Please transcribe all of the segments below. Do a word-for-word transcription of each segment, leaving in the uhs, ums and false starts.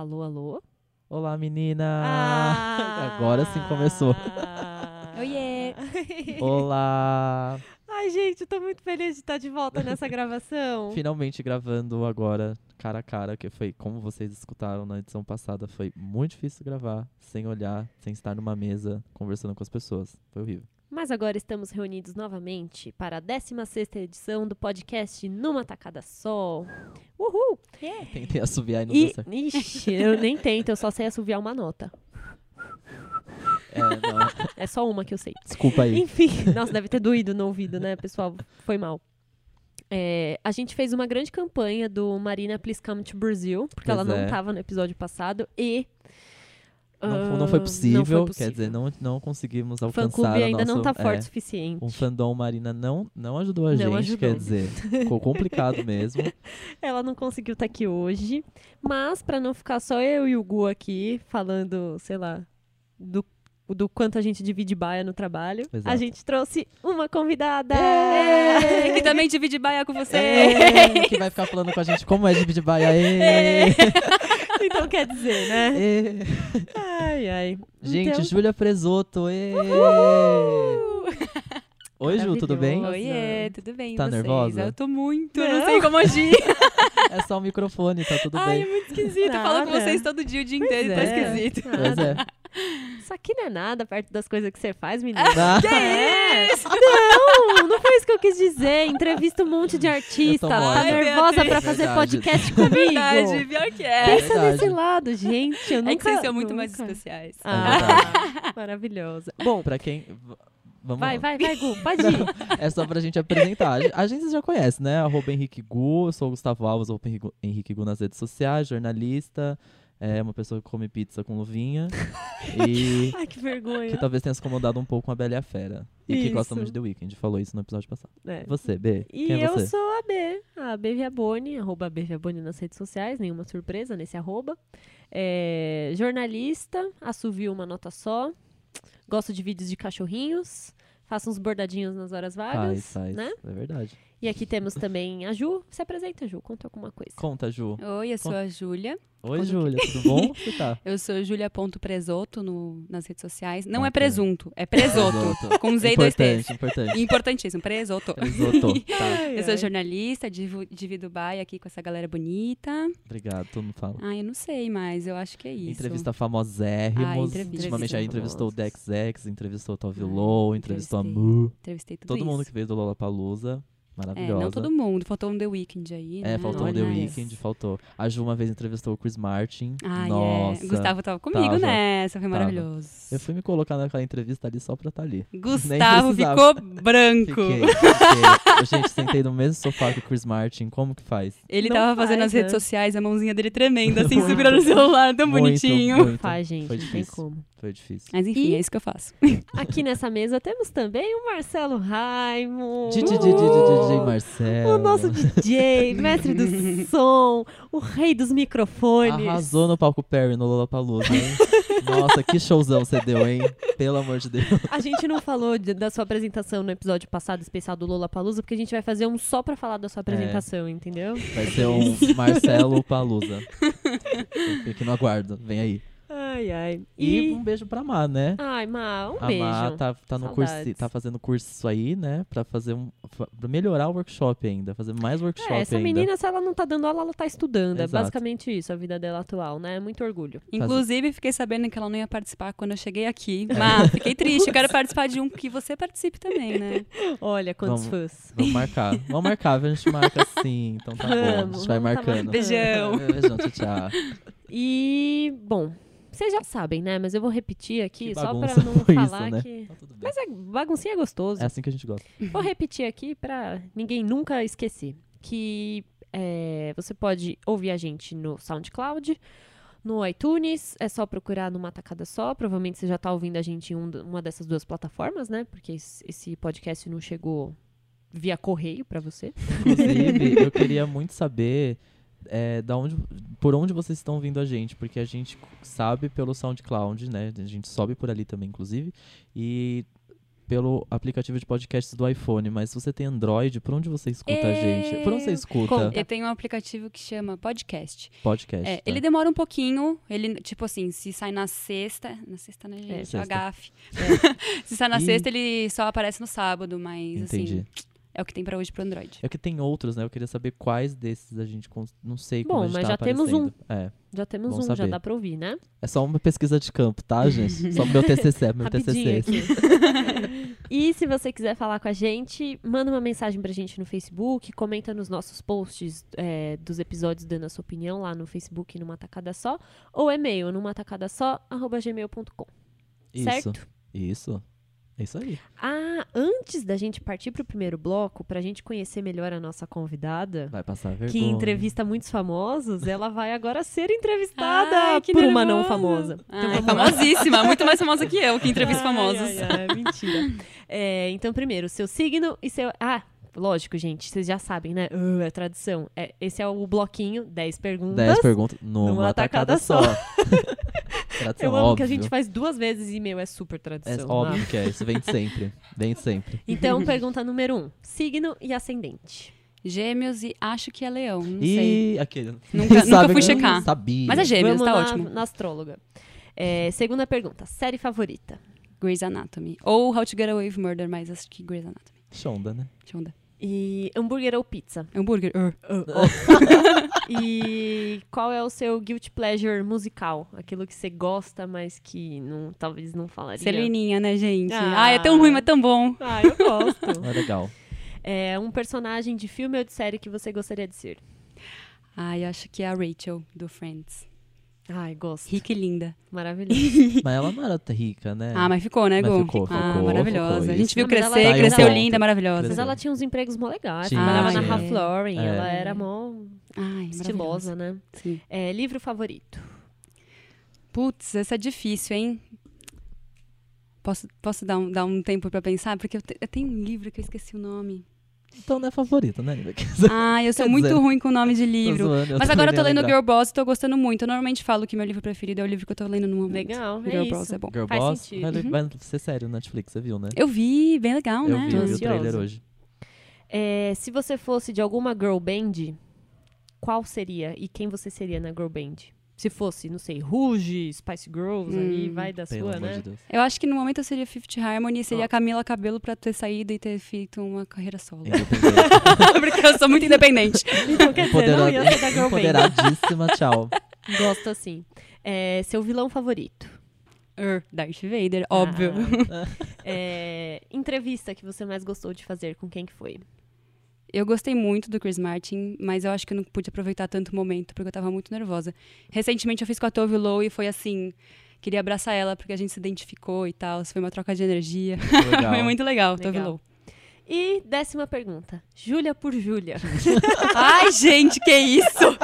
Alô, alô? Olá, menina! Ah! Agora sim começou. Oiê! Olá! Ai, gente, eu tô muito feliz de estar de volta nessa gravação. Finalmente gravando agora, cara a cara, que foi, como vocês escutaram na edição passada, foi muito difícil gravar, sem olhar, sem estar numa mesa, conversando com as pessoas. Foi horrível. Mas agora estamos reunidos novamente para a décima sexta edição do podcast Numa Tacada Só. Uhul! Yeah. Tentei assoviar e não deu E, certo. ixi, eu nem tento, eu só sei assoviar uma nota. É, não, É só uma que eu sei. desculpa aí. Enfim, nossa, deve ter doído no ouvido, né, pessoal? Foi mal. É, a gente fez uma grande campanha do Marina Please Come to Brazil, porque Pois ela não é. estava no episódio passado e... Não, ah, não foi possível, não foi possível. quer dizer, não, não conseguimos O alcançar fã-clube a ainda nosso, não tá forte o é, suficiente. um fandom Marina não, não ajudou a Não gente, ajudou. quer dizer, ficou complicado mesmo. Ela não conseguiu estar aqui hoje, mas pra não ficar só eu e o Gu aqui falando, sei lá, do, do quanto a gente divide baia no trabalho, a Exato. gente trouxe uma convidada! É, que também divide baia com você. É, que vai ficar falando com a gente como é dividir baia. É. Então quer dizer, né? É. Ai, ai. Gente, Então- Júlia Presoto. É. Oi, Ju, tudo bem? Maravilhoso. Oiê, tudo bem? e Tá vocês? nervosa? Eu tô muito, Não. não sei como agir. É só o microfone, tá tudo Ai, é bem. muito esquisito. Eu falo com Nada. vocês todo dia, o dia Pois inteiro, tá é. esquisito. Pois é. Isso aqui não é nada perto das coisas que você faz, menina. Ah, Que É. isso? Não, não foi isso que eu quis dizer. Entrevista um monte de artista. Eu tô Tá mole. Ai, nervosa Beatriz. pra fazer Verdade. podcast comigo. Verdade, pior que é. Pensa verdade. nesse lado, gente. Eu nunca, É que vocês são muito mais nunca. especiais. Ah, maravilhosa. Bom, pra quem... v- Vamos vai, lá. vai, vai, Gu. Pode ir. É só pra gente apresentar. A gente já conhece, né? Arroba Henrique Gu, eu sou o Gustavo Alves, arroba Henrique Gu- Henrique Gu nas redes sociais, jornalista, é uma pessoa que come pizza com luvinha e Ai, que vergonha. que talvez tenha se incomodado um pouco com a Bela e a Fera. E que gosta Isso. muito de The Weeknd, falou isso no episódio passado. É. Você, B, E quem é eu você? sou a B, a B Viaboni, arroba B Viaboni nas redes sociais, nenhuma surpresa nesse arroba. É, jornalista, assovio uma nota só, gosto de vídeos de cachorrinhos, faço uns bordadinhos nas horas vagas, Faz, faz, né? é verdade. E aqui temos também a Ju. Se apresenta, Ju, conta alguma coisa. Conta, Ju. Oi, eu sou a Júlia. Oi, Conta Júlia, tudo bom? Você tá? Eu sou julia.presoto no, nas redes sociais. Não é Bacana. presunto, é presoto. Presoto. Com Z e dois T's. Importante, importante. Importantíssimo, presoto. Presoto, tá. Eu sou jornalista, divo- divido baia aqui com essa galera bonita. Obrigado, todo mundo fala. Ah, eu não sei, mas eu acho que é isso. Entrevista famosérrimos. Ah, entrevista. Ultimamente aí Entrevistas entrevistou o famosas. Dex X, entrevistou o Tove Ah, Lo, entrevistou a entrevistei. Mu. Entrevistei tudo Todo isso. mundo que veio do Lollapalooza. É, Maravilhosa. não todo mundo. Faltou um The Weeknd aí, né? É, faltou um Olha The isso. Weeknd, faltou. A Ju uma vez entrevistou o Chris Martin. Ah, Nossa. é. Gustavo tava comigo tava, nessa, foi tava. maravilhoso. Eu fui me colocar naquela entrevista ali só pra estar ali. Gustavo precisava. ficou branco. Fiquei, fiquei. Eu, gente, sentei no mesmo sofá que o Chris Martin. Como que faz? Ele Não tava fazendo faz, nas redes né? sociais, a mãozinha dele tremenda, assim, Muito. segurando o celular, tão Muito, bonitinho. muito. Faz, gente, Foi não tem difícil. como. Foi difícil. Mas enfim, E- é isso que eu faço. Aqui nessa mesa temos também o Marcelo Raimo. D J D J Marcelo. O nosso D J, mestre do som, o rei dos microfones. Arrasou no palco Perry no Lollapalooza, hein? Nossa, que showzão você deu, hein? Pelo amor de Deus. A gente não falou de- da sua apresentação no episódio passado, especial do Lollapalooza, porque a gente vai fazer um só pra falar da sua apresentação, entendeu? Vai ser um Marcelo Palusa. Fique no aguardo, vem aí. Ai, ai. E, E... um beijo pra Má, né? Ai, Má, um a beijo. Má tá, tá, no curso, Saudades. tá fazendo curso aí, né? Pra fazer um. Pra melhorar o workshop ainda, fazer mais workshop É, essa ainda. menina, se ela não tá dando aula, ela tá estudando. É Exato. basicamente isso, a vida dela atual, né? Muito orgulho. Inclusive, fiquei sabendo que ela não ia participar quando eu cheguei aqui. Mas fiquei triste, eu quero participar de um que você participe também, né? Olha quantos Vamos- fãs. Vamos marcar. Vamos marcar, a gente marca sim. Então tá bom. A Vamos, gente vai vamos tá marcando. marcando. Beijão. Beijão, tchau, tchau. E, bom, vocês já sabem, né? Mas eu vou repetir aqui, Que só pra bagunça não foi falar isso, né? que... Tá tudo bem. Mas é, baguncinha é gostoso. É assim que a gente gosta. Vou repetir aqui pra ninguém nunca esquecer. Que é, você pode ouvir a gente no SoundCloud, no iTunes, é só procurar numa tacada só. Provavelmente você já tá ouvindo a gente em um, uma dessas duas plataformas, né? Porque esse, esse podcast não chegou via correio pra você. Inclusive, eu queria muito saber é, da onde, por onde vocês estão vindo a gente, porque a gente sabe pelo SoundCloud, né? A gente sobe por ali também, inclusive. E pelo aplicativo de podcasts do iPhone, mas se você tem Android, por onde você escuta a É, gente? Por onde você escuta conta. Eu tenho um aplicativo que chama Podcast. podcast? É, tá? ele demora um pouquinho, ele, tipo assim, se sai na sexta, na sexta, né, gente? É, É, sexta. gafe. Se sai na Ih. sexta, ele só aparece no sábado, mas Entendi. assim, é o que tem pra hoje pro Android. É que tem outros, né? Eu queria saber quais desses a gente... cons- Não sei como Bom, a gente mas tá já temos um. aparecendo. É, Já temos Bom um, já saber. dá pra ouvir, né? é só uma pesquisa de campo, tá, gente? Só meu T C C, meu Rapidinho T C C. aqui. E se você quiser falar com a gente, manda uma mensagem pra gente no Facebook, comenta nos nossos posts é, dos episódios dando a sua opinião lá no Facebook numa tacada só, ou e-mail numa tacada só, arroba gmail ponto com. Isso, Certo? isso. É isso aí. Ah, antes da gente partir pro primeiro bloco, pra gente conhecer melhor a nossa convidada, Vai passar vergonha. que entrevista muitos famosos, ela vai agora ser entrevistada Ai, que por uma não nervosa. famosa. Então Ai, vamos lá. famosíssima, muito mais famosa que eu, que entrevista Ai, famosos. ai, ai, mentira. É, então, primeiro, seu signo e seu... Ah, lógico, gente, vocês já sabem, né? Uh, é tradição. É, esse é o bloquinho, dez perguntas. dez perguntas numa, numa tacada tacada só. só. Tradição, Eu amo óbvio. que a gente faz duas vezes e, meu, é super É tradição. óbvio ah. que é, isso vem de sempre. Vem de sempre. Então, pergunta número um. Signo e ascendente. Gêmeos e acho que é leão, não sei. E aquele. Nunca- nunca Sabe fui que- checar. Sabia. Mas é gêmeos, Vamos tá na, ótimo. na astróloga. É, segunda pergunta. Série favorita. Grey's Anatomy. Ou How to Get Away with Murder, mas acho que Grey's Anatomy. Shonda, né? Shonda. E hambúrguer ou pizza? Hambúrguer. Uh. E qual é o seu guilty pleasure musical? Aquilo que você gosta, mas que não, talvez não falaria. Selininha, né, gente? Ah. Ah, é tão ruim, mas tão bom. Ah, eu gosto. É legal. É um personagem de filme ou de série que você gostaria de ser? Ai, acho que é a Rachel, do Friends. Ai, gosto. Rica e linda. Maravilhoso. Mas ela não era rica, né? Ah, mas ficou, né, Mas Gu? ficou, ah, ficou, maravilhosa. ficou, a gente isso. viu Não, mas crescer, ela- cresceu ela- linda, maravilhosa. Mas ela tinha uns empregos mó legais. Tinha, Trabalhava na tinha. Ralph Lauren. É. Ela era mó Ai, estilosa, né? Sim. É, livro favorito. Putz, essa é difícil, hein? Posso, posso dar, um, dar um tempo pra pensar? Porque eu, te, eu tenho um livro que eu esqueci o nome. Então não é favorita, né? Ah, eu sou Quer muito dizer, ruim com o nome de Tô livro. zoando, Mas também agora eu tô nem ia lendo lembrar. Girl Boss e tô gostando muito. Eu normalmente falo que meu livro preferido é o livro que eu tô lendo no momento. Legal, é Girl isso. Boss é bom. Girl Faz Boss sentido. vai, Uhum. vai ser sério no Netflix, você viu, né? Eu vi, bem legal, Eu né? vi, eu vi o Ansiosa. trailer hoje. É, se você fosse de alguma girl band, qual seria? E quem você seria na girl band? Se fosse, não sei, Rouge, Spice Girls, aí Hum, vai da Pelo sua, amor né? de Deus. Eu acho que no momento eu seria Fifth Harmony e seria Ó. a Camila Cabello pra ter saído e ter feito uma carreira solo. Independente. Porque eu sou muito independente. Então, quer dizer, não ia ser da girl band. Empoderadíssima, tchau. Gosto assim. É, seu vilão favorito? Er, Darth Vader, óbvio. Ah. É, entrevista que você mais gostou de fazer, com quem que foi? Eu gostei muito do Chris Martin, mas eu acho que eu não pude aproveitar tanto o momento, porque eu tava muito nervosa. Recentemente eu fiz com a Tove Lo e foi assim, queria abraçar ela, porque a gente se identificou e tal, foi uma troca de energia. Legal. Foi muito legal, Tove Legal. Lo. E décima pergunta. Júlia por Júlia. Ai, gente, que isso?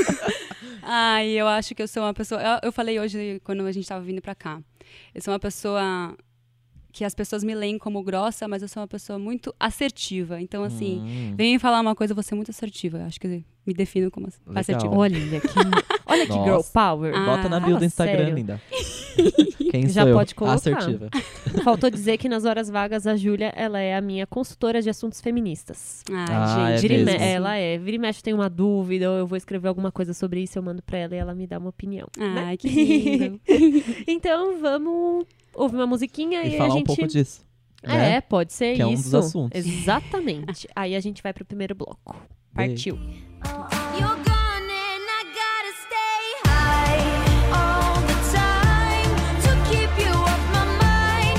Ai, eu acho que eu sou uma pessoa... Eu, eu falei hoje, quando a gente tava vindo pra cá, eu sou uma pessoa que as pessoas me leem como grossa, mas eu sou uma pessoa muito assertiva. Então, assim, Hum, vem me falar uma coisa, eu vou ser muito assertiva. Eu acho que me defino como ass- Legal. assertiva. Olha que, olha que girl Nossa. power. Ah, Bota na bio fala do Instagram, sério. linda. Quem Já sou eu? pode colocar. Assertiva. Faltou dizer que nas horas vagas a Júlia, ela é a minha consultora de assuntos feministas. Ai, Ah, é gente. Vira e me- mesmo? ela é. Vira e mexe, tem uma dúvida, ou eu vou escrever alguma coisa sobre isso, eu mando pra ela e ela me dá uma opinião. né? Ai, que lindo. Então, vamos ouvir uma musiquinha e, E a falar gente... um pouco disso. É, né? pode ser Que é um isso. dos assuntos. Exatamente. Aí a gente vai pro primeiro bloco. Partiu. You're gone and I gotta stay high all the time to keep you off my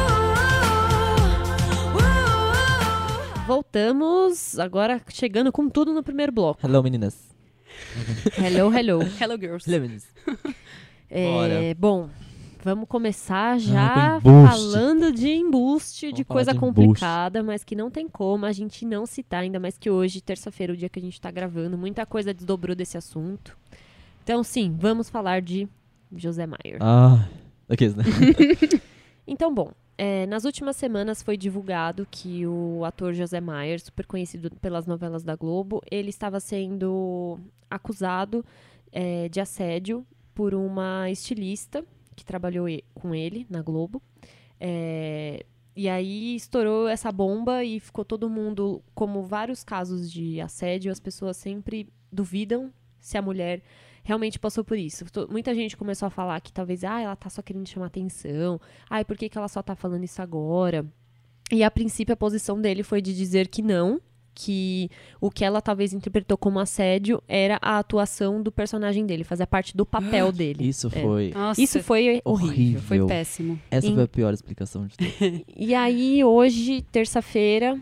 mind. Ooh, ooh. Voltamos, agora chegando com tudo no primeiro bloco. Hello, meninas. Hello, hello. Hello, girls. Hello, meninas. É, Bora. bom, vamos começar já Ah, com embuste. falando de embuste, de Vamos falar coisa de complicada, mas que não tem como a gente não citar, ainda mais que hoje, terça-feira, o dia que a gente tá gravando, muita coisa desdobrou desse assunto. Então, sim, vamos falar de José Maier. Ah, aqueles, né? Então, bom, é, nas últimas semanas foi divulgado que o ator José Maier, super conhecido pelas novelas da Globo, ele estava sendo acusado é, de assédio por uma estilista que trabalhou e- com ele na Globo. É, E aí estourou essa bomba e ficou todo mundo, como vários casos de assédio, as pessoas sempre duvidam se a mulher realmente passou por isso. To- Muita gente começou a falar que talvez, ah, ela tá só querendo chamar atenção, ai, por que, que ela só tá falando isso agora? E a princípio a posição dele foi de dizer que não, que o que ela talvez interpretou como assédio era a atuação do personagem dele, fazia parte do papel dele. Isso É. foi Nossa, Isso foi horrível. horrível. foi péssimo. Essa Em- foi a pior explicação de tudo. E aí, hoje, terça-feira,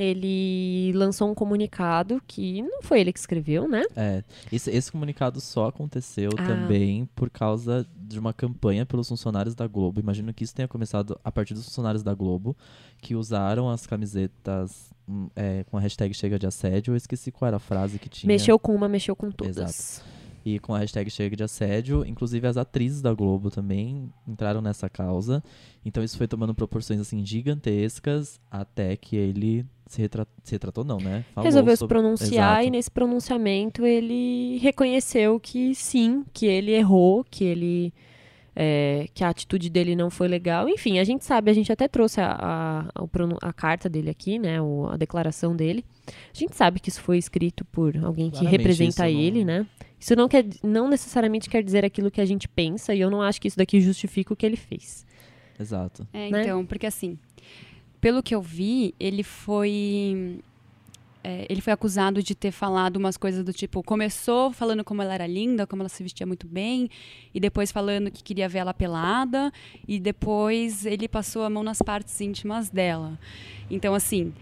ele lançou um comunicado que não foi ele que escreveu, né? É, esse, esse comunicado só aconteceu Ah. também por causa de uma campanha pelos funcionários da Globo. Imagino que isso tenha começado a partir dos funcionários da Globo, que usaram as camisetas hum, é, com a hashtag Chega de Assédio. Eu esqueci qual era a frase que tinha. Mexeu com uma, mexeu com todas. E com a hashtag Chega de Assédio, inclusive as atrizes da Globo também entraram nessa causa. Então isso foi tomando proporções assim gigantescas até que ele se, retra- se retratou, não, né? Falou Resolveu se sobre- pronunciar Exato. e nesse pronunciamento ele reconheceu que sim, que ele errou, que ele é, que a atitude dele não foi legal. Enfim, a gente sabe, a gente até trouxe a, a, o pronu- a carta dele aqui, né? O- a declaração dele. A gente sabe que isso foi escrito por alguém que Claramente, representa isso não- ele, né? Isso não, quer, não necessariamente quer dizer aquilo que a gente pensa, e eu não acho que isso daqui justifica o que ele fez. Exato. É, né? então, porque assim, pelo que eu vi, ele foi. é, ele foi acusado de ter falado umas coisas do tipo, começou falando como ela era linda, como ela se vestia muito bem, e depois falando que queria ver ela pelada, e depois ele passou a mão nas partes íntimas dela. Então, assim,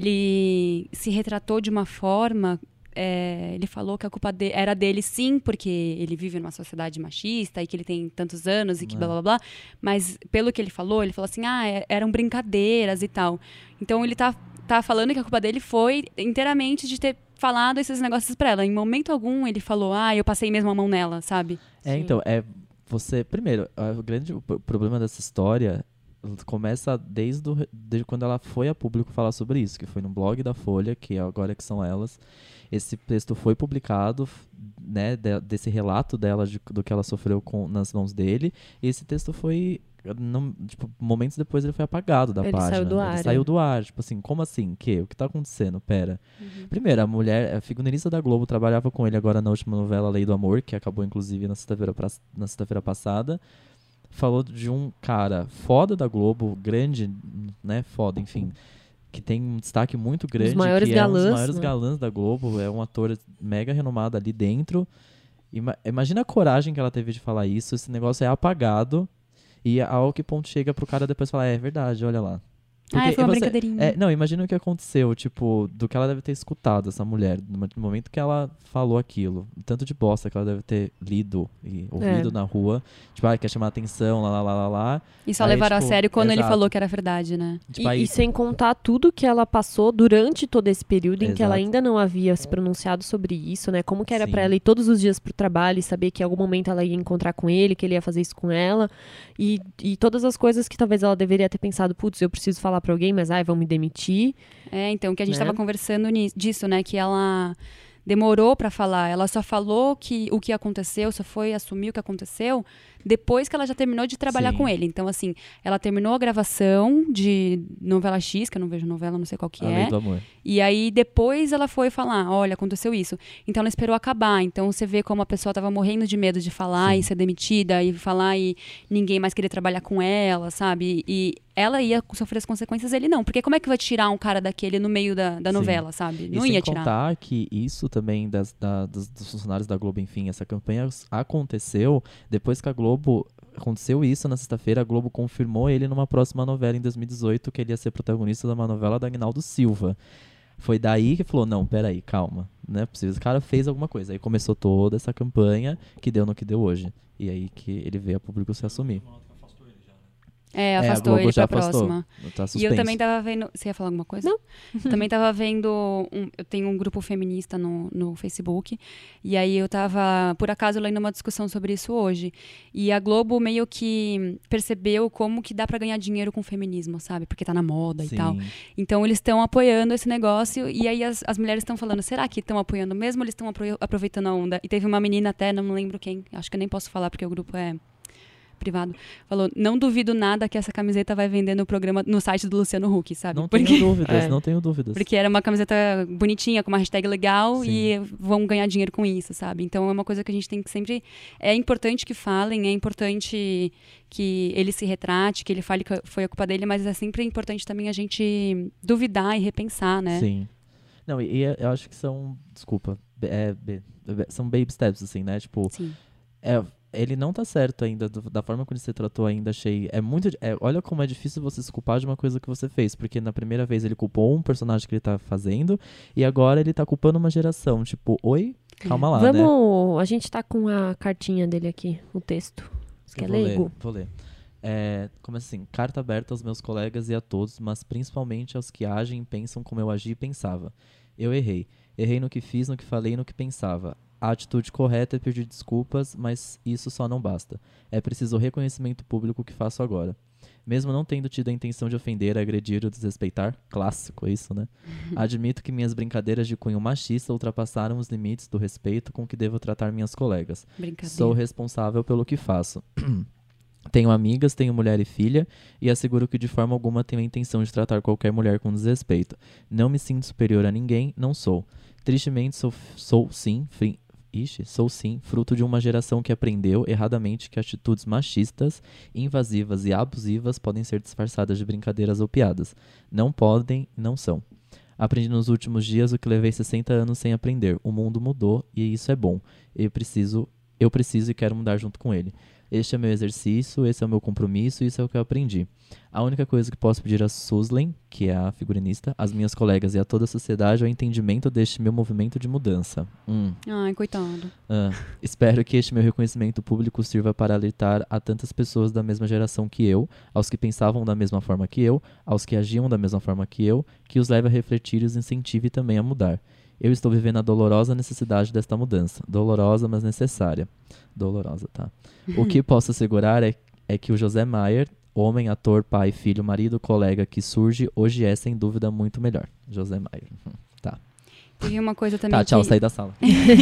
ele se retratou de uma forma. é, ele falou que a culpa de- era dele, sim, porque ele vive numa sociedade machista e que ele tem tantos anos e que É. blá blá blá. Mas pelo que ele falou, ele falou assim: ah, é- eram brincadeiras e tal. Então ele tá, tá falando que a culpa dele foi inteiramente de ter falado esses negócios pra ela. Em momento algum ele falou: ah, eu passei mesmo a mão nela, sabe? É, Sim. então, é você. Primeiro, a- o grande p- problema dessa história começa desde, o, desde quando ela foi a público falar sobre isso, que foi no blog da Folha, que agora que são elas. Esse texto foi publicado, f- né, de- desse relato dela de- do que ela sofreu com, nas mãos dele. E esse texto foi. Não, tipo, momentos depois ele foi apagado da Ele página. saiu do Ele ar, saiu é. do ar. Tipo assim, como assim? Que? O que tá acontecendo? Pera. Primeiro, a mulher, a figurinista da Globo, trabalhava com ele agora na última novela Lei do Amor, que acabou inclusive na sexta-feira pra- na sexta-feira passada. Falou de um cara foda da Globo, grande, né? Foda, enfim. Que tem um destaque muito grande. maiores que é um galãs, dos maiores né? galãs da Globo. É um ator mega renomado ali dentro. Ima- imagina a coragem que ela teve de falar isso. Esse negócio é apagado. E ao que ponto chega pro cara depois falar, é, é verdade, olha lá. ah, foi uma você- brincadeirinha. é, não, imagina o que aconteceu, tipo, do que ela deve ter escutado, essa mulher, no mo- no momento que ela falou aquilo. O tanto de bosta que ela deve ter lido e ouvido É. na rua. Tipo, ah, quer chamar atenção, lá, lá, lá, lá, lá. E só Aí, levaram tipo, a sério quando ele exato. falou que era verdade, né? Tipo, E, aí, e sem contar tudo que ela passou durante todo esse período em que ela Exato. ainda não havia se pronunciado sobre isso, né? Como que era Sim. pra ela ir todos os dias pro trabalho e saber que em algum momento ela ia encontrar com ele, que ele ia fazer isso com ela. E, e todas as coisas que talvez ela deveria ter pensado, putz, eu preciso falar pra alguém, mas ai, vão me demitir. É, então, que a gente Né? tava conversando ni- disso, né? Que ela demorou pra falar. Ela só falou que o que aconteceu, só foi assumir o que aconteceu depois que ela já terminou de trabalhar Sim. com ele. Então, assim, ela terminou a gravação de novela X, que eu não vejo novela, não sei qual que a é. Lei do Amor. E aí, depois ela foi falar, olha, aconteceu isso. Então, ela esperou acabar. Então, você vê como a pessoa tava morrendo de medo de falar Sim. e ser demitida, e falar e ninguém mais queria trabalhar com ela, sabe? E ela ia sofrer as consequências, ele não. Porque como é que vai tirar um cara daquele no meio da, da Sim. novela, sabe? E Não sem ia tirar. contar que isso também das, da- dos, dos funcionários da Globo, enfim, essa campanha aconteceu depois que a Globo. Aconteceu isso na sexta-feira, a Globo confirmou ele numa próxima novela em dois mil e dezoito, que ele ia ser protagonista de uma novela da Agnaldo Silva. Foi daí que falou, não, peraí, calma, não é possível, esse cara fez alguma coisa. Aí começou toda essa campanha que deu no que deu hoje. E aí que ele veio a público se assumir. É, É, a afastou Globo ele já pra afastou. próxima. Tá E suspenso. eu também tava vendo. Você ia falar alguma coisa? Não. Também tava vendo. Um, eu tenho um grupo feminista no, no Facebook. E aí eu tava, por acaso, lendo uma discussão sobre isso hoje. E a Globo meio que percebeu como que dá pra ganhar dinheiro com o feminismo, sabe? Porque tá na moda Sim. e tal. Então eles estão apoiando esse negócio. E aí as, as mulheres estão falando: será que estão apoiando mesmo ou eles estão apro- aproveitando a onda? E teve uma menina até, não me lembro quem, acho que eu nem posso falar porque o grupo é privado, falou, não duvido nada que essa camiseta vai vender no programa, no site do Luciano Huck, sabe? Não porque, tenho dúvidas, É. não tenho dúvidas. porque era uma camiseta bonitinha, com uma hashtag legal, Sim. e vão ganhar dinheiro com isso, sabe? Então é uma coisa que a gente tem que sempre... É importante que falem, é importante que ele se retrate, que ele fale que foi a culpa dele, mas é sempre importante também a gente duvidar e repensar, né? Sim. Não, e, e eu acho que são, desculpa, é, be- be- são baby steps, assim, né? Tipo, Sim. é, ele não tá certo ainda, do- da forma como ele se tratou ainda, achei, é muito, é, olha como é difícil você se culpar de uma coisa que você fez, porque na primeira vez ele culpou um personagem que ele tá fazendo, e agora ele tá culpando uma geração, tipo, oi, calma lá, né? Vamos. A gente tá com a cartinha dele aqui, o texto. Você Eu quer vou ler, ler, Gu? vou ler. É, como assim? Carta aberta aos meus colegas e a todos, mas principalmente aos que agem e pensam como eu agi e pensava. Eu errei. Errei no que fiz, no que falei e no que pensava. A atitude correta é pedir desculpas, mas isso só não basta. É preciso o reconhecimento público que faço agora. Mesmo não tendo tido a intenção de ofender, agredir ou desrespeitar, clássico isso, né? Admito que minhas brincadeiras de cunho machista ultrapassaram os limites do respeito com que devo tratar minhas colegas. Brincadeira. Sou responsável pelo que faço. Tenho amigas, tenho mulher e filha, e asseguro que de forma alguma tenho a intenção de tratar qualquer mulher com desrespeito. Não me sinto superior a ninguém, não sou. Tristemente, sou, sou sim, fri, ixi, sou sim, fruto de uma geração que aprendeu erradamente que atitudes machistas, invasivas e abusivas podem ser disfarçadas de brincadeiras ou piadas. Não podem, não são. Aprendi nos últimos dias o que levei sessenta anos sem aprender. O mundo mudou e isso é bom. Eu preciso, eu preciso e quero mudar junto com ele. Este é meu exercício, esse é o meu compromisso, isso é o que eu aprendi. A única coisa que posso pedir a Suslin, que é a figurinista, às minhas colegas e a toda a sociedade é o entendimento deste meu movimento de mudança. Hum. Ai, coitado. Ah, espero que este meu reconhecimento público sirva para alertar a tantas pessoas da mesma geração que eu, aos que pensavam da mesma forma que eu, aos que agiam da mesma forma que eu, que os leve a refletir e os incentive também a mudar. Eu estou vivendo a dolorosa necessidade desta mudança. Dolorosa, mas necessária. Dolorosa, tá? O que posso assegurar é, é que o José Maier, homem, ator, pai, filho, marido, colega que surge, hoje é, sem dúvida, muito melhor. José Maier. Tá. Teve uma coisa também Tá, tchau, que... saí da sala.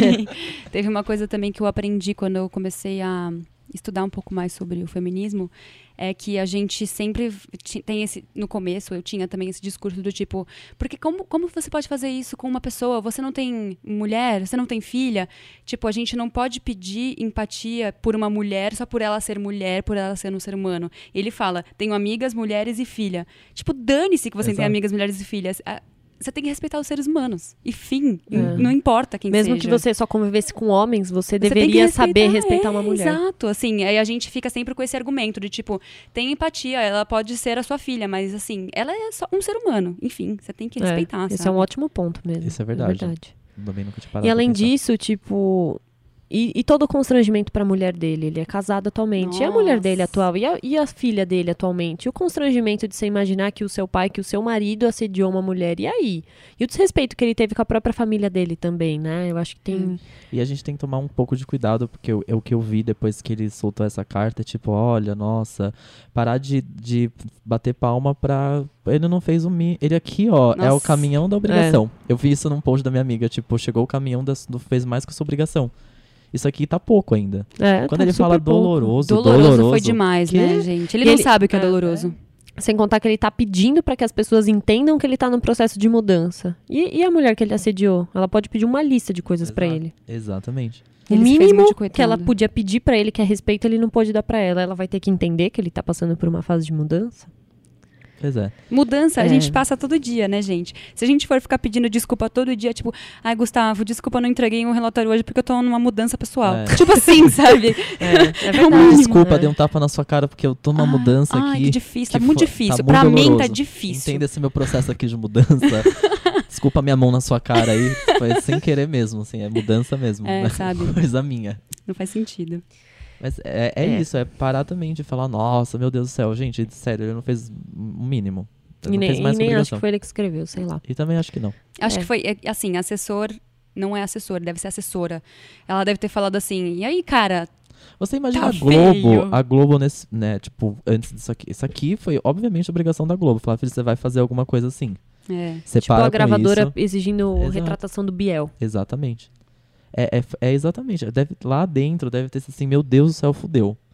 Teve uma coisa também que eu aprendi quando eu comecei a estudar um pouco mais sobre o feminismo, é que a gente sempre ti- tem esse, no começo eu tinha também esse discurso do tipo, porque como, como você pode fazer isso com uma pessoa? Você não tem mulher, você não tem filha? Tipo, a gente não pode pedir empatia por uma mulher só por ela ser mulher, por ela ser um ser humano. Ele fala, tenho amigas, mulheres e filha. Tipo, dane-se que você tem Exato. amigas, mulheres e filhas. A- Você tem que respeitar os seres humanos. E fim, É. n- não importa quem Mesmo seja. que você só convivesse com homens, você Você tem que deveria saber respeitar é, uma mulher. Exato, assim, aí a gente fica sempre com esse argumento de tipo, tem empatia, ela pode ser a sua filha, mas assim, ela é só um ser humano. Enfim, você tem que É, respeitar, esse sabe? é um ótimo ponto mesmo. Isso é verdade. Também nunca tinha parado E além pra pensar. disso, tipo... E, e todo o constrangimento pra mulher dele. Ele é casado atualmente. E a mulher Nossa. dele atual? E a, e a filha dele atualmente? E o constrangimento de você imaginar que o seu pai, que o seu marido assediou uma mulher. E aí? E o desrespeito que ele teve com a própria família dele também, né? Eu acho que tem... E a gente tem que tomar um pouco de cuidado, porque eu- é o que eu vi depois que ele soltou essa carta, tipo, olha, nossa, parar de, de bater palma pra... Ele não fez o mi... Ele aqui, ó, é o Nossa. caminhão da obrigação. Eu vi isso num post da minha amiga, tipo, chegou o caminhão, das, do, fez mais que a sua obrigação. Isso aqui tá pouco ainda. É, Quando tá ele super fala pouco. doloroso, Doloroso, doloroso, foi demais, que- né, gente? Ele E não ele- sabe o que é, é, doloroso. Sem contar que ele tá pedindo pra que as pessoas entendam que ele tá num processo de mudança. E, e a mulher que ele assediou? Ela pode pedir uma lista de coisas pra Exato. ele. Exatamente. O Ele se fez mínimo muito coitado. que ela podia pedir pra ele, que é respeito, ele não pôde dar pra ela. Ela vai ter que entender que ele tá passando por uma fase de mudança. Pois é. Mudança, a É. gente passa todo dia, né, gente? Se a gente for ficar pedindo desculpa todo dia, tipo, ai, Gustavo, desculpa, eu não entreguei um relatório hoje porque eu tô numa mudança pessoal. É. Tipo assim, sabe? É, é verdade. Desculpa, é. dei um tapa na sua cara porque eu tô numa Ai, mudança ai, aqui. que difícil, tá que muito fo- difícil. tá Pra muito mim tá doloroso. difícil. Entenda esse meu processo aqui de mudança. Desculpa a minha mão na sua cara aí. Foi sem querer mesmo, assim, é mudança mesmo. É, né? sabe? Coisa minha. Não faz sentido. Mas é, é, É. isso, é parar também de falar, nossa, meu Deus do céu, gente, sério, ele não fez o mínimo. Ele E não nem, fez mais e que nem acho obrigação. que foi ele que escreveu, sei lá. E também acho que não. Acho É. que foi, é, assim, assessor não é assessor, deve ser assessora. Ela deve ter falado assim, e aí, cara, Você imagina Tá a Globo, feio. a Globo nesse, né, tipo, antes disso aqui. Isso aqui foi, obviamente, obrigação da Globo. Falar, filho, você vai fazer alguma coisa assim. é, Você Tipo para a com gravadora isso. exigindo Exato. retratação do Biel. Exatamente. É, é, é exatamente. Deve, lá dentro deve ter sido assim, meu Deus do céu, fudeu.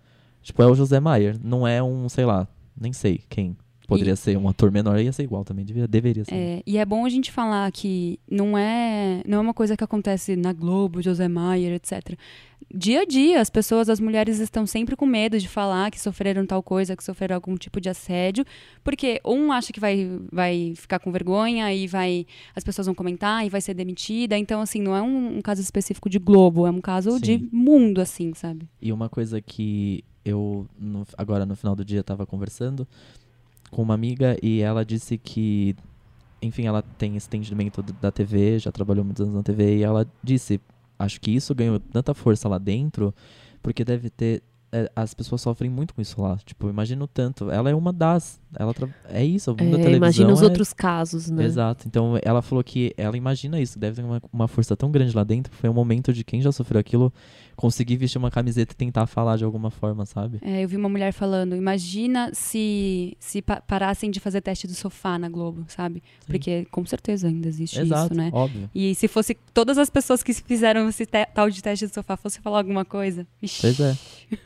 Tipo, é o José Maier. Não é um, sei lá, nem sei quem. Poderia E- ser um ator menor, ia ser igual também. Devia, deveria ser. É, e é bom a gente falar que não é, não é uma coisa que acontece na Globo, José Maier, etcétera. Dia a dia, as pessoas, as mulheres estão sempre com medo de falar que sofreram tal coisa, que sofreram algum tipo de assédio, porque um acha que vai, vai ficar com vergonha e vai, as pessoas vão comentar e vai ser demitida. Então, assim, não é um, um caso específico de Globo, é um caso Sim. de mundo, assim, sabe? E uma coisa que eu, no- agora no final do dia, tava conversando com uma amiga e ela disse que, enfim, ela tem esse entendimento d- da T V, já trabalhou muitos anos na T V, e ela disse, acho que isso ganhou tanta força lá dentro, porque deve ter, é, as pessoas sofrem muito com isso lá, tipo, imagino tanto, ela é uma das, ela tra- é isso, o mundo da É, televisão imagina os é- outros casos, né? Exato, então ela falou que ela imagina isso, deve ter uma, uma força tão grande lá dentro, foi um momento de quem já sofreu aquilo conseguir vestir uma camiseta e tentar falar de alguma forma, sabe? É, eu vi uma mulher falando, imagina se, se pa- parassem de fazer teste do sofá na Globo, sabe? Porque com certeza ainda existe Exato, isso, né? óbvio. E se fosse todas as pessoas que fizeram esse te- tal de teste do sofá fossem falar alguma coisa, ixi, Pois é.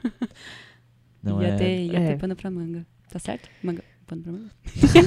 Não ia, é ter, ia É. ter pano pra manga. Tá certo? Manga, pano pra manga?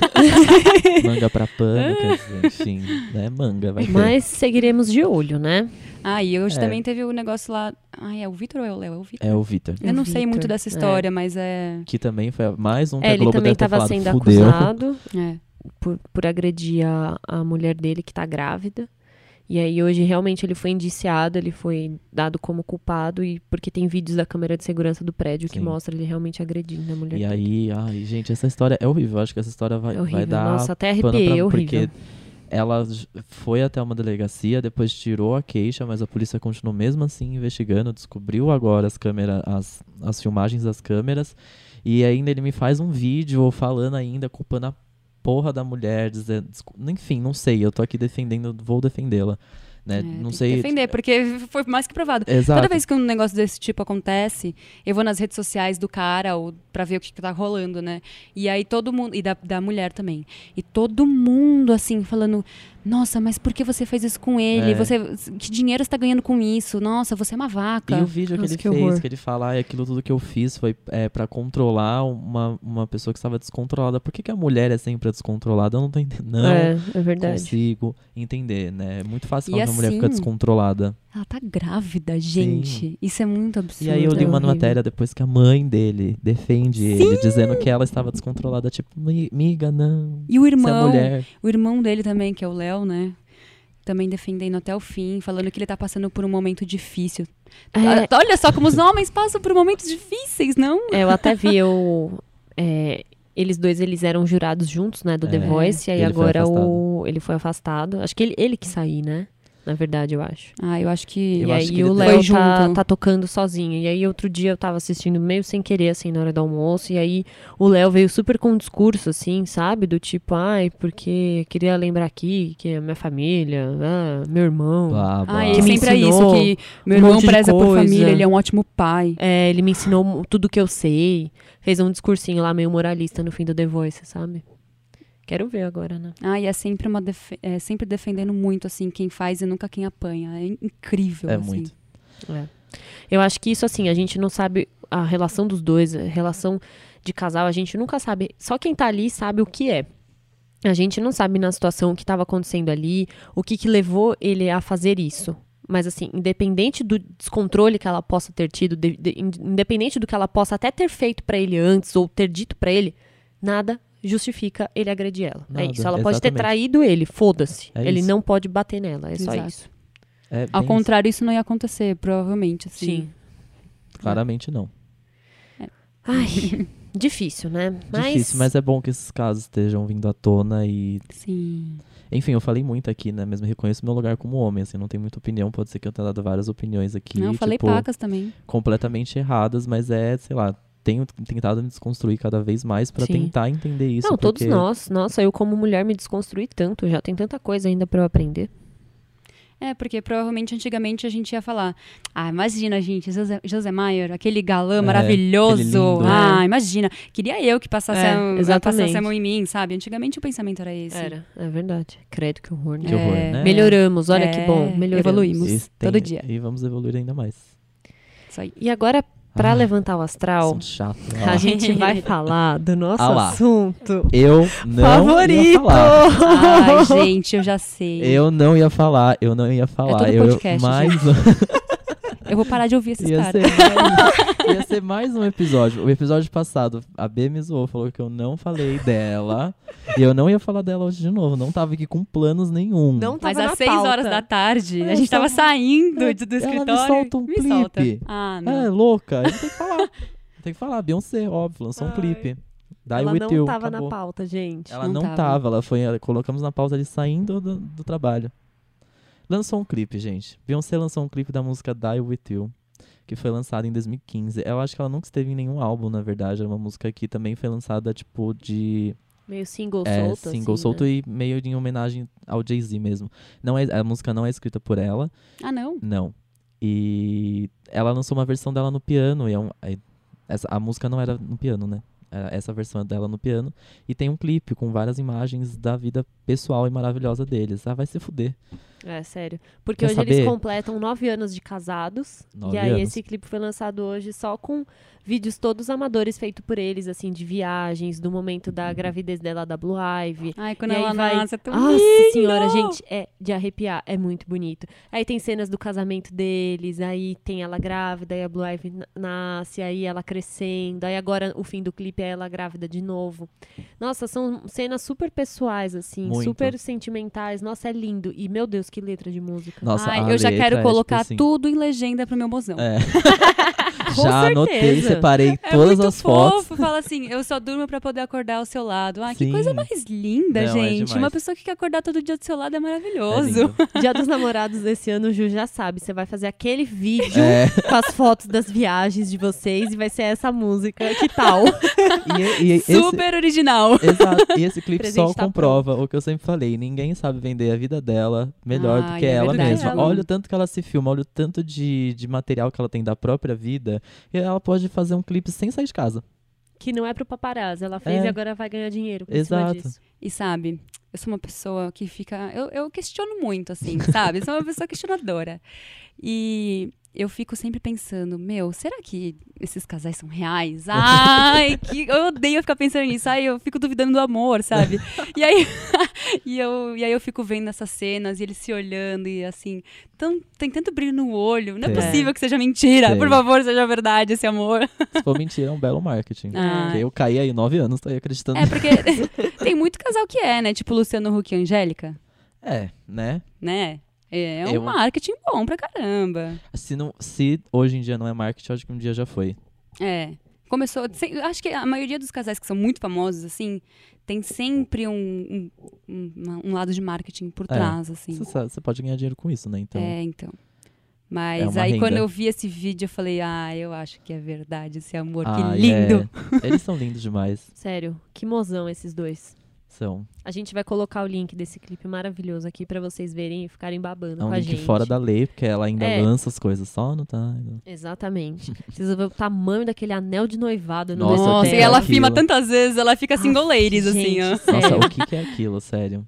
manga pra pano, quer dizer, enfim, né? Manga, vai ter. Mas seguiremos de olho, né? Ah, e hoje É. também teve o negócio lá. Ai, é o Vitor ou é o Léo? É o Vitor. É o Vitor. Eu não O sei Vitor, muito dessa é. história, mas é. Que também foi mais um que É, a ele Globo também deve ter estava falado, sendo fudeu. acusado é. por, por agredir a, a mulher dele, que tá grávida. E aí hoje realmente ele foi indiciado, ele foi dado como culpado, e porque tem vídeos da câmera de segurança do prédio que Sim. mostra ele realmente agredindo a mulher E dele. aí, ai, gente, essa história é horrível. Acho que essa história vai, É vai horrível. dar Nossa, até pano arrepiei, pra- é horrível. porque ela j- foi até uma delegacia, depois tirou a queixa, mas a polícia continuou mesmo assim investigando, descobriu agora as câmeras, as, as filmagens das câmeras, e ainda ele me faz um vídeo falando ainda, culpando a porra da mulher, dizendo, descu- enfim, não sei, eu tô aqui defendendo, vou defendê-la, né? É, não tem que sei. defender, porque foi mais que provado. Exato. Toda vez que um negócio desse tipo acontece, eu vou nas redes sociais do cara ou pra ver o que, que tá rolando, né? E aí todo mundo, e da, da mulher também. E todo mundo, assim, falando: nossa, mas por que você fez isso com ele? É. Você, que dinheiro você tá ganhando com isso? Nossa, você é uma vaca. E o vídeo Nossa, que que ele fez, horror. que ele fala, ah, aquilo tudo que eu fiz foi é, para controlar uma, uma pessoa que estava descontrolada. Por que, que a mulher é sempre a descontrolada? Eu não tô entendendo. Não é, é verdade. consigo entender, né? É muito fácil E falar que a mulher fica assim, descontrolada. Ela tá grávida, gente. Isso é muito absurdo. E aí eu li é uma horrível. matéria depois que a mãe dele defende ele, dizendo que ela estava descontrolada. Tipo, "Mi- miga, não. E o Você é irmão, mulher. o irmão dele também, que é o Léo, né? Também defendendo até o fim, falando que ele tá passando por um momento difícil. É, Ah, Olha só como os homens passam por momentos difíceis, não? é, eu até vi o, é, eles dois, eles eram jurados juntos, né, do The É, Voice, e aí ele foi agora afastado. o, ele foi afastado. Acho que ele, ele que saiu, né? Na verdade, eu acho. Ah, eu acho que. Eu e acho aí que ele o foi Léo tá, junto. tá tocando sozinho. E aí outro dia eu tava assistindo meio sem querer, assim, na hora do almoço. E aí o Léo veio super com um discurso, assim, sabe? Do tipo, ai, porque queria lembrar aqui que é minha família, ah, meu irmão. Blá, blá. Ah, Que e me sempre é isso, ensinou que meu um irmão monte de preza por coisa. família, ele é um ótimo pai. É, ele me ensinou tudo que eu sei. Fez um discursinho lá meio moralista no fim do The Voice, sabe? Quero ver agora, né? Ah, e é sempre uma def- é sempre defendendo muito, assim, quem faz e nunca quem apanha. É in- incrível, É assim. muito. É. Eu acho que isso, assim, a gente não sabe a relação dos dois, a relação de casal, a gente nunca sabe. Só quem tá ali sabe o que é. A gente não sabe na situação o que estava acontecendo ali, o que, que levou ele a fazer isso. Mas, assim, independente do descontrole que ela possa ter tido, de- de- independente do que ela possa até ter feito pra ele antes ou ter dito pra ele, nada justifica ele agredir ela. É Nada, isso. Ela pode ter exatamente. traído ele, foda-se. É ele isso. não pode bater nela, é só Exato. isso. É Ao bem contrário, isso não ia acontecer, provavelmente, assim. Sim. isso. Claramente não. Ai, difícil, né? Mas... Difícil, mas é bom que esses casos estejam vindo à tona e Sim. enfim, eu falei muito aqui, né? Mesmo reconheço meu lugar como homem, assim, não tenho muita opinião. Pode ser que eu tenha dado várias opiniões aqui, Não, eu falei tipo, pacas também. completamente erradas, mas é, sei lá, tenho tentado me desconstruir cada vez mais pra Sim. tentar entender isso. Não, todos porque... nós. Nossa, eu como mulher me desconstruí tanto. Já tem tanta coisa ainda pra eu aprender. É, porque provavelmente antigamente a gente ia falar: ah, imagina, gente, José, José Maier, aquele galã É, maravilhoso. aquele lindo. Ah, É. imagina. Queria eu que passasse, É, a, exatamente. passasse a mão em mim, sabe? Antigamente o pensamento era esse. Era, é verdade. Credo, que horror, né? Que horror, É. né? Melhoramos, olha É, que bom. Melhoramos. evoluímos. E tem- todo dia. E vamos evoluir ainda mais. Isso aí. E agora, Pra Ah, levantar o astral, São chato. a gente vai falar do nosso Ah lá. assunto Eu não favorito. ia falar. Ai, gente, eu já sei. Eu não ia falar, eu não ia falar. todo eu, podcast, mais Eu vou parar de ouvir esses ia, caras. ser mais, ia ser mais um episódio. O episódio passado, a B me zoou, falou que eu não falei dela. E eu não ia falar dela hoje de novo. Não tava aqui com planos nenhum. Não tava Mas na às seis pauta. horas da tarde, É, a gente só- tava saindo É, do, do ela me escritório. solta um Me solta. clipe. Ah, É, não. louca. Aí tem que falar. Tem que falar. Beyoncé, óbvio, lançou um Ai. clipe. Die Ela With não You. tava acabou. na pauta, gente. Ela Não não, tava. tava. Ela foi. Colocamos na pauta ali saindo do, do trabalho. Lançou um clipe, gente. Beyoncé lançou um clipe da música Die With You, que foi lançada em dois mil e quinze. Eu acho que ela nunca esteve em nenhum álbum, na verdade. É uma música que também foi lançada, tipo, de Meio single é, solto, single assim, solto né? e meio em homenagem ao Jay-Z mesmo. Não é, a música não é escrita por ela, Ah, não? não. E ela lançou uma versão dela no piano. E é um, é- essa, a música não era no piano, né? Era essa versão é dela no piano. E tem um clipe com várias imagens da vida pessoal e maravilhosa deles. Ah, vai se fuder. É, sério. Porque Quer hoje eles saber? completam nove anos de casados. Nove e aí anos. esse clipe foi lançado hoje só com vídeos todos amadores feitos por eles, assim, de viagens, do momento da gravidez dela da Blue Ivy. Ai, quando E aí ela vai- nasce, é tão Nossa lindo! senhora, gente, é de arrepiar, é muito bonito. Aí tem cenas do casamento deles, aí tem ela grávida, aí a Blue Ivy na- nasce, aí ela crescendo, aí agora o fim do clipe é ela grávida de novo. Nossa, são cenas super pessoais, assim, Muito. super sentimentais. Nossa, é lindo. E, meu Deus, que letra de música. Nossa, Ai, a eu já letra quero é, colocar tipo assim, tudo em legenda pro meu mozão. É. Com Já anotei, certeza. separei É todas muito as fotos. fofo, fala assim, eu só durmo pra poder acordar ao seu lado. Ai, que Sim. coisa mais linda, Não, é gente. demais. Uma pessoa que quer acordar todo dia do seu lado é É maravilhoso. lindo. Dia dos Namorados desse ano, o Ju já sabe. Você vai fazer aquele vídeo É. com as fotos das viagens de vocês e vai ser essa música. Que tal? E, e esse, Super original. exato. E esse clipe Presente só tá comprova o que eu sempre falei. Ninguém sabe vender a vida dela melhor do Ai, que é ela verdade. mesma. Ela. Olha o tanto que ela se filma, olha o tanto de, de material que ela tem da própria vida. E ela pode fazer um clipe sem sair de casa. Que não é pro paparazzi. Ela fez É. e agora vai ganhar dinheiro por Exato. cima disso. E sabe, eu sou uma pessoa que fica. Eu, eu questiono muito, assim, sabe? Eu sou uma pessoa questionadora. E eu fico sempre pensando, meu, será que esses casais são reais? Ai, que eu odeio ficar pensando nisso. Ai, eu fico duvidando do amor, sabe? E aí, e eu, e aí eu fico vendo essas cenas e eles se olhando e assim, tão, tem tanto brilho no olho. Não é Tem. possível que seja mentira. Tem. Por favor, seja verdade esse amor. Se for mentira, é um belo marketing. Ah. Porque eu caí aí nove anos, tô aí acreditando. É, porque tem muito casal que é, né? Tipo Luciano Huck e Angélica, É, né? né? É um Eu- marketing bom pra caramba. Se, não, se hoje em dia não é marketing, eu acho que um dia já foi. É. Começou. se- Acho que a maioria dos casais que são muito famosos, assim, tem sempre um, um, um- uma- um lado de marketing por É. trás, assim. Você sabe- você pode ganhar dinheiro com isso, né? Então, É, então. É Mas uma aí renda. quando eu vi esse vídeo, eu falei, ah, eu acho que é verdade esse amor, ah, que lindo. é. Eles são lindos demais. Sério, que mozão esses dois. São. A gente vai colocar o link desse clipe maravilhoso aqui pra vocês verem e ficarem babando É um com a link gente. fora da lei, porque ela ainda É. lança as coisas só no time. Exatamente. Vocês vão ver o tamanho daquele anel de noivado no Nossa, meu Nossa, que e hotel. ela aquilo. filma tantas vezes, ela fica single Ah, ladies, assim, gente, ó. Nossa, sério. o que, que é aquilo, sério?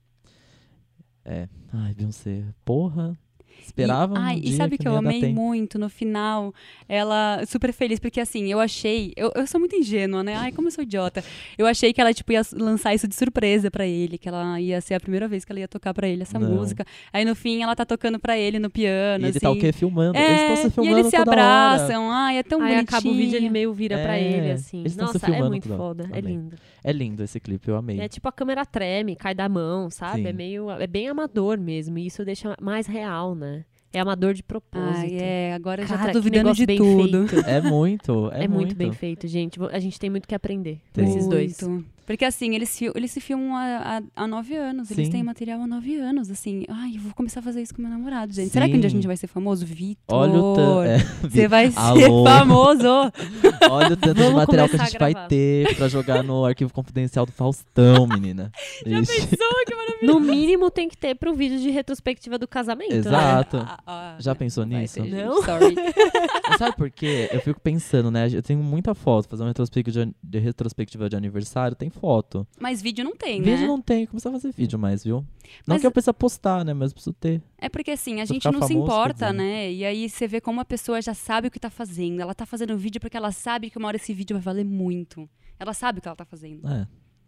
É. Ai, Beyoncé. Porra. Esperava E, um ai, dia e sabe o que, não eu ia dar amei tempo. muito no final? Ela super feliz, porque assim, eu achei. Eu, eu sou muito ingênua, né? Ai, como eu sou idiota. Eu achei que ela, tipo, ia lançar isso de surpresa pra ele, que ela ia ser a primeira vez que ela ia tocar pra ele essa Não. música. Aí no fim ela tá tocando pra ele no piano. E ele assim. tá o quê? Filmando. eles É, estão se e filmando eles se toda hora. abraçam. Ai, é tão Aí bonitinho. acaba o vídeo, ele meio vira pra É, ele, assim. eles tão se Nossa, é filmando muito toda hora. foda. É Amei. lindo. É lindo esse clipe, eu amei. É tipo a câmera treme, cai da mão, sabe? Sim. É meio. É bem amador mesmo. E isso deixa mais real, né? É amador de propósito. Ai, é, agora eu já Cara, tô que duvidando negócio de bem tudo. feito. É muito, é, É, muito bem feito, gente. A gente tem muito que aprender com Tem. esses dois. Muito. Porque assim, eles, fi- eles se filmam há, há, há nove anos. Eles Sim. têm material há nove anos, assim. Ai, eu vou começar a fazer isso com meu namorado, gente. Será que um dia a Sim. gente vai ser famoso? Vitor! Olha o tanto. É, Você vai ser Alô? famoso! olha o tanto de Vamos material que a começar gente a vai gravar. ter pra jogar no arquivo confidencial do Faustão, menina. Já Ixi. pensou? Que maravilhoso! No mínimo tem que ter pro vídeo de retrospectiva do casamento. Né? Exato. Ah, ah, Já não, pensou não vai nisso? ter, gente, Não? Sorry. Mas sabe por quê? Eu fico pensando, né? Eu tenho muita foto, fazer uma retrospectiva de, de retrospectiva de aniversário, tem foto. Mas vídeo não tem, Vídeo né? não tem, começar a fazer vídeo mais, viu? Não Mas- que eu precisa postar, né? Mas eu preciso ter. É porque assim, a Se gente ficar não se famoso, importa, quer dizer, né? E aí você vê como a pessoa já sabe o que tá fazendo. Ela tá fazendo vídeo porque ela sabe que uma hora esse vídeo vai valer muito. Ela sabe o que ela tá fazendo. É.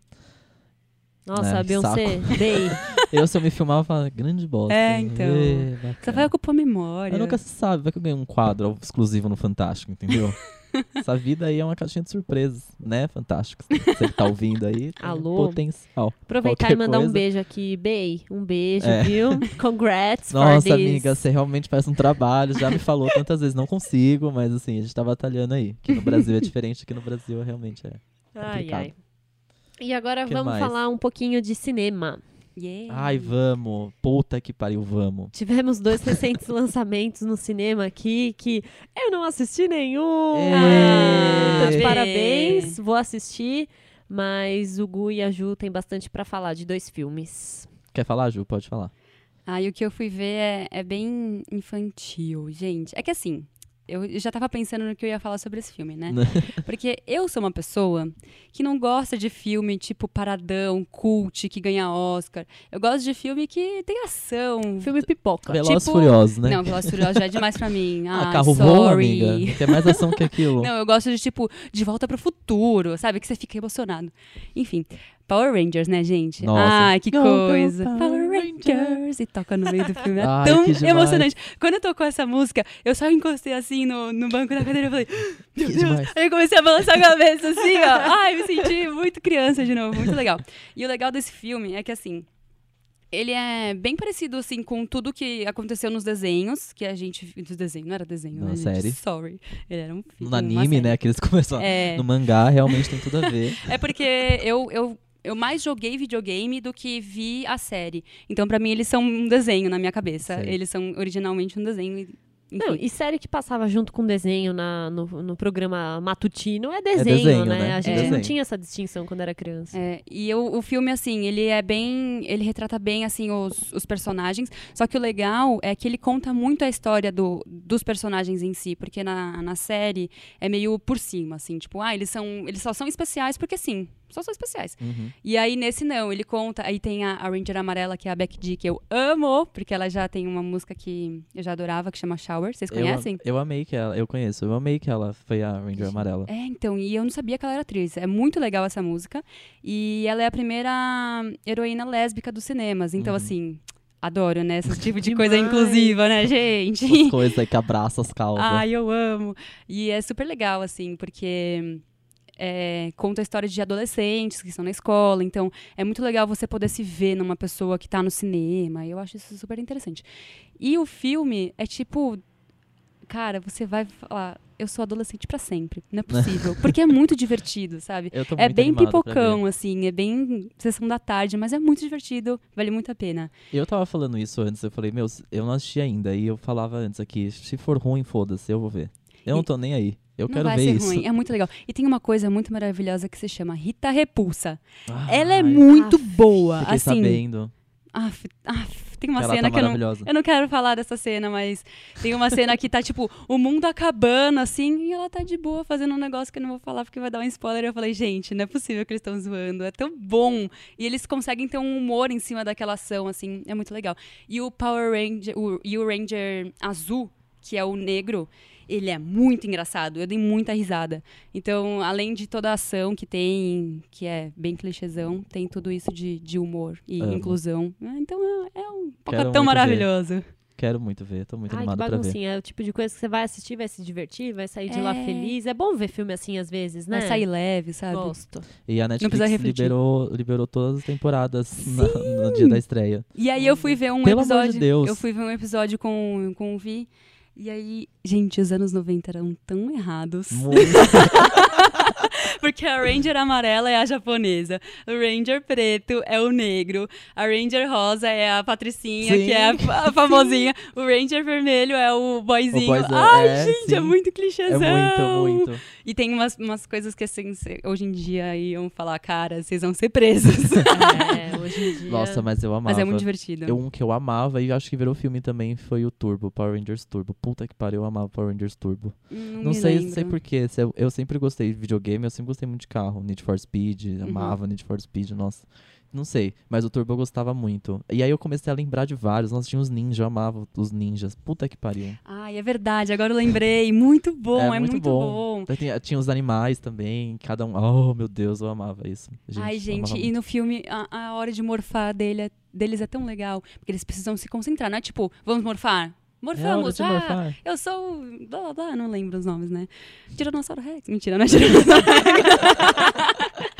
Nossa, É, a Beyoncé, Day. Eu, se eu me filmava, eu falava, grande bosta. É, então. Ê, Você bacana. vai ocupar memória. Mas nunca se sabe, vai que eu ganho um quadro exclusivo no Fantástico, entendeu? Essa vida aí é uma caixinha de surpresas, né, Fantástico? Se ele tá ouvindo aí, tem Alô? potencial. Aproveitar Qualquer e mandar um coisa. beijo aqui. Bey, um beijo, É. viu? Congrats for Nossa, this. amiga, você realmente faz um trabalho, já me falou tantas vezes, não consigo, mas assim, a gente tá batalhando aí. Aqui no Brasil é diferente, aqui no Brasil realmente é Ai, complicado. ai. E agora Que vamos mais? falar um pouquinho de cinema. Yeah. Ai, vamos. Puta que pariu, vamos. Tivemos dois recentes lançamentos no cinema aqui que eu não assisti nenhum. Ê! Tô de Ê! parabéns, vou assistir. Mas o Gu e a Ju tem bastante pra falar de dois filmes. Quer falar, Ju? Pode falar. Ah, e o que eu fui ver é, é bem infantil, gente. É que assim, eu já tava pensando no que eu ia falar sobre esse filme, né? Porque eu sou uma pessoa que não gosta de filme tipo paradão, cult, que ganha Oscar. Eu gosto de filme que tem ação. Filme pipoca. Velozes Tipo- Furiosos, né? Não, Velozes e Furiosos já é demais pra mim. Ah, Ah, carro sorry. voa, amiga. Tem mais ação que aquilo. Não, eu gosto de, tipo, De Volta pro Futuro, sabe? Que você fica emocionado. Enfim, Power Rangers, né, gente? Nossa. Ai, que Go, go, coisa. Power Power Rangers. Rangers. E toca no meio do filme. É Ai, tão que demais. emocionante. Quando tocou essa música, eu só encostei assim no, no banco da cadeira e falei, meu Que Deus. demais. Aí eu comecei a balançar a cabeça assim, ó. Ai, me senti muito criança de novo. Muito legal. E o legal desse filme é que, assim, ele é bem parecido, assim, com tudo que aconteceu nos desenhos, que a gente... Dos desenhos, não era desenho, Na né, gente? série. Sorry. Ele era um filme. No anime, né? Que eles começaram. É. No mangá, realmente tem tudo a ver. É porque eu, eu, eu mais joguei videogame do que vi a série. Então, pra mim, eles são um desenho na minha cabeça. Sei. Eles são originalmente um desenho. e- Enfim. Não, e série que passava junto com desenho na, no, no programa matutino é desenho, desenho, né? né? A É gente não desenho. tinha essa distinção quando era criança. É, e o, o filme, assim, ele é bem... Ele retrata bem, assim, os, os personagens. Só que o legal é que ele conta muito a história do, dos personagens em si. Porque na, na série é meio por cima, assim. Tipo, ah, eles, são, eles só são especiais porque sim. Só são especiais. Uhum. E aí, nesse não, ele conta... Aí tem a, a Ranger Amarela, que é a Becky G, que eu amo. Porque ela já tem uma música que eu já adorava, que chama Shower. Vocês Eu, conhecem? eu amei que ela, eu conheço, eu amei que ela foi a Ranger Amarela. É, então, e eu não sabia que ela era atriz. É muito legal essa música. E ela é a primeira heroína lésbica dos cinemas. Então, Uhum. assim, adoro, né? Esse tipo de coisa Demais. inclusiva, né, gente? Essas coisas aí que abraçam as causas. Ai, eu amo. E é super legal, assim, porque é, conta a história de adolescentes que estão na escola. Então, é muito legal você poder se ver numa pessoa que tá no cinema. Eu acho isso super interessante. E o filme é tipo... Cara, você vai falar... Eu sou adolescente pra sempre. Não é possível. Porque é muito divertido, sabe? Eu tô É muito bem animado pra pipocão, ver. assim. É bem sessão da tarde, mas é muito divertido. Vale muito a pena. Eu tava falando isso antes, eu falei, meu, eu não assisti ainda. E eu falava antes aqui, se for ruim, foda-se, eu vou ver. Eu não E- tô nem aí. Eu não quero vai ver ser isso. ruim. É muito legal. E tem uma coisa muito maravilhosa que se chama Rita Repulsa. Ai, Ela é muito Aff, boa. Fiquei assim, sabendo Aff, aff, tem uma que ela cena tá que eu não, maravilhosa. eu não quero falar dessa cena, mas tem uma cena que tá, tipo, o mundo acabando, assim, e ela tá de boa fazendo um negócio que eu não vou falar porque vai dar um spoiler. Eu falei, gente, não é possível que eles estão zoando. É tão bom. E eles conseguem ter um humor em cima daquela ação, assim, é muito legal. E o Power Ranger, o, e o Ranger azul, que é o negro, ele é muito engraçado. Eu dei muita risada. Então, além de toda a ação que tem, que é bem clichêzão, tem tudo isso de, de humor e Amo. inclusão. Ah, Então, é, é um Quero pacote tão muito ver. maravilhoso. Quero muito ver, tô muito Ai, que animado pra ver. baguncinha. É o tipo de coisa que você vai assistir, vai se divertir, vai sair de lá É. feliz. É bom ver filme assim às vezes, né? Vai sair leve, sabe? Gosto. E a precisa Netflix refletir. liberou, liberou todas as temporadas na- no dia da estreia. E aí eu fui ver um Pelo amor de episódio. Deus. Eu fui ver um episódio com, com o Vi. E aí, gente, os anos noventa eram tão errados. Muito. Porque a Ranger amarela é a japonesa, o Ranger preto é o negro, a Ranger rosa é a Patricinha, Sim. que é a, fa- a famosinha, o Ranger vermelho é o boyzinho. boyzão, Ai, é, gente, sim. é muito É clichêzão. muito, muito. E tem umas, umas coisas que, assim, cê- hoje em dia iam falar, cara, vocês vão ser presos. É, hoje em dia... Nossa, mas eu amava. Mas é muito divertido. Eu, um que eu amava e acho que virou filme também foi o Turbo, Power Rangers Turbo. Puta que pariu, eu amava Power Rangers Turbo. Hum, Não me sei, lembro. sei porquê. se Eu, eu sempre gostei de videogame, eu sempre gostei muito de carro. Need for Speed, Uhum. amava Need for Speed, nossa. Não sei, mas o Turbo eu gostava muito. E aí eu comecei a lembrar de vários. Nós tínhamos os ninjas, eu amava os ninjas. Puta que pariu. Ai, é verdade, agora eu lembrei. Muito bom, é, muito, bom. Daí Tinha, tinha os animais também, cada um. Oh, meu Deus, eu amava isso. Gente, Ai, eu gente, amava e muito. no filme, a, a hora de morfar dele é- deles é tão legal. Porque eles precisam se concentrar, não é tipo, vamos morfar? É hora Morfamos, de ah, morfar. eu sou o blá blá blá, não lembro os nomes, né? Tiranossauro Rex. Mentira, não é Tiranossauro Rex.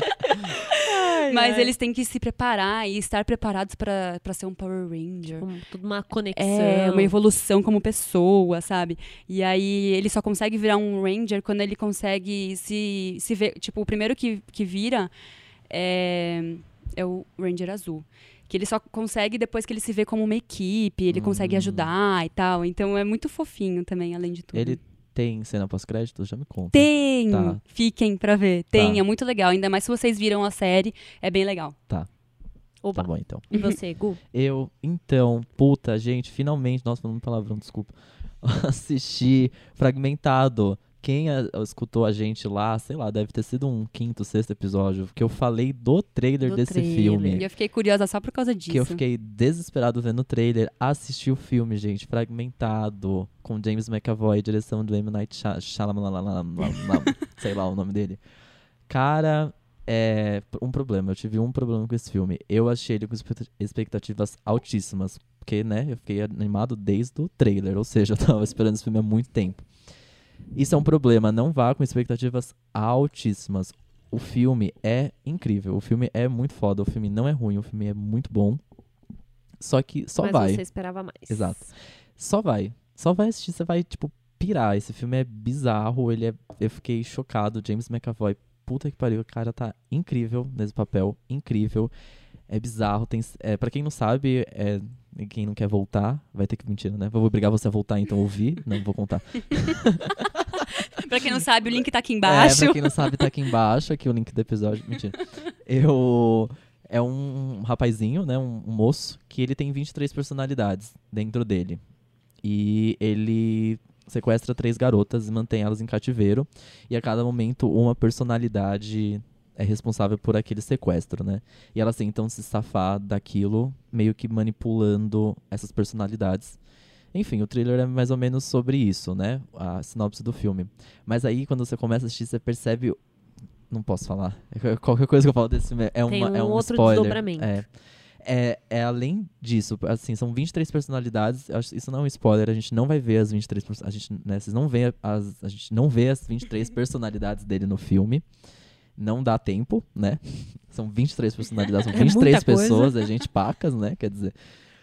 Mas eles têm que se preparar e estar preparados pra pra ser um Power Ranger. Com tudo uma conexão. É, uma evolução como pessoa, sabe? E aí ele só consegue virar um Ranger quando ele consegue se, se ver. Tipo, o primeiro que, que vira é, é o Ranger Azul. Que ele só consegue depois que ele se vê como uma equipe, ele consegue Hum. ajudar e tal. Então é muito fofinho também, além de tudo. Ele tem cena pós-crédito? Já me conta. Tem! Tá. Fiquem pra ver. Tem, Tá. é muito legal. Ainda mais se vocês viram a série, é bem legal. Opa. Tá bom, então. E você, Gu? Eu, então, puta, gente, finalmente, nossa, falando palavrão, desculpa. Assisti Fragmentado. Quem a- escutou a gente lá, sei lá, deve ter sido um quinto, sexto episódio, que eu falei do trailer Do desse trailer. filme. E eu fiquei curiosa só por causa disso. Que eu fiquei desesperado vendo o trailer. Assisti o filme, gente, Fragmentado, com James McAvoy, direção do M. Night Shy- Shyamalan, sei lá o nome dele. Cara, é um problema. Eu tive um problema com esse filme. Eu achei ele com expecta- expectativas altíssimas, porque, né, eu fiquei animado desde o trailer, ou seja, eu tava esperando esse filme há muito tempo. Isso é um problema, não vá com expectativas altíssimas. O filme é incrível, o filme é muito foda, o filme não é ruim, o filme é muito bom. Só que só Mas vai. você esperava mais. Exato. Só vai. Só vai assistir, você vai, tipo, pirar. Esse filme é bizarro, ele é... Eu fiquei chocado. James McAvoy, puta que pariu, o cara tá incrível nesse papel, incrível. É bizarro, tem... É, pra quem não sabe, é... e quem não quer voltar, vai ter que... Mentira, né? Vou obrigar você a voltar, então ouvir. Não, vou contar. Pra quem não sabe, o link tá aqui É, embaixo. pra quem não sabe, tá aqui embaixo, aqui o link do episódio. Mentira. Eu... É um rapazinho, né? Um, um moço, que ele tem vinte e três personalidades dentro dele. E ele sequestra três garotas e mantém elas em cativeiro. E a cada momento, uma personalidade é responsável por aquele sequestro, né? E elas tentam se safar daquilo, meio que manipulando essas personalidades. Enfim, o thriller é mais ou menos sobre isso, né? A sinopse do filme. Mas aí, quando você começa a assistir, você percebe... Não posso falar. Qualquer coisa que eu falo desse filme é, Tem uma, é um um outro spoiler. desdobramento. É. É, é além disso, assim, são vinte e três personalidades. eu acho- Isso não é um spoiler, a gente não vai ver as vinte e três perso- a gente, né, vocês não vê as, a gente não vê as vinte e três personalidades dele no filme. Não dá tempo, né? São vinte e três personalidades, são É vinte e três muita coisa. pessoas, é gente pacas, né? Quer dizer.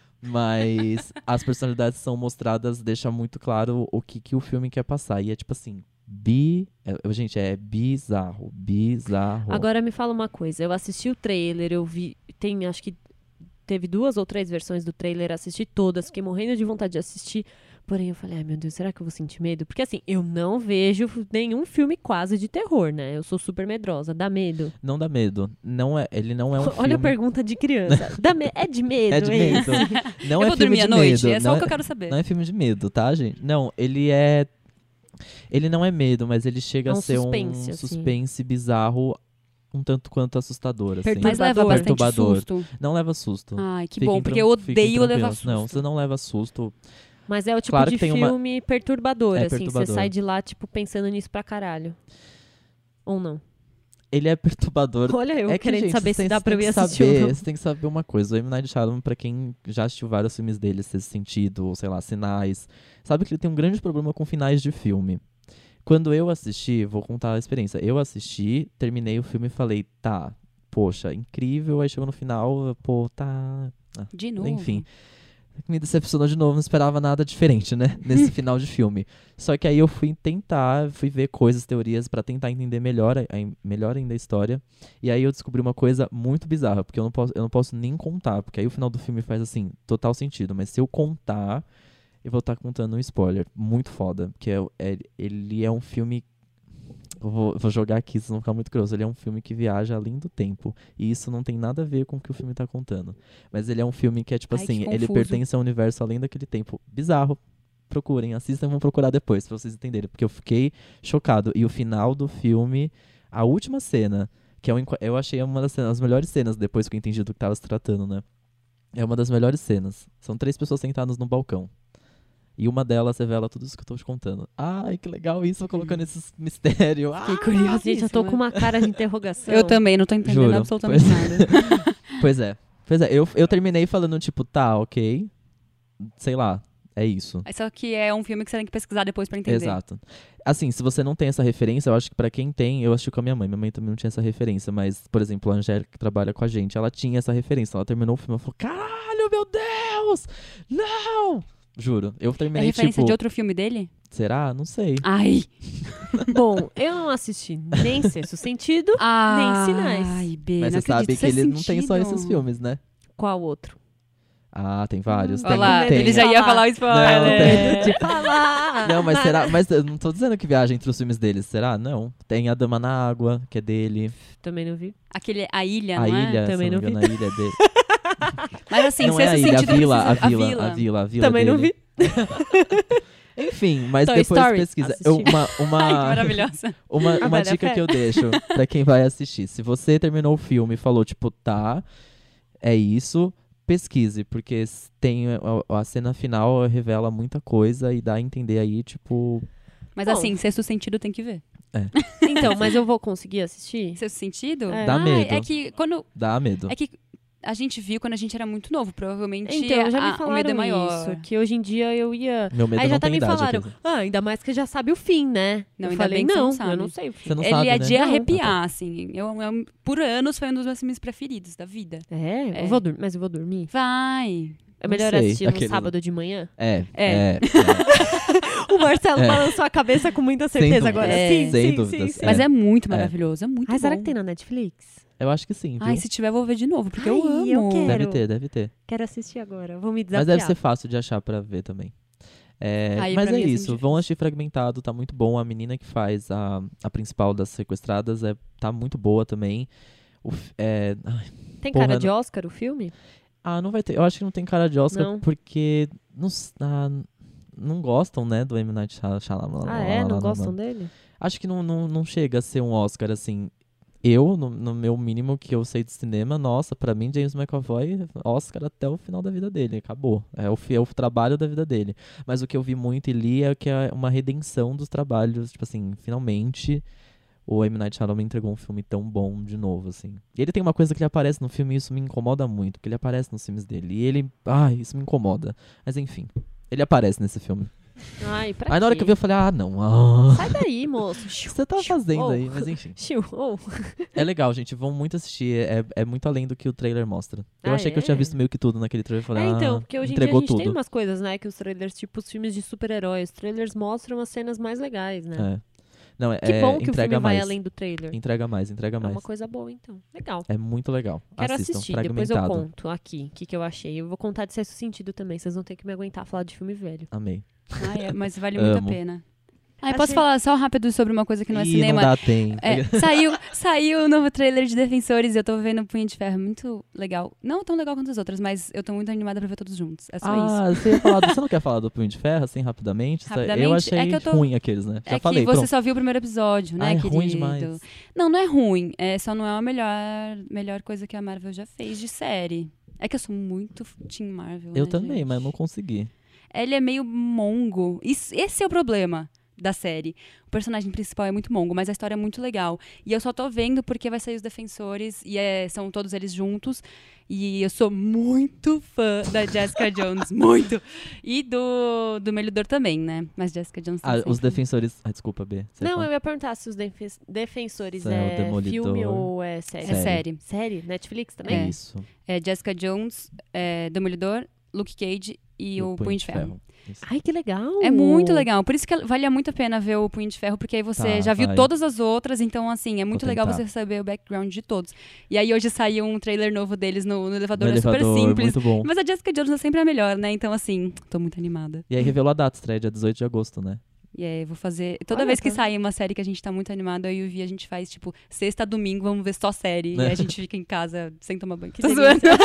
Mas as personalidades são mostradas, deixa muito claro o que, que o filme quer passar. E é tipo assim, bi. é- gente, é bizarro, bizarro. Agora me fala uma coisa. Eu assisti o trailer, eu vi... Tem, acho que teve duas ou três versões do trailer, assisti todas, fiquei morrendo de vontade de assistir. Porém, eu falei, ai meu Deus, será que eu vou sentir medo? Porque assim, eu não vejo nenhum filme quase de terror, né? Eu sou super medrosa. Dá medo? Não dá medo. Não é, ele não é um Olha filme. a pergunta de criança. Dá me- É de medo, É de esse? medo. Não eu é vou filme dormir de à noite, medo. é só não o que eu quero saber. Não é filme de medo, tá, gente? Não, ele é. Ele não é medo, mas ele chega É um a ser suspense, um assim. suspense bizarro, um tanto quanto assustador, assim. Mas leva Perturbador. bastante Perturbador. susto. Não leva susto. Ai, que Fiquem bom, porque tran- eu fiquem odeio levar tranquilos. susto. Não, você não leva susto. Mas é o tipo Claro de que tem uma- filme perturbador, É assim. perturbador. Você sai de lá, tipo, pensando nisso pra caralho. Ou não? Ele é perturbador. Olha, eu é que, querendo gente, saber você se dá tem- pra eu tem ir que assistir saber, ou não. Você tem que saber uma coisa. O M. Night Shyamalan, pra quem já assistiu vários filmes dele, Sexto Sentido, ou sei lá, Sinais, sabe que ele tem um grande problema com finais de filme. Quando eu assisti, vou contar a experiência. Eu assisti, terminei o filme e falei, tá, poxa, incrível. Aí chegou no final, pô, tá... De novo. Enfim, me decepcionou de novo, não esperava nada diferente, né? Nesse final de filme. Só que aí eu fui tentar, fui ver coisas, teorias, pra tentar entender melhor, a- a- melhor ainda a história. E aí eu descobri uma coisa muito bizarra, porque eu não posso, eu não posso nem contar, porque aí o final do filme faz, assim, total sentido. Mas se eu contar, eu vou estar contando um spoiler muito foda, porque é, é- ele é um filme... Eu vou, vou jogar aqui, vocês vão ficar muito curiosos. Ele é um filme que viaja além do tempo. E isso não tem nada a ver com o que o filme tá contando. Mas ele é um filme que é tipo Ai, que assim, ele confuso. pertence ao universo além daquele tempo. Bizarro. Procurem, assistam e vão procurar depois, pra vocês entenderem. Porque eu fiquei chocado. E o final do filme, a última cena, que é um, enqua- eu achei uma das cenas, as melhores cenas depois que eu entendi do que tava se tratando, né? É uma das melhores cenas. São três pessoas sentadas no balcão. E uma delas revela tudo isso que eu tô te contando. Ai, que legal isso, colocando esses mistérios. Fiquei Ah, curiosa. Gente, eu tô com uma cara de interrogação. Eu também, não tô entendendo Juro. absolutamente Pois- nada. Pois é. Pois é, eu, eu terminei falando, tipo, tá, ok. Sei lá, é isso. Só que é um filme que você tem que pesquisar depois pra entender. Exato. Assim, se você não tem essa referência, eu acho que pra quem tem, eu assisti com a minha mãe. Minha mãe também não tinha essa referência, mas, por exemplo, a Angélica que trabalha com a gente, ela tinha essa referência. Ela terminou o filme e falou: caralho, meu Deus! Não! Juro, eu É terminei, referência tipo, de outro filme dele? será? Não sei. Ai. Bom, eu não assisti nem Sexto Sentido, Ai, Sinais. B, Mas não você sabe acredito. que ele Sexto não tem só Sentido. esses filmes, né? qual outro? Ah, tem vários. Hum, tem, Olha lá, tem. ele já ia falar o spoiler. Não, tem. De falar. Não, mas será? Mas eu não tô dizendo que viaja entre os filmes deles, será? Não. Tem A Dama na Água, que é dele. Também não vi. Aquele, a ilha, A não é? ilha, Também se eu não não me engano, a ilha é dele. Mas assim, não é a Sexto ilha, a Sentido vila, a precisa- vila, a vila, a vila Também não dele. vi. Enfim, mas Toy depois Story, pesquisa. assisti. Eu- uma Ai, que uma, maravilhosa. uma, A uma Bela dica Fera. que eu deixo pra quem vai assistir. Se você terminou o filme e falou, tipo, tá, é isso, pesquise, porque s- tem a, a cena final revela muita coisa e dá a entender aí, tipo. Mas Bom. assim, Sexto Sentido tem que ver. Então, mas eu vou conseguir assistir? Sexto Sentido? É. Dá Ah, medo. É que quando... Dá medo. É que a gente viu quando a gente era muito novo. Provavelmente Então, já a- me o medo é falaram maior. isso, que hoje em dia eu ia... Meu medo Aí já não até tem me idade. falaram, quer dizer. ah, ainda mais que já sabe o fim, né? Não, eu ainda falei, bem que você não, não sabe. eu não sei o fim. Você não Ele sabe, é né? de Não. arrepiar, assim. Eu, eu- por anos foi um dos meus filmes preferidos da vida. É, É. Eu vou dur- mas eu vou dormir? Vai. É Não melhor sei, assistir no aquele- sábado de manhã? É, É. é. é. O Marcelo É. balançou a cabeça com muita Sem certeza dúvida. agora. É. Sim, Sem sim, dúvidas. sim, sim. Mas é, muito É. maravilhoso, é muito Ah, bom. será que tem na Netflix? Eu acho que sim, viu? Ai, se tiver, eu vou ver de novo, porque Ai, eu amo. eu quero. Deve ter, deve ter. Quero assistir agora. Vou me desafiar. Mas deve ser fácil de achar pra ver também. É, Aí, mas pra é mim, é isso, sempre vão assistir Fragmentado, tá muito bom. A menina que faz a, a principal das sequestradas é, tá muito boa também. O f- é, ai, Tem Porra, cara de não- Oscar o filme? ah, não vai ter. Eu acho que não tem cara de Oscar Não. porque não, s- ah, não gostam, né, do M. Night Shyam- Shyamalan. Ah, é? Não gostam dele? Acho que não, não, não chega a ser um Oscar, assim. Eu, no, no meu mínimo que eu sei de cinema, nossa, pra mim, James McAvoy, Oscar até o final da vida dele, acabou. É o, fi- é o trabalho da vida dele. Mas o que eu vi muito e li é que é uma redenção dos trabalhos, tipo assim, finalmente o M. Night Shyamalan entregou um filme tão bom de novo, assim. E ele tem uma coisa que ele aparece no filme e isso me incomoda muito, porque ele aparece nos filmes dele. E ele, ai, isso me incomoda. Mas enfim, ele aparece nesse filme. Ai, pra Aí na hora quê? que eu vi, eu falei, ah, não, ah, Sai daí, moço. o que você tá fazendo Oh. aí? Mas enfim. Xiu, oh. É legal, gente. Vão muito assistir. É, é muito além do que o trailer mostra. Eu Ah, achei que eu tinha é? visto meio que tudo naquele trailer. Eu falei, É, então, ah, porque hoje em dia a entregou gente tem tudo. umas coisas, né, que os trailers, tipo os filmes de super-heróis, os trailers mostram as cenas mais legais, né? É. Não, é, Que é, bom que o entrega filme vai mais. além do trailer. Entrega mais, entrega É mais. uma coisa boa, então. Legal. É muito legal. Quero Assistam, assistir, depois eu Fragmentado. conto aqui o que, que eu achei. Eu vou contar de Sexto Sentido também, vocês vão ter que me aguentar falar de filme velho. Amei. Ai, é, mas vale muito a Amo. pena. Ai, Achei- posso falar só rápido sobre uma coisa que não é Ih, cinema? não dá tempo. É, saiu, saiu o novo trailer de Defensores e eu tô vendo Punho de Ferro. Muito legal. Não tão legal quanto as outras, mas eu tô muito animada pra ver todos juntos. É só isso. Ah, você, ia falar do- você não quer falar do Punho de Ferro, assim, rapidamente? Eu Rapidamente? achei É que eu tô- ruim aqueles, né? Já é falei, que você pronto. só viu o primeiro episódio, né, Ah, é querido? ruim demais. Não, não é ruim. É, só não é a melhor, melhor coisa que a Marvel já fez de série. É que eu sou muito Team Marvel, Eu né, também, gente? mas não consegui. Ele é meio mongo. Isso- esse é o problema da série. O personagem principal é muito mongo, mas a história é muito legal. E eu só tô vendo porque vai sair os Defensores e é- são todos eles juntos. E eu sou muito fã da Jessica Jones, muito. E do, do Melhor também, né? Mas Jessica Jones tá Ah, os sempre. defensores... Ah, desculpa, B. você Não, fala. eu ia perguntar se os defen- Defensores Se é o é Demolidor. filme ou é série. É série. Série? Netflix também? É. Isso. É Jessica Jones, é, Demolidor, Luke Cage e, o Punho de Ferro. Isso. Ai, que legal! É muito legal. Por isso que vale muito a pena ver o Punho de Ferro, porque aí você Tá, já viu vai. todas as outras, então, assim, é muito Vou legal tentar. você saber o background de todos. E aí hoje saiu um trailer novo deles no, no elevador, No é super elevador, simples. muito bom. Mas a Jessica Jones é sempre a melhor, né? Então, assim, tô muito animada. E aí revelou a data, estreia dia dezoito de agosto, né? E aí eu vou fazer... Toda Olha, vez que tá. sai uma série que a gente tá muito animado, eu e o Vi, a gente faz, tipo, sexta, domingo, vamos ver só série. E aí a gente fica em casa sem tomar banho. Que Tô delícia. zoando.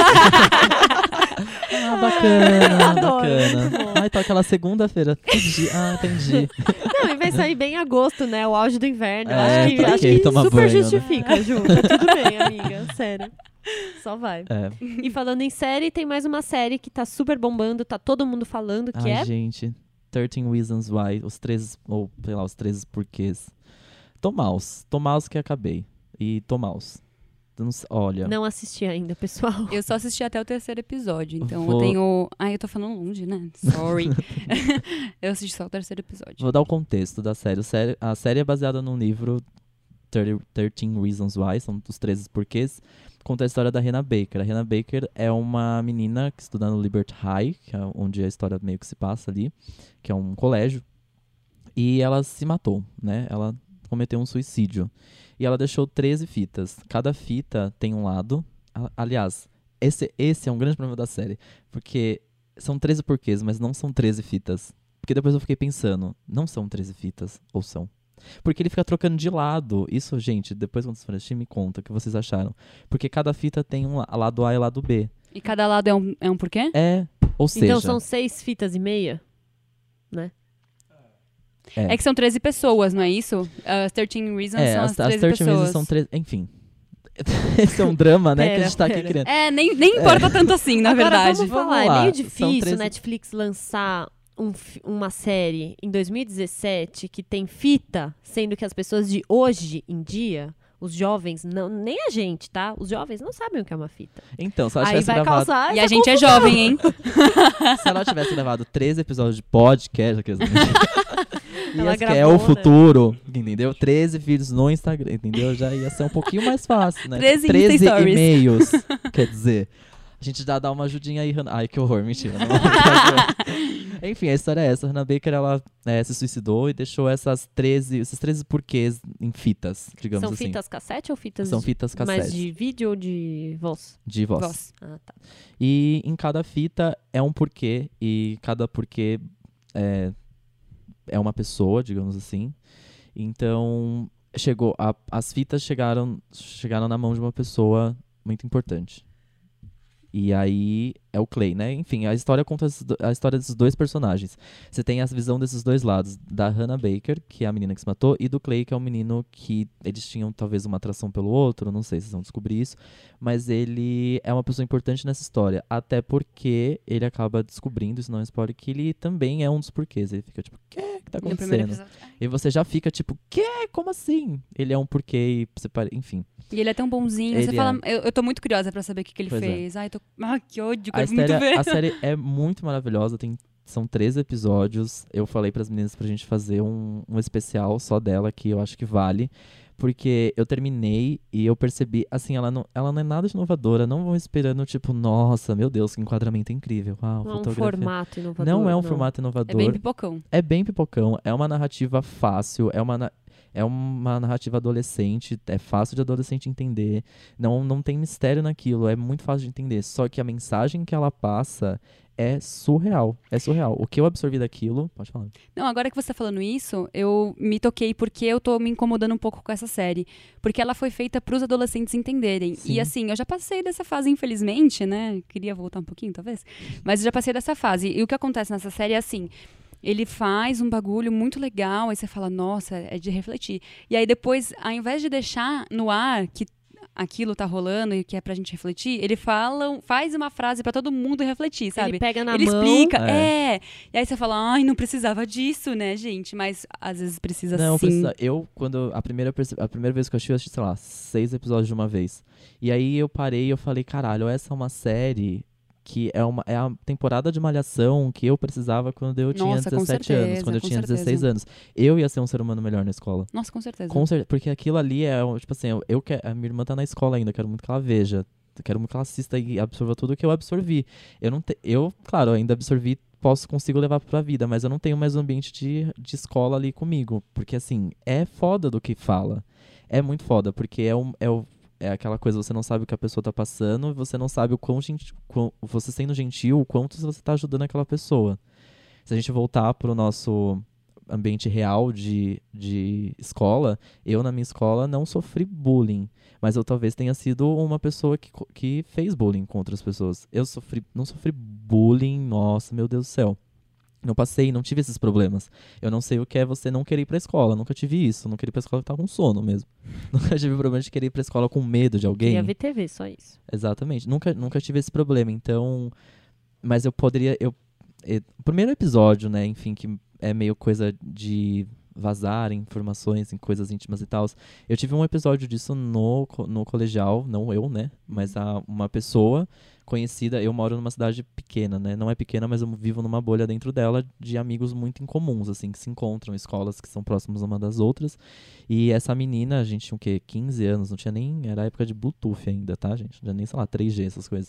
Ah, bacana, Adoro, muito bacana. bom. Ah, então aquela segunda-feira. Entendi. Ah, entendi. Não, e vai sair bem em agosto, né? O auge do inverno. Eu É, acho que, pra acho quem que toma super banho, né? justifica, Ju. Tá tudo bem, amiga. Sério. Só vai. É. E falando em série, tem mais uma série que tá super bombando, tá todo mundo falando, que Ai, é... gente. thirteen Reasons Why. Os treze, ou sei lá, os treze porquês. Tomaus. Tomaus que acabei. E Tomaus. Não sei- Olha. Não assisti ainda, pessoal. Eu só assisti até o terceiro episódio, então Vou- eu tenho... Ai, eu tô falando longe, né? Sorry. Eu assisti só o terceiro episódio. Vou dar o contexto da série. O série- A série é baseada num livro, thirteen Reasons Why, são os treze porquês. Conta a história da Hannah Baker. A Hannah Baker é uma menina que estuda no Liberty High, que é onde a história meio que se passa ali, que é um colégio. E ela se matou, né? Ela cometeu um suicídio. E ela deixou treze fitas. Cada fita tem um lado. A- Aliás, esse, esse é um grande problema da série. Porque são treze porquês, mas não são treze fitas. Porque depois eu fiquei pensando, não são treze fitas, ou são? Porque ele fica trocando de lado. Isso, gente, depois quando vocês forem assistir, me conta o que vocês acharam. Porque cada fita tem um la- lado A e lado B. E cada lado é um, é um porquê? É, ou seja... Então são seis fitas e meia, né? É que são treze pessoas, não é isso? As thirteen Reasons é, são as, as as treze thirteen pessoas. Reasons são treze... Enfim. Esse é um drama, né, que a Pera, gente tá aqui pera. criando. É, nem, nem importa tanto assim, na Agora verdade. vamos falar, Vamos é lá, meio são difícil treze Netflix lançar um fi- uma série em dois mil e dezessete que tem fita, sendo que as pessoas de hoje em dia, os jovens, não, nem a gente, tá? Os jovens não sabem o que é uma fita. Então, se ela Aí tivesse vai gravado... causar E essa a gente é confusão. jovem, hein? Se ela tivesse gravado treze episódios de podcast, aqueles- Ela e esse que é gravou, o né? futuro, entendeu? treze vídeos no Instagram, entendeu? Já ia ser um pouquinho mais fácil, né? treze Insta treze Stories. e-mails, quer dizer. A gente já dá uma ajudinha aí, Hannah. Ai, que horror, mentira. Não, não. Enfim, a história é essa. A Hannah Baker, ela é, se suicidou e deixou essas treze, esses treze porquês em fitas, digamos São assim. fitas cassete ou fitas São de- fitas mais cassete de vídeo ou de voz? de voz. Voz. Ah, tá. E em cada fita é um porquê, e cada porquê é, é uma pessoa, digamos assim. Então, chegou a- as fitas chegaram, chegaram na mão de uma pessoa muito importante. E aí é o Clay, né? Enfim, a história conta esses do- a história desses dois personagens. Você tem a visão desses dois lados, da Hannah Baker, que é a menina que se matou, e do Clay, que é o menino que eles tinham talvez uma atração pelo outro, não sei se vocês vão descobrir isso, mas ele é uma pessoa importante nessa história, até porque ele acaba descobrindo, isso não é spoiler, que ele também é um dos porquês. Ele fica tipo, o que que tá No primeiro acontecendo? episódio. E você já fica tipo, que? Como assim? Ele é um porquê, e você pare- enfim. E ele é tão bonzinho. Ele Você fala, eu, eu tô muito curiosa pra saber o que, que ele Pois é. fez. Ai, tô... Ai, que ódio, A quero muito série, ver. a série é muito maravilhosa, tem, são treze episódios. Eu falei pras meninas pra gente fazer um, um especial só dela, que eu acho que vale. Porque eu terminei e eu percebi, assim, ela não, ela não é nada de inovadora. Não vão esperando, tipo, nossa, meu Deus, que enquadramento incrível. Uau, Não é um fotografia. formato inovador. Não é um formato inovador. É bem pipocão. É bem pipocão, é uma narrativa fácil, é uma, na- é uma narrativa adolescente, é fácil de adolescente entender, não, não tem mistério naquilo, é muito fácil de entender. Só que a mensagem que ela passa é surreal, é surreal. O que eu absorvi daquilo, pode falar. Não, agora que você tá falando isso, eu me toquei porque eu tô me incomodando um pouco com essa série. Porque ela foi feita pros adolescentes entenderem. Sim. E assim, eu já passei dessa fase, infelizmente, né? Queria voltar um pouquinho, talvez. Mas eu já passei dessa fase. E o que acontece nessa série é assim... Ele faz um bagulho muito legal, aí você fala, nossa, é de refletir. E aí depois, ao invés de deixar no ar que aquilo tá rolando e que é pra gente refletir, ele fala, faz uma frase pra todo mundo refletir, sabe? Ele pega na Ele mão. explica, É. é. E aí você fala, ai, não precisava disso, né, gente? Mas às vezes precisa Não, sim. precisa, eu, quando, a primeira, perce- a primeira vez que eu assisti, eu assisti, sei lá, seis episódios de uma vez. E aí eu parei e eu falei, caralho, essa é uma série... que é, uma, é a temporada de Malhação que eu precisava quando eu tinha Nossa, com dezessete anos, certeza, quando eu com tinha certeza. dezesseis anos. Eu ia ser um ser humano melhor na escola. Nossa, com certeza. Com certeza, porque aquilo ali é, um, tipo assim, eu, eu quero, a minha irmã tá na escola ainda, eu quero muito que ela veja. Eu quero muito que ela assista e absorva tudo que eu absorvi. Eu não te, eu, claro, ainda absorvi, posso, consigo levar pra vida, mas eu não tenho mais um ambiente de, de escola ali comigo. Porque, assim, é foda do que fala. É muito foda, porque é, um, é, o, é aquela coisa, você não sabe o que a pessoa tá passando, você não sabe o quão, gentil, quão você sendo gentil, o quanto você tá ajudando aquela pessoa. Se a gente voltar pro nosso... ambiente real de, de escola, eu na minha escola não sofri bullying. Mas eu talvez tenha sido uma pessoa que, co- que fez bullying com outras pessoas. Eu sofri, não sofri bullying, nossa, meu Deus do céu. Não passei, não tive esses problemas. Eu não sei o que é você não querer ir pra escola. Nunca tive isso. Não queria ir pra escola porque tava com sono mesmo. Nunca tive problema de querer ir pra escola com medo de alguém. Queria ver T V, só isso. Exatamente. Nunca, nunca tive esse problema. Então, mas eu poderia. Eu, eh, o primeiro episódio, né, enfim, que é meio coisa de vazar informações em coisas íntimas e tal. Eu tive um episódio disso no, co- no colegial, não eu, né, mas a, uma pessoa conhecida. Eu moro numa cidade pequena, né, não é pequena, mas eu vivo numa bolha dentro dela de amigos muito incomuns, assim, que se encontram em escolas que são próximas uma das outras. E essa menina, a gente tinha o quê? quinze anos, não tinha nem. Era a época de Bluetooth ainda, tá, gente? Não tinha nem, sei lá, três G, essas coisas.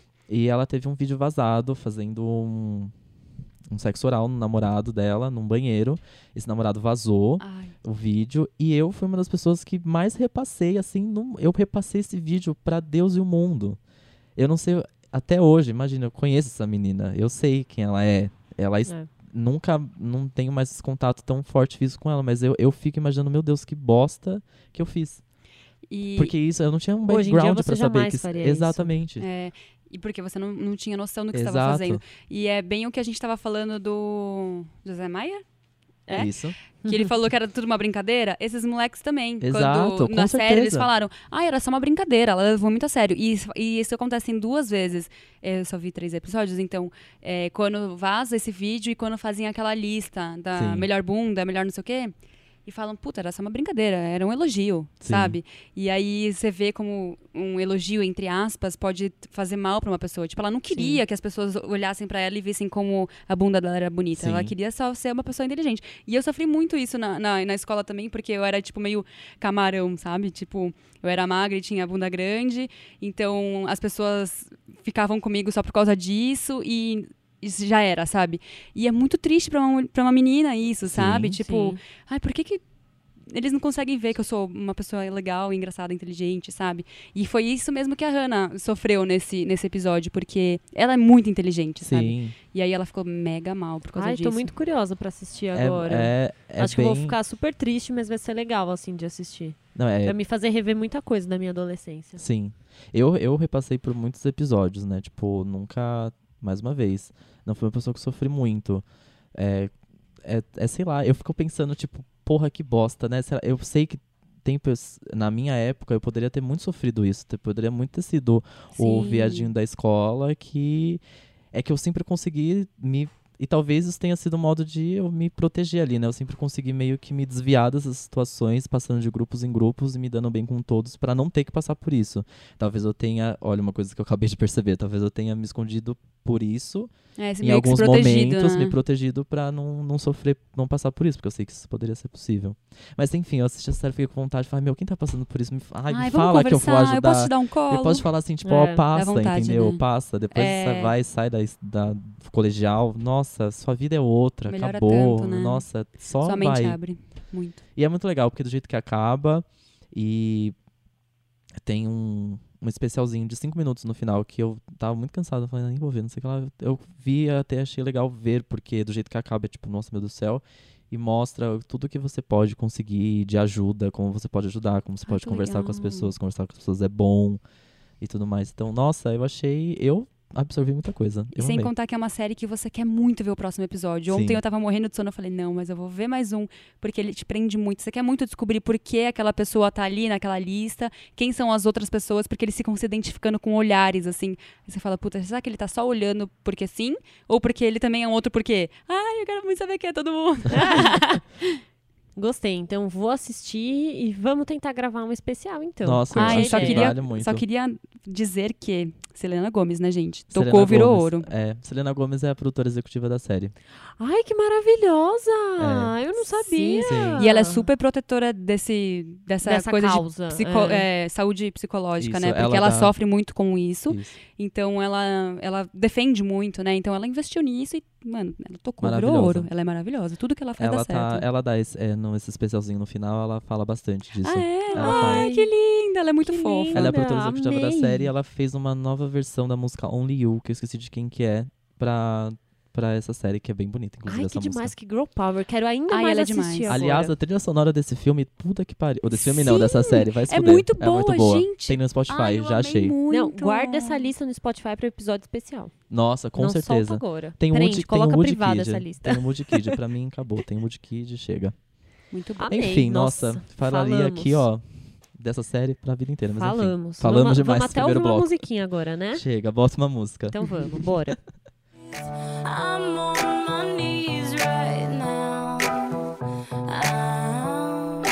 E ela teve um vídeo vazado fazendo um, um sexo oral no namorado dela, num banheiro. Esse namorado vazou Ai. o vídeo. E eu fui uma das pessoas que mais repassei, assim, num- eu repassei esse vídeo pra Deus e o mundo. Eu não sei, até hoje, imagina, eu conheço essa menina, eu sei quem ela é. Ela es- É. nunca, não tenho mais esse contato tão forte físico com ela, mas eu, eu fico imaginando, meu Deus, que bosta que eu fiz. E, Porque isso, eu não tinha um Hoje em dia background você pra saber jamais que... faria isso. Exatamente. é, e porque você não, não tinha noção do que você estava Exato. fazendo. E é bem o que a gente estava falando do José Maia, é? Isso. que ele falou que era tudo uma brincadeira. Esses moleques também. Exato, Quando com na série certeza. eles falaram, ah, era só uma brincadeira, ela levou muito a sério. E, isso- e isso acontece em duas vezes. Eu só vi três episódios, então, é, quando vaza esse vídeo e quando fazem aquela lista da Sim. melhor bunda, melhor não sei o quê. E falam, puta, era só uma brincadeira, era um elogio, Sim. sabe? E aí você vê como um elogio, entre aspas, pode fazer mal pra uma pessoa. Tipo, ela não queria que as pessoas olhassem pra ela e vissem como a bunda dela era bonita. Sim. Ela queria só ser uma pessoa inteligente. E eu sofri muito isso na, na, na escola também, porque eu era, tipo, meio camarão, sabe? Tipo, eu era magra e tinha a bunda grande, então as pessoas ficavam comigo só por causa disso e isso já era, sabe? E é muito triste pra uma, pra uma menina isso, Sim, sabe? Tipo, sim. ai, por que que eles não conseguem ver que eu sou uma pessoa legal, engraçada, inteligente, sabe? E foi isso mesmo que a Hannah sofreu nesse, nesse episódio, porque ela é muito inteligente, sabe? Sim. E aí ela ficou mega mal por causa Ai, disso. tô muito curiosa pra assistir É, agora. é, é Acho que eu bem... vou ficar super triste, mas vai ser legal, assim, de assistir. Não, é, Vai me fazer rever muita coisa da minha adolescência. Sim. Eu, eu repassei por muitos episódios, né? Tipo, nunca... Mais uma vez. Não fui uma pessoa que sofri muito. É, é, é, sei lá, eu fico pensando, tipo, porra, que bosta, né? Será- Eu sei que tem, pes- na minha época, eu poderia ter muito sofrido isso. Eu poderia muito ter sido o Sim. viadinho da escola que... É que eu sempre consegui me... E talvez isso tenha sido um modo de eu me proteger ali, né? Eu sempre consegui meio que me desviar dessas situações, passando de grupos em grupos e me dando bem com todos pra não ter que passar por isso. Talvez eu tenha... Olha, uma coisa que eu acabei de perceber. Talvez eu tenha me escondido por isso É, esse em meio que alguns se protegido, momentos, né? me protegido pra não, não sofrer, não passar por isso, porque eu sei que isso poderia ser possível. Mas enfim, eu assisti a série e fiquei com vontade de falar, meu, quem tá passando por isso? Me, fa- ai, me Ai, vamos fala que eu vou conversar, ajudar. eu posso te dar um colo. Eu posso te falar assim, tipo, É, ó, dá passa, vontade, entendeu? né? Passa, depois É. você vai, sai da, es- da colegial, nossa, sua vida é outra, Melhora acabou, tanto, né? nossa, só Sua mente vai. abre muito. E é muito legal, porque do jeito que acaba, e tem um, um especialzinho de cinco minutos no final, que eu tava muito cansado, eu falei, nem vou ver, não sei o que lá. Eu vi, até achei legal ver, porque do jeito que acaba, é tipo, nossa, meu Deus do céu, e mostra tudo que você pode conseguir de ajuda, como você pode ajudar, como você Ai, pode que conversar com as legal. pessoas, conversar com as pessoas é bom, e tudo mais. Então, nossa, eu achei, eu absorvi muita coisa. E Eu sem amei. contar que é uma série que você quer muito ver o próximo episódio. Ontem Sim. eu tava morrendo de sono, eu falei, não, mas eu vou ver mais um, porque ele te prende muito. Você quer muito descobrir por que aquela pessoa tá ali naquela lista, quem são as outras pessoas, porque eles ficam se identificando com olhares, assim. Aí você fala, puta, será que ele tá só olhando porque sim? Ou porque ele também é um outro porquê? Ai, eu quero muito saber quem é todo mundo. Gostei, então vou assistir e vamos tentar gravar um especial, então. Nossa, eu Ai, acho só que queria, vale muito. só queria dizer que Selena Gomez, né, gente? Selena Tocou, virou Gomez, ouro. É, Selena Gomez é a produtora executiva da série. Ai, que maravilhosa! É. Eu não sabia. Sim. E ela é super protetora desse, dessa, Dessa coisa causa, de psico- é. é, saúde psicológica, Isso, né? Porque ela ela, dá- sofre muito com isso. Isso. Então ela, ela defende muito, né? Então ela investiu nisso e, mano, ela tocou, virou Maravilhosa. ouro. Ela é maravilhosa. Tudo que ela faz Ela, dá tá, certo. ela dá esse, é, no, esse especialzinho no final, ela fala bastante disso. Ah, é? Ela Ai, fala. que linda! Ela é muito Que fofa. linda. Ela é a produtora Olha, executiva da amei. série e ela fez uma nova versão da música Only You, que eu esqueci de quem que é, pra pra essa série, que é bem bonita, inclusive, Ai, essa que música. demais, que girl power. Quero ainda Ai, mais ela é assistir demais. agora. Aliás, a trilha sonora desse filme, puta que pariu. Ou desse filme não, Sim, dessa série, vai se é fuder. muito É muito boa, boa. gente. Tem no Spotify, Ai, eu já amei achei. muito. Não, guarda essa lista no Spotify para episódio especial. Nossa, com Não certeza. solta agora. Tem um Prende, Wood, tem coloca um Wood privada Kid. essa lista. Tem um Wood Kid, pra mim acabou. Tem um Wood Kid, chega. Muito bom. Amei, Enfim, nossa, nossa, falaria falamos. aqui, ó, dessa série pra vida inteira. Mas Falamos. enfim, falamos vamos, demais Vamos nesse até ouvir primeiro uma bloco. musiquinha agora, né? Chega, bota uma música. Então vamos, bora. I'm on my knees right now. I'm,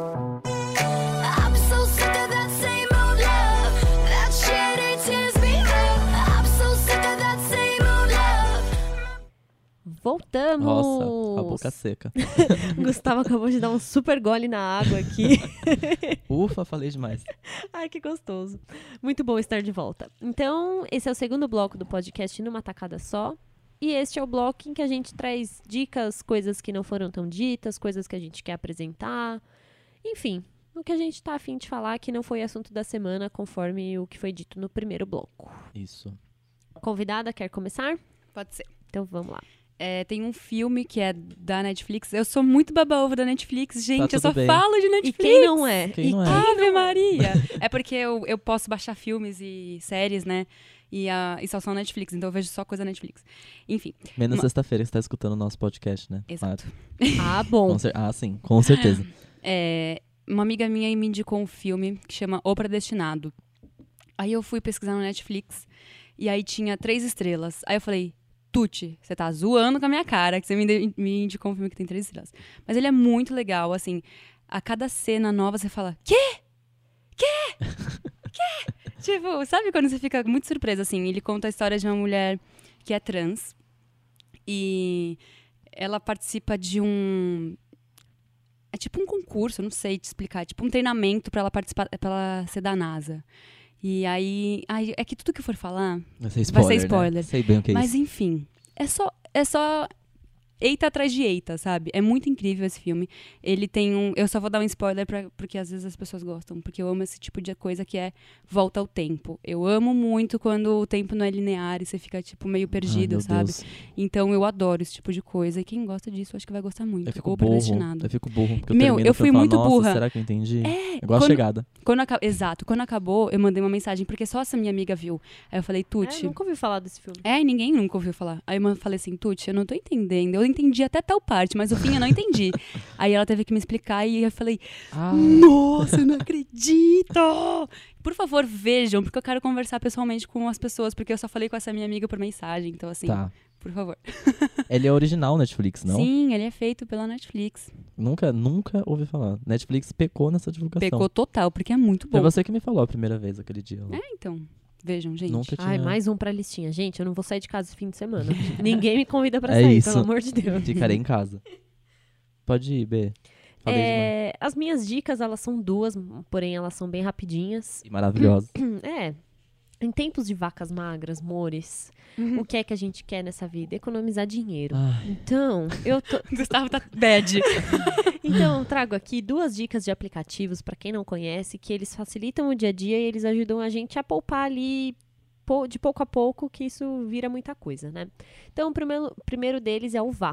I'm so sick of that same old love. That shit it tears me up. I'm so sick of that same old love. Voltamos! Nossa, a boca seca. O Gustavo acabou de dar um super gole na água aqui. Ufa, falei demais. Ai, que gostoso. Muito bom estar de volta. Então, esse é o segundo bloco do podcast Numa Tacada Só. E este é o bloco em que a gente traz dicas, coisas que não foram tão ditas, coisas que a gente quer apresentar. Enfim, o que a gente tá afim de falar que não foi assunto da semana, conforme o que foi dito no primeiro bloco. Isso. Convidada, quer começar? Pode ser. Então vamos lá. É, tem um filme que é da Netflix. Eu sou muito baba-ovo da Netflix, gente. eu tudo só bem. falo de E Netflix. quem não é? Quem E não é? Ave Maria! É porque eu, eu posso baixar filmes e séries, né? E, a, e só são Netflix, então eu vejo só coisa Netflix. Enfim, Menos Uma- sexta-feira que você tá escutando o nosso podcast, né? exato. Ah, bom. Com cer- ah, sim, com certeza. É, uma amiga minha me indicou um filme que chama O Predestinado. Aí eu fui pesquisar no Netflix e aí tinha três estrelas. Aí eu falei, Tuti, você tá zoando com a minha cara que você me, de- me indicou um filme que tem três estrelas. Mas ele é muito legal, assim. A cada cena nova você fala, quê? Quê? Quê? Tipo, sabe quando você fica muito surpresa, assim? Ele conta a história de uma mulher que é trans e ela participa de um... É tipo um concurso, eu não sei te explicar. É tipo um treinamento pra ela participar, pra ela ser da NASA. E aí... ai, é que tudo que eu for falar... Vai ser Vai spoiler, ser né? spoiler. Sei bem o que é Mas isso. enfim, é só, é só eita atrás de eita, sabe? É muito incrível esse filme. Ele tem um... Eu só vou dar um spoiler pra, porque às vezes as pessoas gostam. Porque eu amo esse tipo de coisa que é volta ao tempo. Eu amo muito quando o tempo não é linear e você fica, tipo, meio Ai, perdido, meu sabe? Deus. Então eu adoro esse tipo de coisa. E quem gosta disso, acho que vai gostar muito. Eu fico Ou burro. predestinado. Eu fico burro. Porque Meu, eu, termino eu o filme fui e falo, muito Nossa, burra. será que eu entendi? É, Igual a quando- chegada. Quando aca- Exato. Quando acabou, eu mandei uma mensagem, porque só essa minha amiga viu. Aí eu falei, É, Tuti... nunca ouvi falar desse filme. É, e ninguém nunca ouviu falar. Aí eu falei assim, Tuti, eu não tô entendendo. Eu entendi até tal parte, mas o fim eu não entendi. Aí ela teve que me explicar e eu falei, Ah, nossa, eu não acredito! Por favor, vejam, porque eu quero conversar pessoalmente com as pessoas, porque eu só falei com essa minha amiga por mensagem. Então, assim, tá. por favor. Ele é original Netflix, não? Sim, ele é feito pela Netflix. Nunca, nunca ouvi falar. Netflix pecou nessa divulgação. Pecou total, porque é muito Foi bom. você que me falou a primeira vez aquele dia. lá. É, então, vejam, gente. Nunca tinha... Ai, mais um pra listinha. Gente, eu não vou sair de casa esse fim de semana. Ninguém me convida pra É sair, isso. pelo amor de Deus. Ficarei em casa. Pode ir, B. Falei demais. É, as minhas dicas, elas são duas, porém elas são bem rapidinhas. E maravilhosa. É, em tempos de vacas magras, mores, Uhum. o que é que a gente quer nessa vida? Economizar dinheiro. Ai, Então, eu tô, Gustavo tá bad. então, eu trago aqui duas dicas de aplicativos, pra quem não conhece, que eles facilitam o dia a dia e eles ajudam a gente a poupar ali po- de pouco a pouco, que isso vira muita coisa, né? Então, o primeiro, o primeiro deles é o Vá.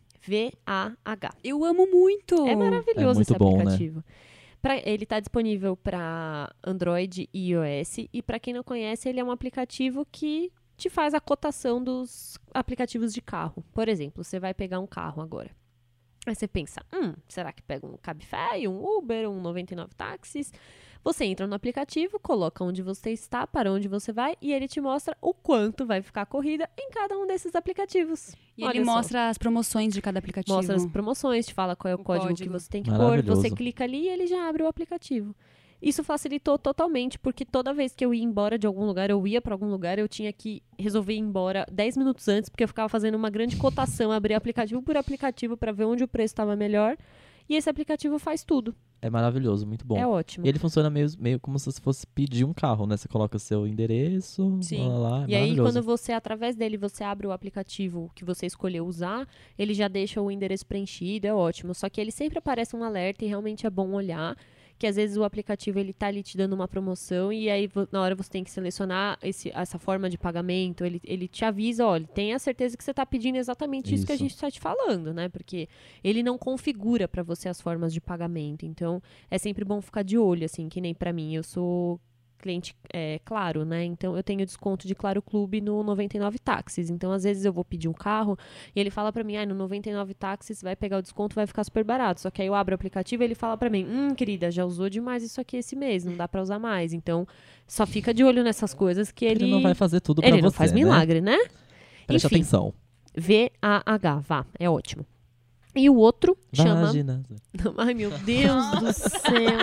V A H. Eu amo muito. É maravilhoso É muito esse bom, né? aplicativo. Pra- ele está disponível para Android e iOS. E para quem não conhece, ele é um aplicativo que te faz a cotação dos aplicativos de carro. Por exemplo, você vai pegar um carro agora. Aí você pensa, hum, será que pega um Cabify, um Uber, um noventa e nove táxis? Você entra no aplicativo, coloca onde você está, para onde você vai, e ele te mostra o quanto vai ficar a corrida em cada um desses aplicativos. E Olha ele só. mostra as promoções de cada aplicativo. Mostra as promoções, te fala qual é o, O código, código. que você tem que pôr. Maravilhoso. Você clica ali e ele já abre o aplicativo. Isso facilitou totalmente, porque toda vez que eu ia embora de algum lugar, eu ia para algum lugar, eu tinha que resolver ir embora dez minutos antes, porque eu ficava fazendo uma grande cotação, abrir aplicativo por aplicativo para ver onde o preço estava melhor. E esse aplicativo faz tudo. é maravilhoso, muito bom. É ótimo. E ele funciona meio, meio como se você fosse pedir um carro, né? Você coloca o seu endereço, Sim. lá, lá, lá, é E aí, maravilhoso. quando você, através dele, você abre o aplicativo que você escolheu usar, ele já deixa o endereço preenchido, é ótimo. Só que ele sempre aparece um alerta e realmente é bom olhar que às vezes o aplicativo ele tá ali te dando uma promoção e aí vo- na hora você tem que selecionar esse, essa forma de pagamento, ele, ele te avisa, olha, tenha certeza que você tá pedindo exatamente isso, que a Isso. gente tá te falando, né? Porque ele não configura para você as formas de pagamento. Então, é sempre bom ficar de olho, assim, que nem para mim. Eu sou cliente é, Claro, né? Então, eu tenho desconto de Claro Clube no noventa e nove Táxis. Então, às vezes eu vou pedir um carro e ele fala para mim, ah, no noventa e nove Táxis vai pegar o desconto, vai ficar super barato. Só que aí eu abro o aplicativo e ele fala para mim, hum, querida, já usou demais isso aqui esse mês, não dá para usar mais. Então, só fica de olho nessas coisas que ele... Ele não vai fazer tudo pra Ele você, não faz né? milagre, né? Preste Enfim. atenção. V A H, vá, é ótimo. E o outro chama... Vagina. Ai, meu Deus do céu.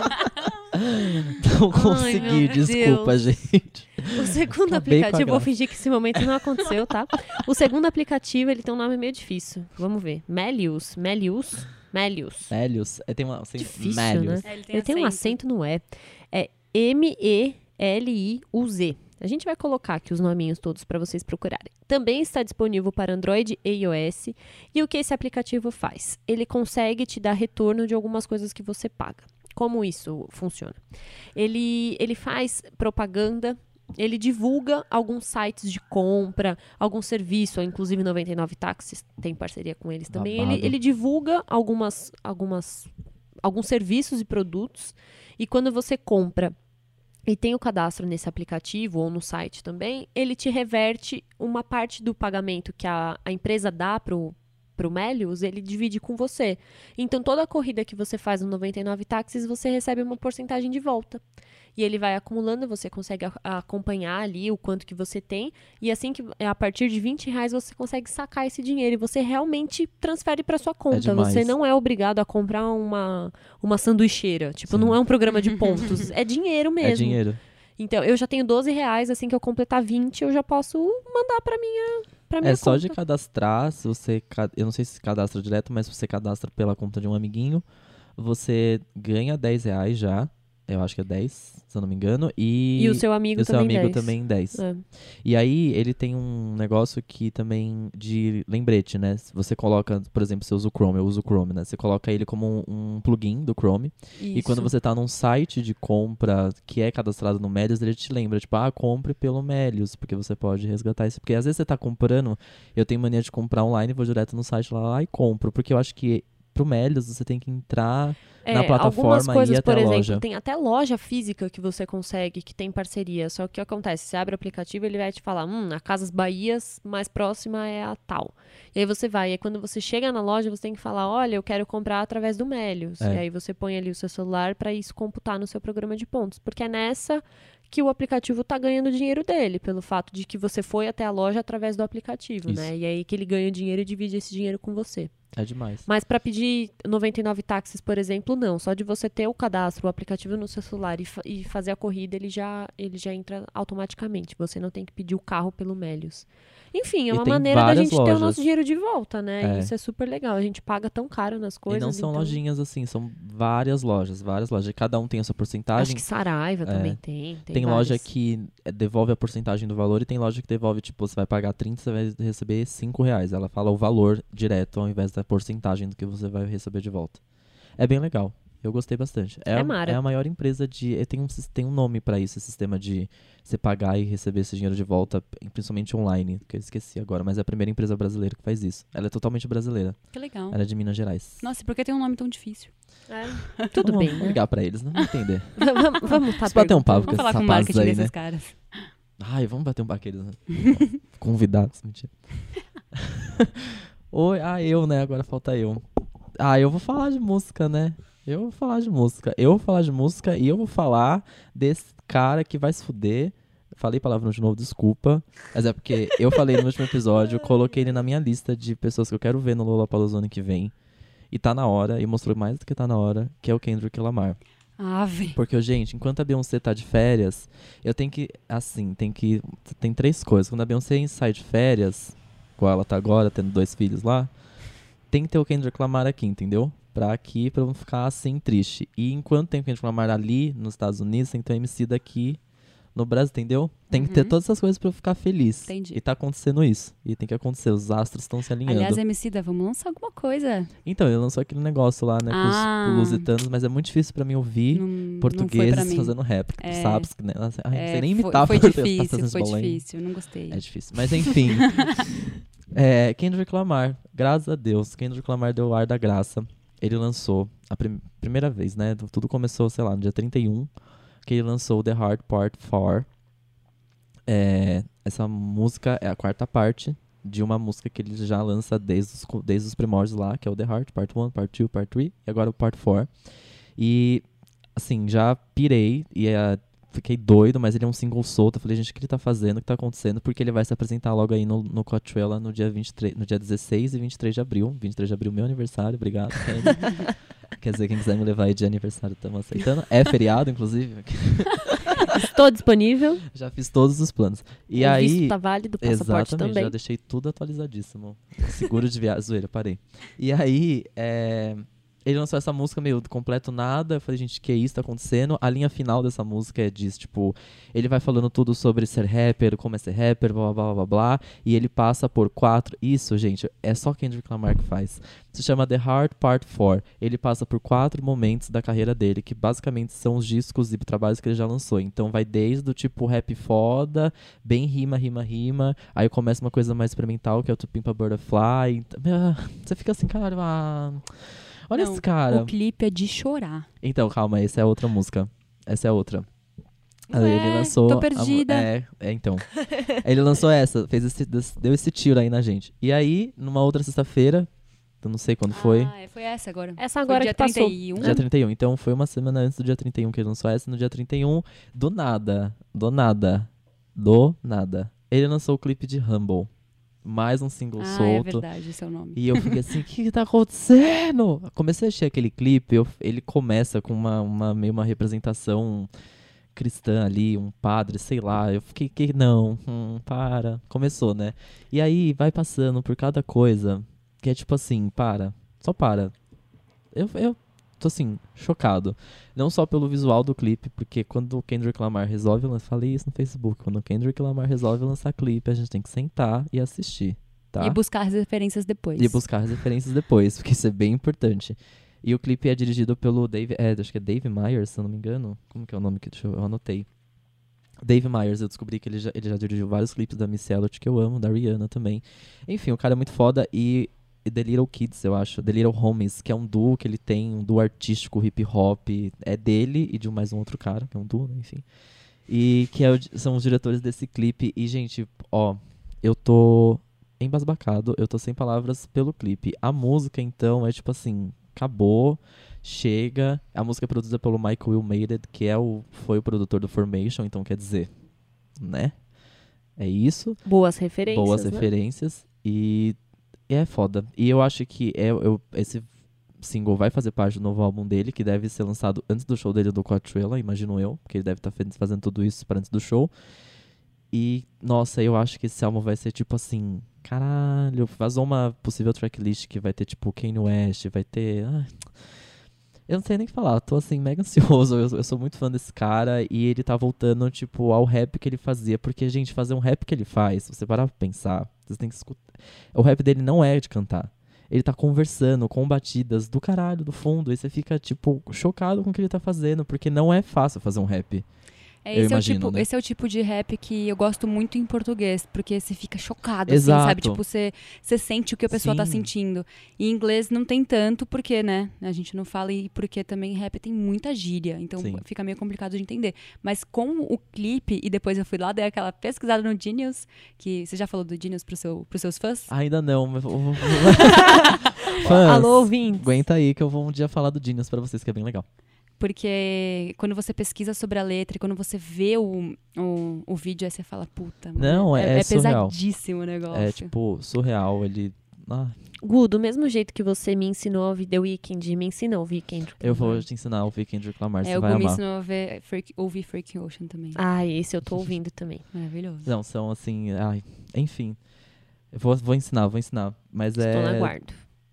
Não consegui, meu desculpa, Deus. gente. O segundo Acabei com a aplicativo, vou graça. fingir que esse momento não aconteceu, tá? O segundo aplicativo, ele tem um nome meio difícil. Vamos ver. Melius. Melius. Melius. Melius. É, tem uma, assim, Difícil, Melius. né? É, ele tem Ele tem um acento no E. É M E L I U Z. A gente vai colocar aqui os nominhos todos para vocês procurarem. Também está disponível para Android e iOS. E o que esse aplicativo faz? Ele consegue te dar retorno de algumas coisas que você paga. Como isso funciona? Ele, ele faz propaganda, ele divulga alguns sites de compra, algum serviço, inclusive noventa e nove Táxis tem parceria com eles também. Ele, Babado. ele divulga algumas, algumas, alguns serviços e produtos. E quando você compra e tem o cadastro nesse aplicativo ou no site também, ele te reverte uma parte do pagamento que a, a empresa dá pro pro Melius, ele divide com você. Então, toda a corrida que você faz no noventa e nove Táxis, você recebe uma porcentagem de volta. E ele vai acumulando, você consegue a- acompanhar ali o quanto que você tem, e assim que a partir de vinte reais você consegue sacar esse dinheiro e você realmente transfere para sua conta. demais. Você não é obrigado a comprar uma, uma sanduicheira. Tipo, Sim. não é um programa de pontos. É dinheiro mesmo. É dinheiro. Então, eu já tenho doze reais, assim que eu completar vinte, eu já posso mandar pra minha, pra minha É só conta. de cadastrar, se você, ca- eu não sei se cadastra direto, mas se você cadastra pela conta de um amiguinho, você ganha dez reais já, eu acho que é dez, se eu não me engano, e, E o seu amigo e o seu também amigo dez. também dez. É. E aí, ele tem um negócio que também de lembrete, né? Se você coloca, por exemplo, você usa o Chrome, eu uso o Chrome, né? Você coloca ele como um, um plugin do Chrome. E quando Isso. você tá num site de compra que é cadastrado no Melius, ele te lembra, tipo, ah, compre pelo Melius, porque você pode resgatar isso. Porque às vezes você tá comprando, eu tenho mania de comprar online, vou direto no site lá, lá e compro. Porque eu acho que pro Melius você tem que entrar É, na plataforma algumas coisas, e ir até por a exemplo, loja. tem até loja física que você consegue, que tem parceria. Só que o que acontece? Você abre o aplicativo, ele vai te falar, hum, a Casas Bahias mais próxima é a tal. E aí você vai, e aí quando você chega na loja, você tem que falar, olha, eu quero comprar através do Melius. É. E aí você põe ali o seu celular para isso computar no seu programa de pontos. Porque é nessa que o aplicativo tá ganhando dinheiro dele, pelo fato de que você foi até a loja através do aplicativo, Isso. né? E aí que ele ganha dinheiro e divide esse dinheiro com você. É demais. Mas para pedir noventa e nove táxis, por exemplo, não. Só de você ter o cadastro, o aplicativo no seu celular e, fa- e fazer a corrida, ele já, ele já entra automaticamente. Você não tem que pedir o carro pelo Melius. Enfim, é E uma tem maneira da várias gente ter o lojas. nosso dinheiro de volta, né? É. E isso é super legal. A gente paga tão caro nas coisas. e não são então... lojinhas assim, são várias lojas, várias lojas. E cada um tem a sua Acho porcentagem. que Saraiva também É. tem. Tem, Tem loja várias. que eh, devolve a porcentagem do valor e tem loja que devolve, tipo, você vai pagar trinta, você vai receber cinco reais. Ela fala o valor direto ao invés da porcentagem do que você vai receber de volta. É bem legal. Eu gostei bastante. É, É a- mara. é a maior empresa de... eh, Tem um, sis- tem um nome pra isso, esse sistema de você pagar e receber esse dinheiro de volta, principalmente online, que eu esqueci agora, mas é a primeira empresa brasileira que faz isso. Ela é totalmente brasileira. Que legal. Ela é de Minas Gerais. Nossa, e por que tem um nome tão difícil? É, tudo Vamos bem, né? ligar pra eles, não vou entender. vamos vamos tá Vamos bater um papo Vamos com falar esses com o rapazes marketing aí, desses né? caras. Ai, vamos bater um papo com eles, né? Convidados, mentira. Oi, ah, eu, né? Agora falta eu. Ah, eu vou falar de música, né? Eu vou falar de música. Eu vou falar de música e eu vou falar desse cara que vai se fuder. Falei palavrão de novo, desculpa. Mas é porque eu falei no último episódio, eu coloquei ele na minha lista de pessoas que eu quero ver no Lollapalooza ano que vem. E tá na hora, e mostrou mais do que tá na hora, que é o Kendrick Lamar. Ave. Porque, gente, enquanto a Beyoncé tá de férias, eu tenho que, assim, tem que, tem três coisas. Quando a Beyoncé sai de férias, igual ela tá agora, tendo dois filhos lá, tem que ter o Kendrick Lamar aqui, entendeu? Pra aqui, pra eu não ficar assim, triste. E enquanto tem o Kendrick Lamar ali, nos Estados Unidos, tem que ter o M C daqui no Brasil, entendeu? Tem que ter Uhum. todas essas coisas pra eu ficar feliz. Entendi. E tá acontecendo isso. E tem que acontecer, os astros estão se alinhando. Aliás, Emicida, vamos lançar alguma coisa. Então, ele lançou aquele negócio lá, né, Ah. com os lusitanos, mas é muito difícil pra mim ouvir Não, não foi pra portugueses mim. fazendo rap. Porque É. tu sabes que, né? Ai, não É, sei nem foi- imitar foi, português, difícil, passando foi esse bolém. difícil, não gostei. É difícil. Mas enfim. é, Kendrick Lamar, graças a Deus, Kendrick Lamar deu o ar da graça. Ele lançou a prim- primeira vez, né? Tudo começou, sei lá, no dia trinta e um, que ele lançou The Hard Part quatro. É, essa música é a quarta parte de uma música que ele já lança desde os, co- desde os primórdios lá, que é o The Heart, Part um, Part dois, Part três, e agora o Part quatro. E, assim, já pirei e é, fiquei doido, mas ele é um single solto. Eu falei, gente, o que ele tá fazendo, o que tá acontecendo? Porque ele vai se apresentar logo aí no, no Coachella no dia, vinte e três, no dia dezesseis e vinte e três de abril. vinte e três de abril, meu aniversário, obrigado, Kenny. Quer dizer, quem quiser me levar aí de aniversário, estamos aceitando. É feriado, inclusive. Estou disponível. Já fiz todos os planos. E o aí... visto tá válido, o passaporte Exatamente, também. já deixei tudo atualizadíssimo. Seguro de viagem, zoeira, parei. E aí, é, ele lançou essa música meio do completo nada. Eu falei, gente, que isso tá acontecendo? A linha final dessa música é diz, tipo, ele vai falando tudo sobre ser rapper, como é ser rapper, blá, blá, blá, blá, blá. E ele passa por quatro... Isso, gente, é só Kendrick Lamar que faz. Se chama The Hard Part quatro. Ele passa por quatro momentos da carreira dele, que basicamente são os discos e trabalhos que ele já lançou. Então vai desde o tipo rap foda, bem rima, rima, rima. Aí começa uma coisa mais experimental, que é o To Pimp a Butterfly. Então, ah, você fica assim, cara, ah, olha Não, esse cara. O clipe é de chorar. Então, calma, essa é outra música. Essa é outra. Aí Ué, ele lançou. tô a mu- perdida. é, é, então. Ele lançou essa, fez esse, deu esse tiro aí na gente. E aí, numa outra sexta-feira, eu não sei quando foi. Ah, é, foi essa agora. Essa Foi agora dia que passou. trinta e um. Dia trinta e um. Então foi uma semana antes do dia trinta e um que ele lançou essa. No dia trinta e um, do nada. Do nada. Do nada. Ele lançou o clipe de Humble. Mais um single Ah, é solto. verdade, esse é o nome. E eu fiquei assim, o que, que tá acontecendo? Comecei a assistir aquele clipe, eu- ele começa com uma, uma, meio uma representação cristã ali, um padre, sei lá. Eu fiquei, que não, hum, para. Começou, né? E aí vai passando por cada coisa, que é tipo assim, para, só para. Eu, eu tô assim, chocado. Não só pelo visual do clipe, porque quando o Kendrick Lamar resolve lançar, falei isso no Facebook, quando o Kendrick Lamar resolve lançar clipe, a gente tem que sentar e assistir, tá? E buscar as referências depois. E buscar as referências depois, porque isso é bem importante. E o clipe é dirigido pelo Dave, é, acho que é Dave Myers, se eu não me engano. Como que é o nome que deixa eu, eu anotei? Dave Myers, eu descobri que ele já, ele já dirigiu vários clipes da Missy Elliott, que eu amo, da Rihanna também. Enfim, o cara é muito foda. E e The Little Kids, eu acho, The Little Homies, que é um duo que ele tem, um duo artístico, hip hop, é dele e de mais um outro cara, que é um duo, né, enfim. E que é o di- são os diretores desse clipe. E, gente, ó, eu tô embasbacado, eu tô sem palavras pelo clipe. A música, então, é tipo assim, acabou, chega. A música é produzida pelo Michael Will Made It, que é o, foi o produtor do Formation, então quer dizer, né? É isso. Boas referências, Boas né? referências. E é foda. E eu acho que é, eu, esse single vai fazer parte do novo álbum dele, que deve ser lançado antes do show dele do Coachella, imagino eu, porque ele deve estar fazendo tudo isso para antes do show. E, nossa, eu acho que esse álbum vai ser tipo assim, caralho, vazou uma possível tracklist que vai ter tipo Kanye West, vai ter... ai, eu não sei nem o que falar, tô assim, mega ansioso, eu, eu sou muito fã desse cara e ele tá voltando, tipo, ao rap que ele fazia, porque, gente, fazer um rap que ele faz, se você parar pra pensar, você tem que escutar, o rap dele não é de cantar, ele tá conversando com batidas do caralho, do fundo, e você fica, tipo, chocado com o que ele tá fazendo, porque não é fácil fazer um rap. É, Eu esse, imagino, é o tipo, né? esse é o tipo de rap que eu gosto muito em português, porque você fica chocado, Exato. assim, sabe? Tipo, você, você sente o que a pessoa tá Sim. sentindo. E em inglês não tem tanto, porque, né? A gente não fala, e porque também rap tem muita gíria, então Sim. fica meio complicado de entender. Mas com o clipe, e depois eu fui lá, dei aquela pesquisada no Genius, que você já falou do Genius pro seu, pros seus fãs? Ainda não, mas... vou- vou- Fãs, Alô, ouvintes. aguenta aí que eu vou um dia falar do Genius pra vocês, que é bem legal. Porque quando você pesquisa sobre a letra e quando você vê o, o, o vídeo, aí você fala, puta, mano, Não, é- é, é surreal. pesadíssimo o negócio. É, tipo, surreal, ele... Ah, Gu, do mesmo jeito que você me ensinou a ouvir The Weeknd, me ensina a ouvir Kendrick eu vou Lamar. te ensinar a ouvir Kendrick Lamar, você É, o vai Gu me amar. ensinou a ver, Freak, ouvir Freaking Ocean também. Ah, esse eu tô ouvindo também. Maravilhoso. Não, são assim, ai, enfim. Eu vou, vou ensinar, vou ensinar. Mas Estou na é. guarda.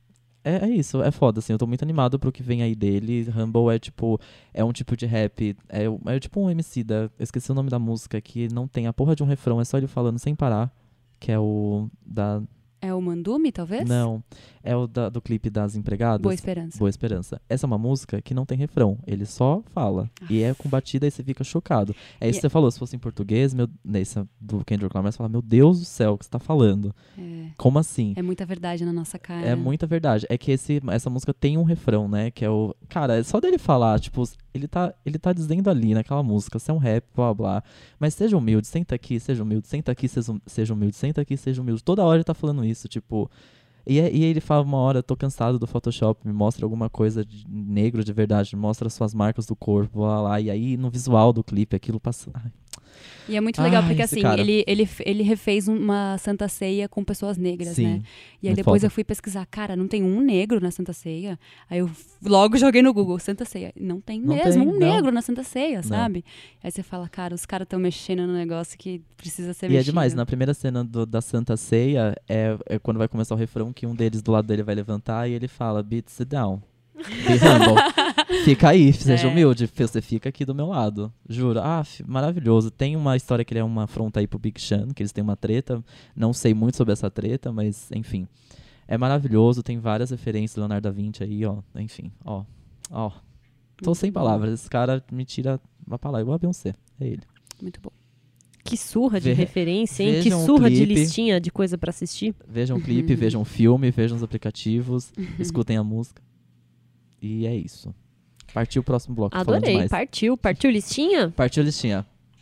é, é isso, é foda, assim. Eu tô muito animado pro que vem aí dele. Humble é tipo, é um tipo de rap, é, é tipo um Emicida. Eu esqueci o nome da música, que não tem a porra de um refrão, é só ele falando sem parar. Que é o da... É o Mandume, talvez? Não, é o da- do clipe das empregadas. Boa Esperança. Boa Esperança. Essa é uma música que não tem refrão, ele só fala. E é com batida e você fica chocado. É isso E que você falou, se fosse em português, meu, nesse do Kendrick Lamar, você fala, meu Deus do céu, o que você tá falando? É, Como assim? é muita verdade na nossa cara. É muita verdade. É que esse, essa música tem um refrão, né? Que é o. Cara, é só dele falar, tipo, ele tá, ele tá dizendo ali naquela música, você é um rap, blá blá. Mas seja humilde, senta aqui, seja humilde, senta aqui, seja hum- seja humilde, senta aqui, seja humilde. Toda hora ele tá falando isso, tipo. E, é- e ele fala uma hora, tô cansado do Photoshop, me mostra alguma coisa de negro de verdade, me mostra suas marcas do corpo, blá blá. E aí no visual do clipe, aquilo passa. Ai, E é muito legal, Ai, porque esse assim, cara. ele, ele, ele refez uma Santa Ceia com pessoas negras, sim. né? E aí muito depois foda. eu fui pesquisar, cara, não tem um negro na Santa Ceia? Aí eu f- logo joguei no Google, Santa Ceia. Não tem Não mesmo tem, um não. negro na Santa Ceia, Não. sabe? Aí você fala, cara, os caras estão mexendo no negócio que precisa ser E é mexido. demais, na primeira cena do- da Santa Ceia, é, é quando vai começar o refrão que um deles do lado dele vai levantar e ele fala, beat sit down. Be humble. Fica aí, seja É. humilde, você fica aqui do meu lado. Juro. Ah, fi- maravilhoso. Tem uma história que ele é uma afronta aí pro Big Sean, que eles têm uma treta. Não sei muito sobre essa treta, mas enfim. É maravilhoso, tem várias referências do Leonardo da Vinci aí, ó. Enfim, ó. Ó. Tô Muito sem bom. palavras. Esse cara me tira uma palavra. Igual a Beyoncé. É ele. Muito bom. Que surra de Ve- referência, hein? Que vejam o surra de clipe. listinha de coisa pra assistir. Vejam o clipe, vejam o filme, vejam os aplicativos, escutem a música. E é isso. Partiu o próximo bloco. falando Adorei. demais. Partiu. Partiu listinha? Partiu listinha.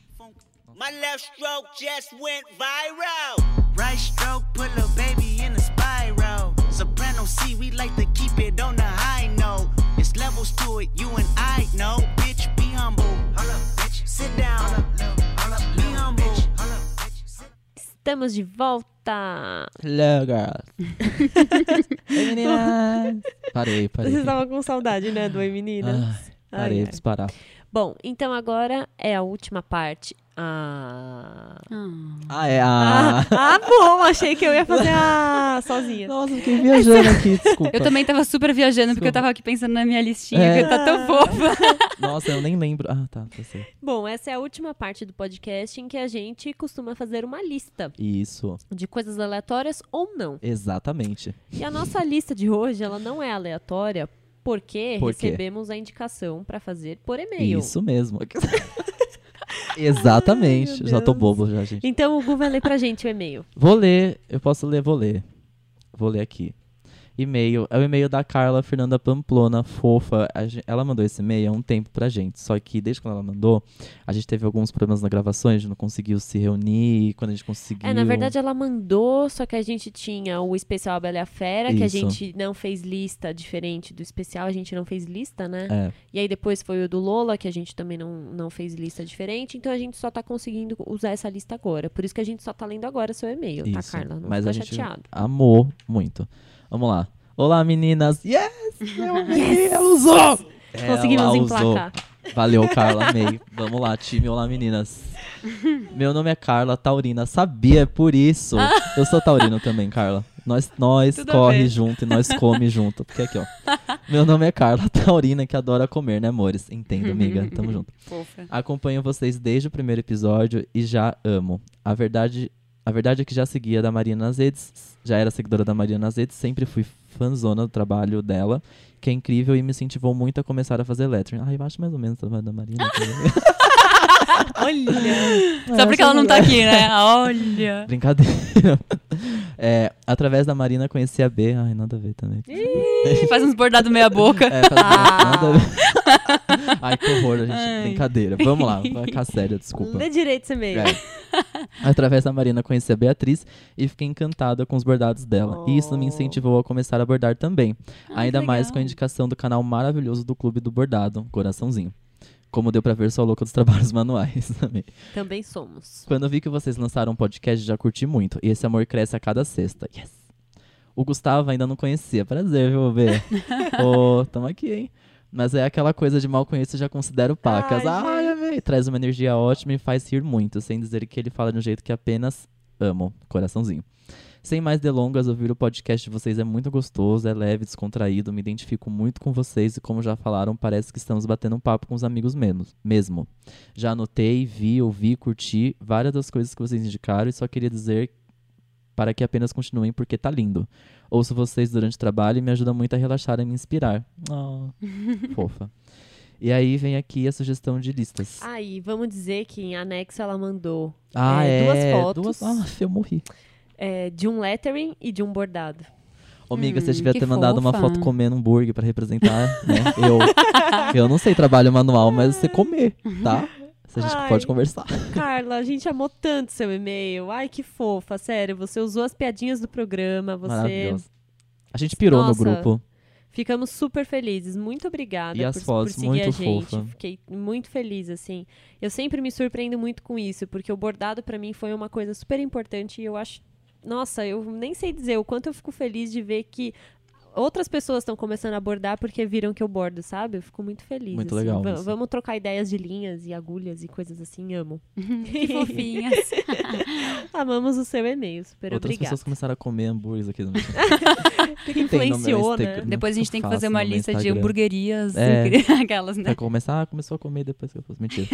My left stroke just went viral. Right stroke put a baby in a spiral. Soprano C, we like to keep it on the high note. It's levels to it, you and I know. Bitch, be humble. Hold up, bitch. Sit down. Hold up, little. Hold up, be humble. Hold up, bitch. Sit Estamos de volta. Hello, girls. Oi, meninas. Parei, parei. Vocês estavam com saudade, né, do Oi Meninas? Ai, parei, Ai, ai. preciso parar. Bom, então agora é a última parte. Ah. Ah. Ah, é Ah, a... ah, bom, achei que eu ia fazer ah, sozinha. Nossa, eu fiquei viajando aqui, desculpa. Eu também tava super viajando, porque eu Desculpa. tava aqui pensando na minha listinha, É. que tá tão fofa. Nossa, eu nem lembro. Ah, tá, tá certo. Bom, essa é a última parte do podcast em que a gente costuma fazer uma lista Isso, de coisas aleatórias ou não. exatamente. E a nossa lista de hoje, ela não é aleatória porque Por quê? recebemos a indicação pra fazer por e-mail. Isso mesmo. Exatamente. Ai, meu Já tô Deus. bobo já, gente. Então o Gu vai ler pra gente o e-mail. Vou ler, eu posso ler, vou ler. Vou ler aqui. E-mail, é o e-mail da Carla Fernanda Pamplona, fofa. A gen- ela mandou esse e-mail há um tempo pra gente. Só que desde quando ela mandou, a gente teve alguns problemas na gravação, a gente não conseguiu se reunir. Quando a gente conseguiu. É, na verdade ela mandou, só que a gente tinha o especial A Bela e a Fera, que a Isso. gente não fez lista diferente do especial, a gente não fez lista, né? É, E aí depois foi o do Lola, que a gente também não, não fez lista diferente, então a gente só tá conseguindo usar essa lista agora. Por isso que a gente só tá lendo agora seu e-mail, tá, Isso. Carla? Não Mas fica a gente chateado. amou muito. Vamos lá. Olá, meninas. Yes! Meu yes! Ela usou! Conseguimos Ela usou. emplacar. Valeu, Carla, amei. Vamos lá, time. Olá, meninas. Meu nome é Carla Taurina. Sabia, é por isso. Eu sou taurino também, Carla. Nós, nós Tudo a corre ver. junto e nós come junto. Porque aqui, ó. Meu nome é Carla Taurina, que adora comer, né, amores? Entendo, amiga. Tamo junto. Fofa. Acompanho vocês desde o primeiro episódio e já amo. A verdade, a verdade é que já seguia da Marina nas redes, já era seguidora da Marina nas redes, sempre fui fãzona do trabalho dela, que é incrível e me incentivou muito a começar a fazer lettering. Ah, eu acho mais ou menos o trabalho da Marina. Olha! Só porque ela não tá aqui, né? Olha. Brincadeira. É, através da Marina conheci a B. Ai, nada a ver também. Faz uns bordados meia boca. É, faz Ah. nada a ver. Ai, que horror, a gente. Ai. Brincadeira. Vamos lá, vai ficar sério, desculpa. Lê direito esse e-mail. É. Através da Marina conheci a Beatriz e fiquei encantada com os bordados dela. E isso me Oh. incentivou a começar a bordar também. Ah, Ainda que mais legal. com a indicação do canal maravilhoso do Clube do Bordado, Coraçãozinho. Como deu pra ver, sou a louca dos trabalhos manuais também. Também somos. Quando vi que vocês lançaram um podcast, já curti muito. E esse amor cresce a cada sexta. Yes! O Gustavo ainda não conhecia. Prazer, viu, Bê? Ô, tamo aqui, hein? Mas é aquela coisa de mal conheço, já considero pacas. Ai, Ai, amei. Traz uma energia ótima e faz rir muito, sem dizer que ele fala de um jeito que apenas amo. Coraçãozinho. Sem mais delongas, ouvir o podcast de vocês é muito gostoso, é leve, descontraído, me identifico muito com vocês e como já falaram, parece que estamos batendo um papo com os amigos menos, mesmo. Já anotei, vi, ouvi, curti várias das coisas que vocês indicaram e só queria dizer para que apenas continuem porque tá lindo. Ouço vocês durante o trabalho e me ajuda muito a relaxar e me inspirar. Oh, fofa. E aí vem aqui a sugestão de listas. Ah, e vamos dizer que em anexo ela mandou Ah, é, é. duas fotos Duas... Ah, eu morri. é, de um lettering e de um bordado. Ô, amiga, Hum, você devia que ter mandado uma fofa. foto comendo hambúrguer pra representar, né? Eu, eu não sei trabalho manual, mas você comer, tá? A gente Ai. pode conversar. Carla, a gente amou tanto seu e-mail. Ai, que fofa, sério. Você usou as piadinhas do programa, você... Maravilhoso. A gente pirou Nossa, no grupo. Ficamos super felizes. Muito obrigada E as por, fotos, por seguir muito a gente. fofa. Fiquei muito feliz, assim. Eu sempre me surpreendo muito com isso, porque o bordado pra mim foi uma coisa super importante e eu acho... Nossa, eu nem sei dizer o quanto eu fico feliz de ver que outras pessoas estão começando a bordar porque viram que eu bordo, sabe? Eu fico muito feliz. Muito assim. legal Va- isso. Vamos trocar ideias de linhas e agulhas e coisas assim, amo. Que fofinhas. Amamos o seu e-mail, super Outras obrigada. pessoas começaram a comer hambúrgueres aqui no meu Que tem no meu influenciou, Instagram. né? Depois a gente Eu tem que faço fazer uma no meu lista de Instagram. hamburguerias. É. incri- Aquelas, né? Vai começar, ah, começou a comer depois que eu fosse. Mentira.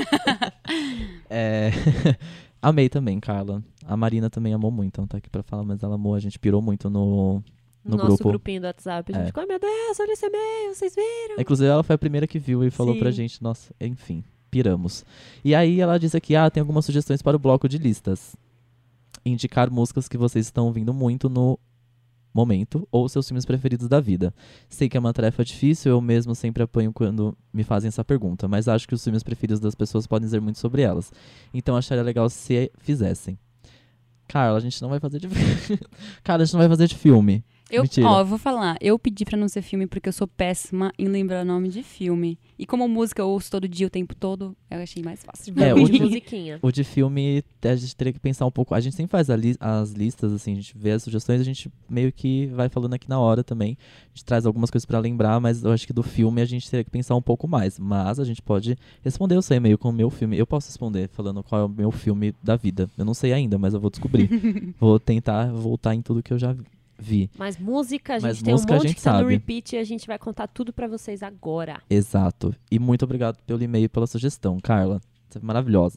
É, amei também, Carla. A Marina também amou muito, então tá aqui pra falar, mas ela amou, a gente pirou muito no, no Nosso grupo. grupinho do WhatsApp. A gente É. ficou, ai meu Deus, olha esse e-mail, vocês viram? Inclusive, ela foi a primeira que viu e falou Sim. pra gente, nossa, enfim, piramos. E aí ela disse aqui, ah, tem algumas sugestões para o bloco de listas. Indicar músicas que vocês estão ouvindo muito no momento ou seus filmes preferidos da vida. Sei que é uma tarefa difícil, eu mesmo sempre apanho quando me fazem essa pergunta, mas acho que os filmes preferidos das pessoas podem dizer muito sobre elas. Então acharia legal se fizessem. Carla, a gente não vai fazer de Cara, a gente não vai fazer de filme. Eu, Mentira. ó, eu vou falar. Eu pedi pra não ser filme porque eu sou péssima em lembrar nome de filme. E como música eu ouço todo dia, o tempo todo, eu achei mais fácil. É, Vamos o de de- musiquinha. O de filme, a gente teria que pensar um pouco. A gente sempre faz a li- as listas, assim, a gente vê as sugestões, a gente meio que vai falando aqui na hora também. A gente traz algumas coisas pra lembrar, mas eu acho que do filme a gente teria que pensar um pouco mais. Mas a gente pode responder o seu e-mail com o meu filme. Eu posso responder falando qual é o meu filme da vida. Eu não sei ainda, mas eu vou descobrir. Vou tentar voltar em tudo que eu já vi. Mas música, a gente Mas tem música um a monte gente que tá no sabe. repeat e a gente vai contar tudo pra vocês agora. Exato. E muito obrigado pelo e-mail e pela sugestão, Carla. Você é maravilhosa.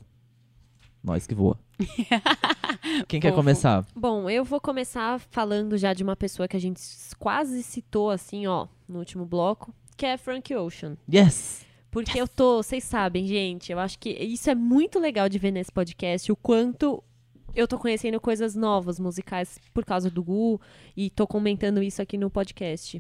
Nós que voa. Quem quer Fofo. começar? Bom, eu vou começar falando já de uma pessoa que a gente s- quase citou, assim, ó, no último bloco, que é Frank Ocean. Yes! Porque eu tô, vocês sabem, gente, eu acho que isso é muito legal de ver nesse podcast, o quanto eu tô conhecendo coisas novas musicais por causa do Gu, e tô comentando isso aqui no podcast.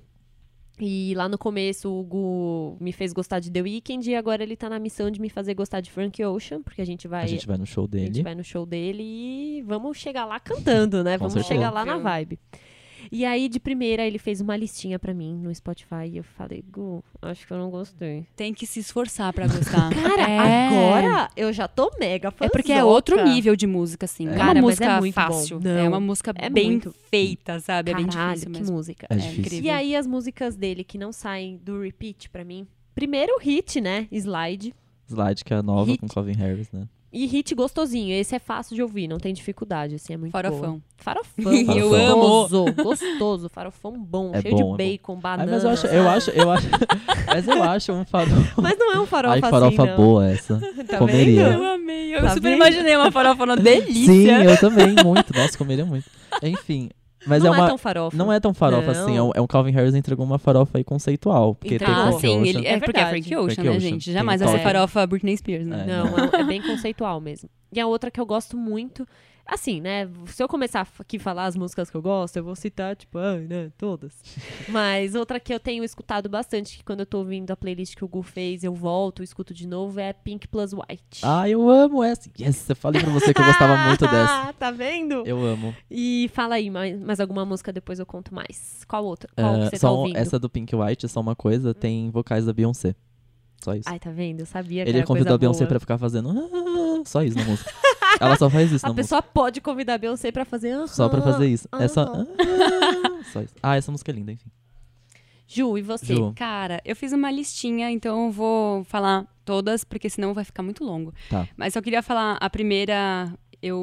E lá no começo o Gu me fez gostar de The Weeknd e agora ele tá na missão de me fazer gostar de Frank Ocean, porque a gente vai, A gente vai no show a gente dele. vai no show dele e vamos chegar lá cantando, né? Com Vamos certeza. chegar lá na Óbvio. vibe. E aí, de primeira, ele fez uma listinha pra mim no Spotify e eu falei, Gu, acho que eu não gostei. Tem que se esforçar pra gostar. Cara, É. agora eu já tô mega fã. É porque é outro nível de música, assim. Não é Cara, uma mas é música muito fácil. bom. É Não, uma música é bem muito. feita, sabe? É bem Caralho, difícil que mesmo. música. É É difícil. incrível. E aí, as músicas dele que não saem do repeat pra mim. Primeiro, hit, né? Slide. Slide, que é a nova Hit. com Calvin Harris, né? E hit gostosinho. Esse é fácil de ouvir, não tem dificuldade, assim, é muito Farofão. boa. Farofão. Eu gostoso, gostoso. Farofão bom, É cheio bom, é de bom. bacon, banana. Ai, mas eu acho, eu acho, eu acho. Mas eu acho um farofa. Mas não é um farofa Ai, farofa assim, não. boa essa. Tá Comeria. vendo? Eu amei. Eu Tá super vendo? imaginei uma farofa uma delícia. Sim, eu também, muito. Nossa, comeria muito. Enfim. Mas não é uma. tão farofa. Não é tão farofa Não. assim. É um, é um Calvin Harris entregou uma farofa aí conceitual. Porque Entregou. tem Ah, Frank sim. Ocean. Ele, é É porque é verdade. Frank Ocean, Frank né, Ocean. gente? Tem Jamais vai ser toque. farofa Britney Spears, né? É. Não, é, é bem conceitual mesmo. E a outra que eu gosto muito, assim, né? Se eu começar a f- aqui falar as músicas que eu gosto, eu vou citar, tipo, ai, né, todas. Mas outra que eu tenho escutado bastante, que quando eu tô ouvindo a playlist que o Gu fez, eu volto, escuto de novo, é Pink Plus White. Ah, eu amo essa. Yes, eu falei pra você que eu gostava muito dessa. Tá vendo? Eu amo. E fala aí, mais, mais alguma música, depois eu conto mais. Qual outra? Qual Ah, que você só tá um- ouvindo? essa do Pink White, só uma coisa, tem vocais da Beyoncé. Só isso. Ai, tá vendo? Eu sabia que Ele era convidou coisa a Beyoncé boa. pra ficar fazendo ah, só isso na música. Ela só faz isso A na pessoa pode convidar a Beyoncé pra fazer... música. Só pra fazer isso. É só, aham. ah, só isso. Ah, essa música é linda, enfim. Ju, e você? Ju. Cara, eu fiz uma listinha, então eu vou falar todas, porque senão vai ficar muito longo. Tá. Mas só queria falar, a primeira, eu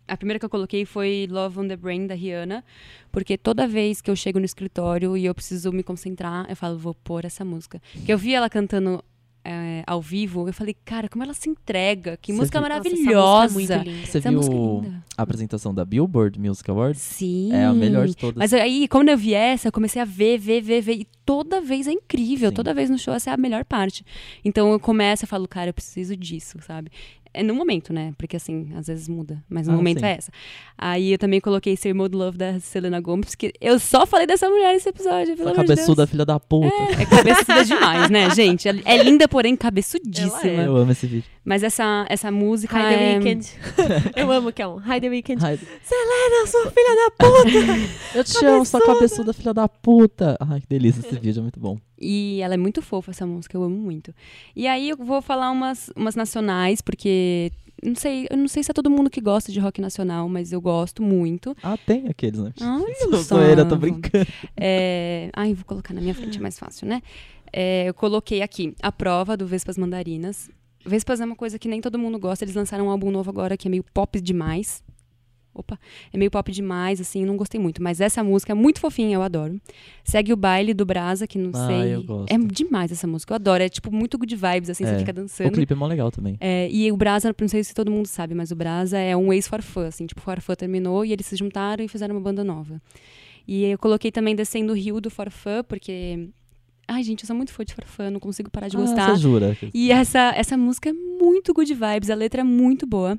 A primeira que eu coloquei foi Love on the Brain, da Rihanna, porque toda vez que eu chego no escritório e eu preciso me concentrar, eu falo, vou pôr essa música. Porque eu vi ela cantando é, ao vivo, eu falei, cara, como ela se entrega, que Você música viu- maravilhosa. Nossa, essa música é muito linda. Você Essa viu música é linda. a apresentação da Billboard Music Awards? Sim. É a melhor de todas. Mas aí, quando eu vi essa, eu comecei a ver, ver, ver, ver. E toda vez é incrível. Sim. Toda vez no show, essa é a melhor parte. Então eu começo e falo, cara, eu preciso disso, sabe? É no momento, né? Porque assim, às vezes muda. Mas no Ah, momento sim. é essa. Aí eu também coloquei Ser Mode Love da Selena Gomez, porque eu só falei dessa mulher nesse episódio, pelo Essa amor de Deus. cabeçuda filha da puta. É cabeçuda demais, né, gente? É linda, porém cabeçudíssima. Ela é. Eu amo esse vídeo. Mas essa, essa música Hi The é... Weeknd. Eu amo que é um Hi The Weeknd. Ai, Selena, sua filha da puta! eu te amo, sua cabeçuda filha da puta. Ai, que delícia, esse vídeo é muito bom. E ela é muito fofa, essa música, eu amo muito. E aí eu vou falar umas, umas nacionais, porque... Não sei, eu não sei se é todo mundo que gosta de rock nacional, mas eu gosto muito. Ah, tem aqueles, né? Olha Sou só. zoeira, tô brincando. É... Ai, vou colocar na minha frente, é mais fácil, né? É, eu coloquei aqui A Prova, do Vespas Mandarinas. Vespas é uma coisa que nem todo mundo gosta. Eles lançaram um álbum novo agora que é meio pop demais. Opa, é meio pop demais, assim, não gostei muito. Mas essa música é muito fofinha, eu adoro. Segue o Baile, do Brasa, que não Ah, sei... eu gosto. É demais essa música, eu adoro. É tipo muito good vibes, assim, É. você fica dançando. O clipe é mó legal também. É, e o Brasa, não sei se todo mundo sabe, mas o Brasa é um ex-Farfã, assim, tipo, o Farfã terminou e eles se juntaram e fizeram uma banda nova. E eu coloquei também Descendo o Rio, do Farfã, porque... Ai, gente, eu sou muito fã de Farfã, não consigo parar de Ah, gostar. você jura? E essa, essa música é muito good vibes, a letra é muito boa.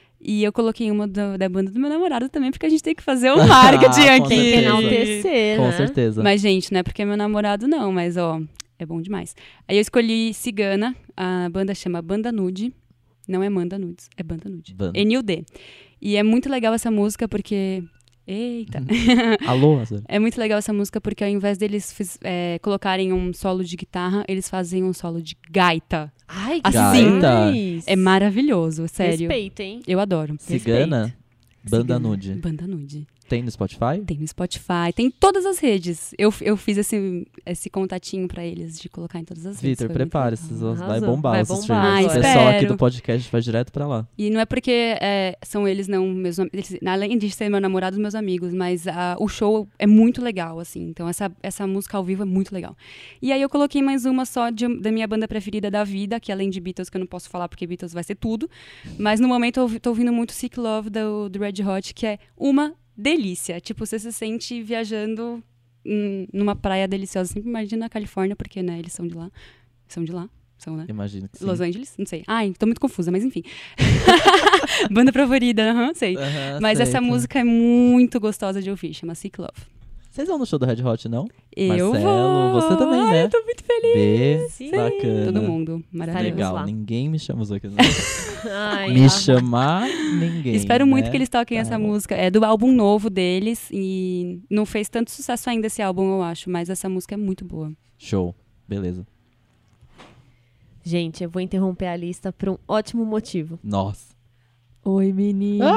E eu coloquei uma do- da banda do meu namorado também, porque a gente tem que fazer um marketing Com aqui. certeza. Enaltecer, Com né? certeza. Mas, gente, não é porque é meu namorado, não, mas, ó, é bom demais. Aí eu escolhi Cigana, a banda chama Banda Nude. Não é Manda Nudes, é Banda Nude. Banda. N U D. E é muito legal essa música porque... Eita! Alô, Azul? É muito legal essa música porque ao invés deles fiz- é, colocarem um solo de guitarra, eles fazem um solo de gaita. Ai, que Assim. demais. É maravilhoso, sério. Respeito, hein? Eu adoro. Cigana? Banda Cigana. Nude. Banda Nude. Tem no Spotify? Tem no Spotify, tem em todas as redes. Eu, eu fiz esse, esse contatinho pra eles de colocar em todas as redes. Vitor, foi muito prepare-se. legal. Vai Arrasou. bombar Vai os bombar streams. agora. O Ah, pessoal aqui espero. do podcast vai direto pra lá. E não é porque é, são eles não meus am- eles, além de ser meu namorado, meus amigos, mas ah, o show é muito legal, assim. Então essa, essa música ao vivo é muito legal. E aí eu coloquei mais uma só de- da minha banda preferida da vida, que além de Beatles, que eu não posso falar porque Beatles vai ser tudo. Mas no momento eu ouvi- tô ouvindo muito Sick Love do, do Red Hot, que é uma delícia. Tipo, você se sente viajando hum, numa praia deliciosa. Sempre imagina a Califórnia, porque, né, eles são de lá. São de lá? São, né? Imagino que sim. Los Angeles? Não sei. Ai, tô muito confusa, mas enfim. Banda favorita, aham, sei. Aham, Mas sei, essa tá. música é muito gostosa de ouvir, chama Sick Love. Vocês vão no show do Red Hot, não? Eu Marcelo, vou! você também, Ai, né? eu tô muito feliz. B, Sim. bacana. Todo mundo, maravilhoso. Estaremos Legal, lá. ninguém me chama os outros. Ai, Me ah, chamar, ninguém. Espero muito né? que eles toquem Tá essa bom. música. É do álbum novo deles e não fez tanto sucesso ainda esse álbum, eu acho, mas essa música é muito boa. Show, beleza. Gente, eu vou interromper a lista por um ótimo motivo. Nossa. Oi, meninas!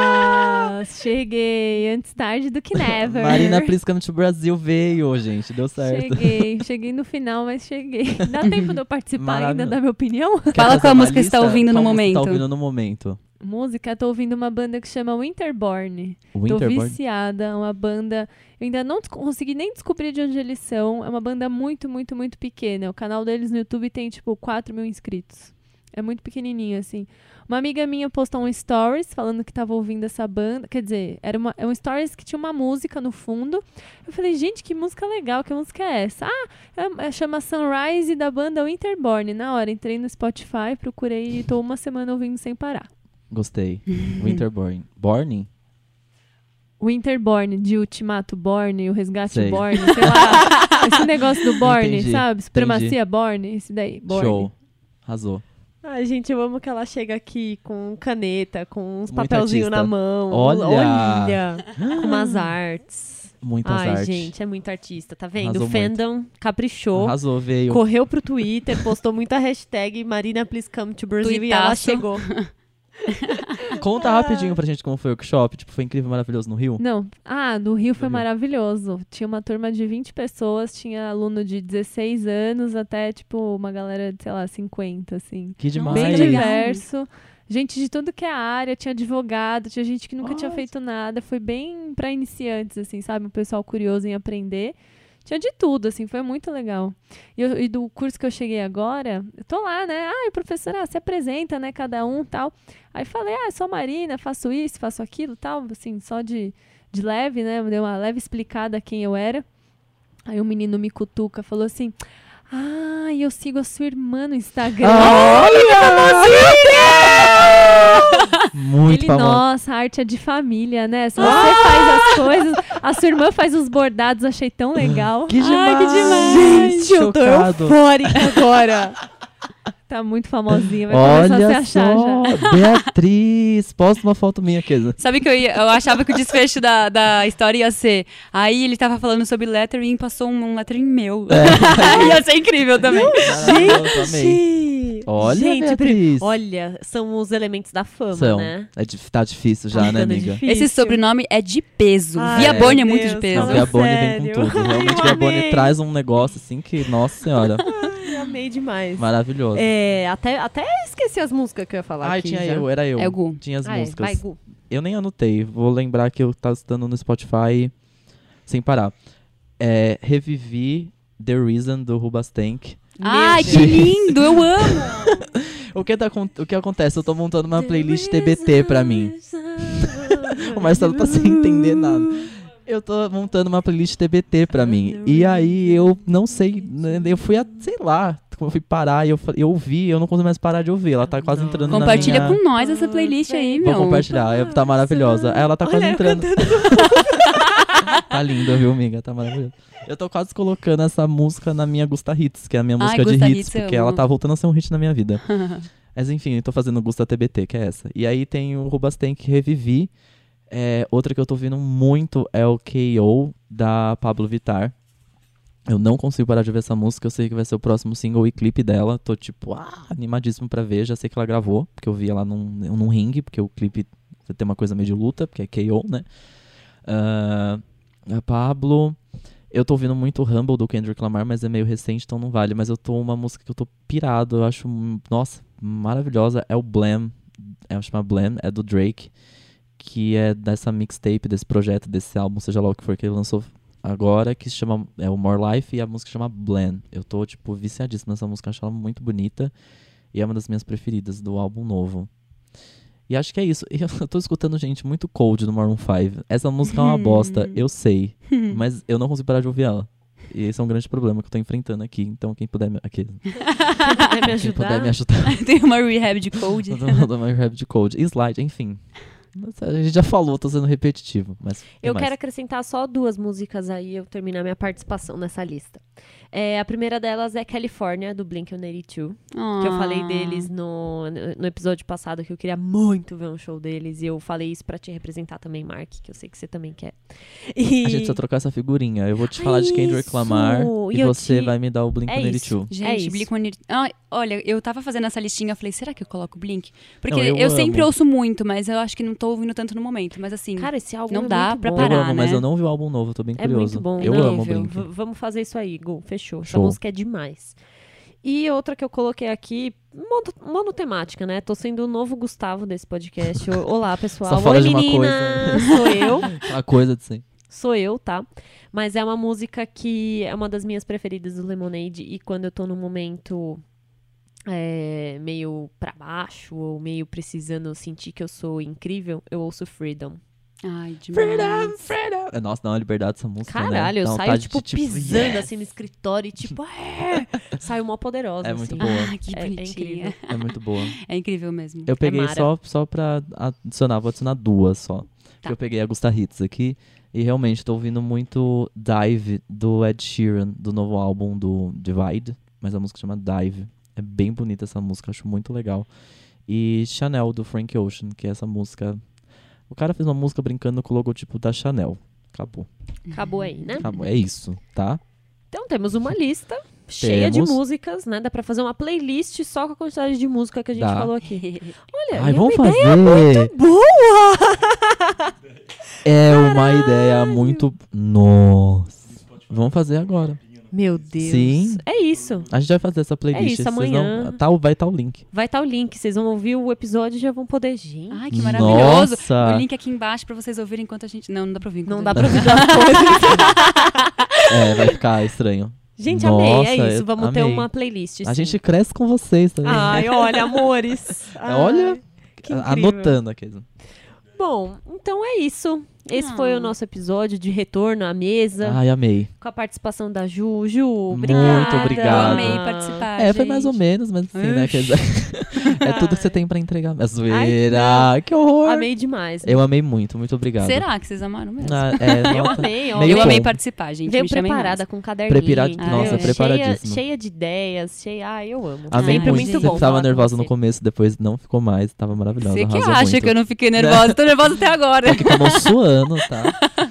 Cheguei antes tarde do que never. Marina Please Come to Brasil veio, gente, deu certo. Cheguei, cheguei no final, mas cheguei. Dá tempo de eu participar ainda, Maravilhoso. dar minha opinião? Quer Fala fazer qual a uma música que você tá lista? ouvindo no Qual música você momento. tá ouvindo no momento? Música, tô ouvindo uma banda que chama Winterborn. Tô Winterborn? viciada, uma banda... Eu ainda não des- consegui nem descobrir de onde eles são. É uma banda muito, muito, muito pequena. O canal deles no YouTube tem, tipo, quatro mil inscritos. É muito pequenininho, assim. Uma amiga minha postou um stories falando que tava ouvindo essa banda. Quer dizer, era uma, é um stories que tinha uma música no fundo. Eu falei, gente, que música legal. Que música é essa? Ah, é, é, chama Sunrise, da banda Winterborn. Na hora, entrei no Spotify, procurei e tô uma semana ouvindo sem parar. Gostei. Winterborn. Born? Winterborn, de Ultimato Born, o Resgate Sei. Born, sei lá. Esse negócio do Born, Entendi, sabe? Supremacia Born, esse daí. Born. Show. Arrasou. Ai, gente, eu amo que ela chega aqui com caneta, com uns Muito papelzinhos artista. na mão. Olha! Olha! Com umas artes. Muitas Ai, artes. gente, é muito artista, tá vendo? Arrasou O fandom caprichou. Arrasou, veio. Correu pro Twitter, postou muita hashtag Marina Please Come to Brazil e ela Tuitaço. chegou. Conta rapidinho pra gente como foi o workshop. Tipo, foi incrível, maravilhoso no Rio? Não. Ah, no Rio foi Rio. maravilhoso. Tinha uma turma de vinte pessoas, tinha aluno de dezesseis anos até, tipo, uma galera de, sei lá, cinquenta, assim. Que demais. Bem legal. diverso. gente de tudo que é área, tinha advogado, tinha gente que nunca tinha Nossa. feito nada. Foi bem pra iniciantes, assim, sabe? O pessoal curioso em aprender. Tinha de tudo, assim, foi muito legal. E, eu- e do curso que eu cheguei agora, eu tô lá, né? Ah, professora, ah, se apresenta, né? Cada um tal. Aí falei, ah, sou Marina, faço isso, faço aquilo tal, assim, só de, de leve, né? Deu uma leve explicada quem eu era. Aí o menino me cutuca, falou assim: ah, eu sigo a sua irmã no Instagram. Muito Ele, famoso. nossa, a arte é de família, né? Se você faz as coisas, a sua irmã faz os bordados, achei tão legal. Que demais! Ai, que demais! Gente, eu tô Chocado. eufórica agora. Tá muito famosinha, vai começar a se Olha achar só, já. Beatriz, posta uma foto minha aqui. Sabe que eu, ia, eu achava que o desfecho da, da história ia ser. Aí ele tava falando sobre lettering e passou um, um lettering meu. É. ia ser incrível também. Maravilhoso, amei. Olha, Gente, Beatriz. olha, são os elementos da fama, São. né? É, dif- tá difícil já, Tá né, ficando amiga? difícil. Esse sobrenome é de peso. Ai, Via meu Boni é muito Deus, de peso. Não, fala Via Boni vem com sério. tudo. Realmente, Ai, eu Via Boni amei. traz um negócio assim que, nossa senhora, Ai, amei demais. maravilhoso. É, até, até esqueci as músicas que eu ia falar Ai, aqui tinha já. eu, era eu. É o Gu. Tinha as Ah, é, músicas. vai, Gu. Eu nem anotei. Vou lembrar que eu tava estando no Spotify sem parar. É, revivi The Reason, do Rubastank. Ai, Meu que lindo! Eu amo! O que, tá, acon- o que acontece? Eu tô montando uma playlist T B T pra mim. O Marcelo tá sem entender nada. Eu tô montando uma playlist T B T pra mim. E aí eu não sei, né, eu fui a, sei lá, como eu fui parar e eu, fa- eu ouvi, eu não consigo mais parar de ouvir. Ela tá quase entrando Compartilha na minha... com nós essa playlist aí, Vou meu. compartilhar, é- tá maravilhosa. Ela tá quase Olha, eu entrando. Tá linda, viu, amiga? Tá maravilhosa. Eu tô quase colocando essa música na minha Gusta Hits, que é a minha Ai, música de Gusta hits, Hits eu porque ela amo. tá voltando a ser um hit na minha vida. Mas enfim, eu tô fazendo Gusta T B T, que é essa. E aí tem o Rubastank Revivi. É, outra que eu tô ouvindo muito é o K O da Pablo Vittar. Eu não consigo parar de ver essa música, eu sei que vai ser o próximo single e clipe dela. Tô tipo, ah, animadíssimo pra ver, já sei que ela gravou, porque eu vi ela num, num ringue, porque o clipe tem uma coisa meio de luta, porque é K O, né? Ah, a Pablo... Eu tô ouvindo muito Humble do Kendrick Lamar, mas é meio recente, então não vale. Mas eu tô uma música que eu tô pirado, eu acho, hum, nossa, maravilhosa. É o Blam, é chama Blam, é do Drake, que é dessa mixtape, desse projeto, desse álbum, seja lá o que for que ele lançou agora, que se chama, é o More Life, e a música chama Blam. Eu tô, tipo, viciadíssimo nessa música, acho ela muito bonita, e é uma das minhas preferidas do álbum novo. E acho que é isso. Eu tô escutando, gente, muito Cold do Maroon five. Essa música é uma bosta, eu sei. Mas eu não consigo parar de ouvir ela. E esse é um grande problema que eu tô enfrentando aqui. Então, quem puder me, aqui, Quer me quem ajudar? puder me ajudar. Tem uma rehab de code. Eu tô mandando uma rap de Cold. E Slide, enfim. Mas a gente já falou, tô sendo repetitivo. Mas tem Eu mais. quero acrescentar só duas músicas aí, eu terminar minha participação nessa lista. É, a primeira delas é California, do Blink one eighty-two. Que eu falei deles no, no episódio passado, que eu queria muito ver um show deles. E eu falei isso pra te representar também, Mark, que eu sei que você também quer. E... A gente precisa trocar essa figurinha. Eu vou te falar de Kendrick Isso! Lamar E e eu você te- vai me dar o Blink É one isso. eighty-two. É Gente, isso. Blink one eighty-two. Ah, olha, eu tava fazendo essa listinha, eu falei, será que eu coloco Blink? Porque Não, eu eu, sempre amo. ouço muito, mas eu acho que não tô ouvindo tanto no momento. Mas assim, Cara, esse álbum Não é dá muito pra bom. Eu parar, amo, mas né? eu não vi o álbum novo, eu tô bem É curioso. muito bom. Eu Não, amo o V- Blink. Vamos fazer isso aí, Gu. Fechou. Essa Show. música é demais. E outra que eu coloquei aqui, mono- monotemática, né? Tô sendo o novo Gustavo desse podcast. O- Olá, pessoal. Só fala Oi, de uma menina. Sou eu. Aquela coisa de sempre. Sou eu, tá? Mas é uma música que é uma das minhas preferidas do Lemonade. E quando eu tô num momento é, meio pra baixo, ou meio precisando sentir que eu sou incrível, eu ouço Freedom. ai, demais. Freedom, freedom. É, Nossa, dá uma liberdade essa música, né? Caralho, eu Dá saio, vontade tipo, de, pisando yes. assim no escritório e tipo, é! Saio mó poderosa. É muito assim. boa. Ah, que É- é bonitinha. incrível. É muito boa. É incrível mesmo. Eu peguei Mara. só, só pra adicionar, vou adicionar duas só. Tá. Eu peguei a Gusta Hits aqui e realmente tô ouvindo muito Dive do Ed Sheeran, do novo álbum do Divide, mas a música chama Dive. É bem bonita essa música, acho muito legal. E Chanel do Frank Ocean, que é essa música. O cara fez uma música brincando com o logotipo da Chanel. Acabou. Acabou aí, né? Acabou. É isso, tá? Então temos uma lista cheia Temos. de músicas, né? Dá pra fazer uma playlist só com a quantidade de música que a gente Dá. falou aqui. Olha, Ai, é vamos uma ideia fazer. boa! É uma ideia muito. Nossa. Vamos fazer agora. Meu Deus. Sim. É isso. A gente vai fazer essa playlist. É isso, vocês amanhã. Não, tá, vai estar o link. Vai estar o link. Vocês vão ouvir o episódio e já vão poder. Gente. Ai, que maravilhoso. Nossa. O link aqui embaixo pra vocês ouvirem enquanto a gente... Não, não dá pra ouvir. Não enquanto dá a pra gente- ouvir duas coisas. É, vai ficar estranho. Gente, Nossa, amei. É isso. eu Vamos ter amei. uma playlist. A sim. gente cresce com vocês também. Ai, olha, amores. Ai, Olha, que incrível. anotando aqui. Bom, então é isso. Esse Ah. foi o nosso episódio de retorno à mesa. Ai, amei. Com a participação da Ju. Ju, Muito obrigada. obrigado. Eu amei participar, É, foi mais ou gente. menos, mas assim, né? Quer dizer, é tudo que você tem pra entregar. É zoeira. Ai, que horror. Amei demais. Eu amei muito, muito obrigado. Será que vocês amaram mesmo? Ah, é, Eu nota- amei, ó. meio eu amei tom. participar, gente. Veio Me chamem preparada mais. com um caderninho. Prepara- entendeu? Nossa, cheia, preparadíssimo. cheia de ideias, cheia... Ai, eu amo. Amei Sempre muito. muito Você bom tava falar com nervosa no você. começo, depois não ficou mais. Tava maravilhosa. Você que arrasou acha muito. que eu não fiquei nervosa. Tô nervosa até agora. Tô aqui com a mão suando, tá?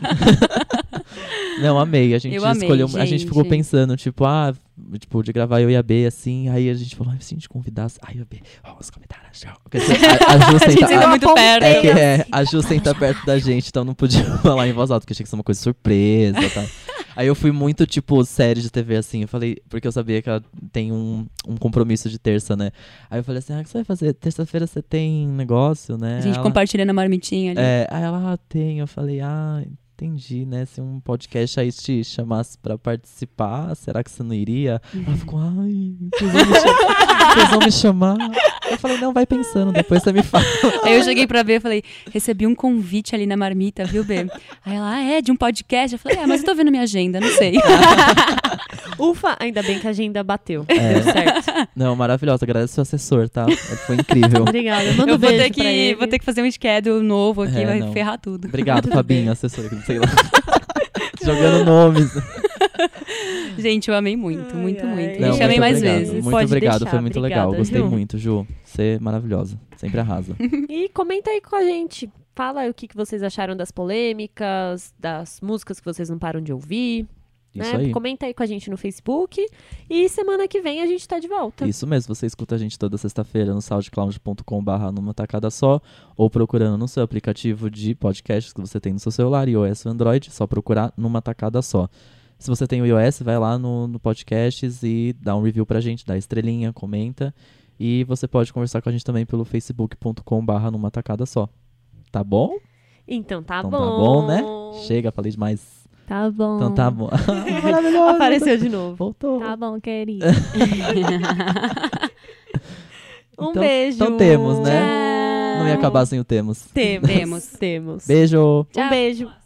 Não, amei. A gente Eu amei, escolheu. A gente gente. ficou pensando, tipo, ah, tipo, de gravar eu e a B, assim. Aí a gente falou, ah, se a gente convidasse. Ai, a B, ó, os comentários. ó. Porque A, a Ju A gente senta, senta a- muito perto. É que é, a Ju senta perto da gente, então não podia falar em voz alta, porque achei que isso é uma coisa surpresa e tal. Aí eu fui muito, tipo, série de T V, assim. Eu falei, porque eu sabia que ela tem um, um compromisso de terça, né? Aí eu falei assim, ah, o que você vai fazer? Terça-feira você tem negócio, né? A gente Ela- compartilhando a marmitinha ali. É, aí ela, ah, tem. Eu falei, ah, entendi, né? Se um podcast aí te chamasse pra participar, será que você não iria? Ela ficou, ai, vocês vão me chamar. Vocês vão me chamar. Eu falei, não, vai pensando, depois você me fala. Aí eu cheguei pra B e falei, recebi um convite ali na marmita, viu, B? Aí ela, ah, é, de um podcast? Eu falei, é, mas eu tô vendo minha agenda, não sei. Ufa, ainda bem que a agenda bateu. É. Deu certo. Não, maravilhosa, agradeço seu assessor, tá? Foi incrível. Obrigada. Manda um eu vou beijo ter, pra ele. que, vou ter que fazer um schedule novo aqui, É, vai não. ferrar tudo. Obrigado, Fabinho, assessor, sei lá. Jogando nomes. Gente, eu amei muito, Ai, muito, ai. muito. Não, Me chamem muito mais obrigado, vezes. Muito Pode obrigado, deixar, foi muito legal. obrigada, Gostei Ju. muito, Ju. Você é maravilhosa. Sempre arrasa. E comenta aí com a gente. Fala aí o que, que vocês acharam das polêmicas, das músicas que vocês não param de ouvir. Isso né? aí. Comenta aí com a gente no Facebook. E semana que vem a gente tá de volta. Isso mesmo, você escuta a gente toda sexta-feira no soundcloud ponto com barra numa tacada só, ou procurando no seu aplicativo de podcasts que você tem no seu celular, iOS ou Android, só procurar numa tacada só. Se você tem o iOS, vai lá no, no podcasts e dá um review pra gente, dá estrelinha, comenta. E você pode conversar com a gente também pelo facebook ponto com barra numa tacada só. Tá bom? Então tá então bom. tá bom, né? Chega, falei demais. Tá bom. Então tá bom. Maravilhoso. Apareceu de novo. Voltou. Tá bom, querido. um Então- beijo. então temos, né? Tchau. Não ia acabar sem o temos. Temos. Temos. Temos. Beijo. Um beijo.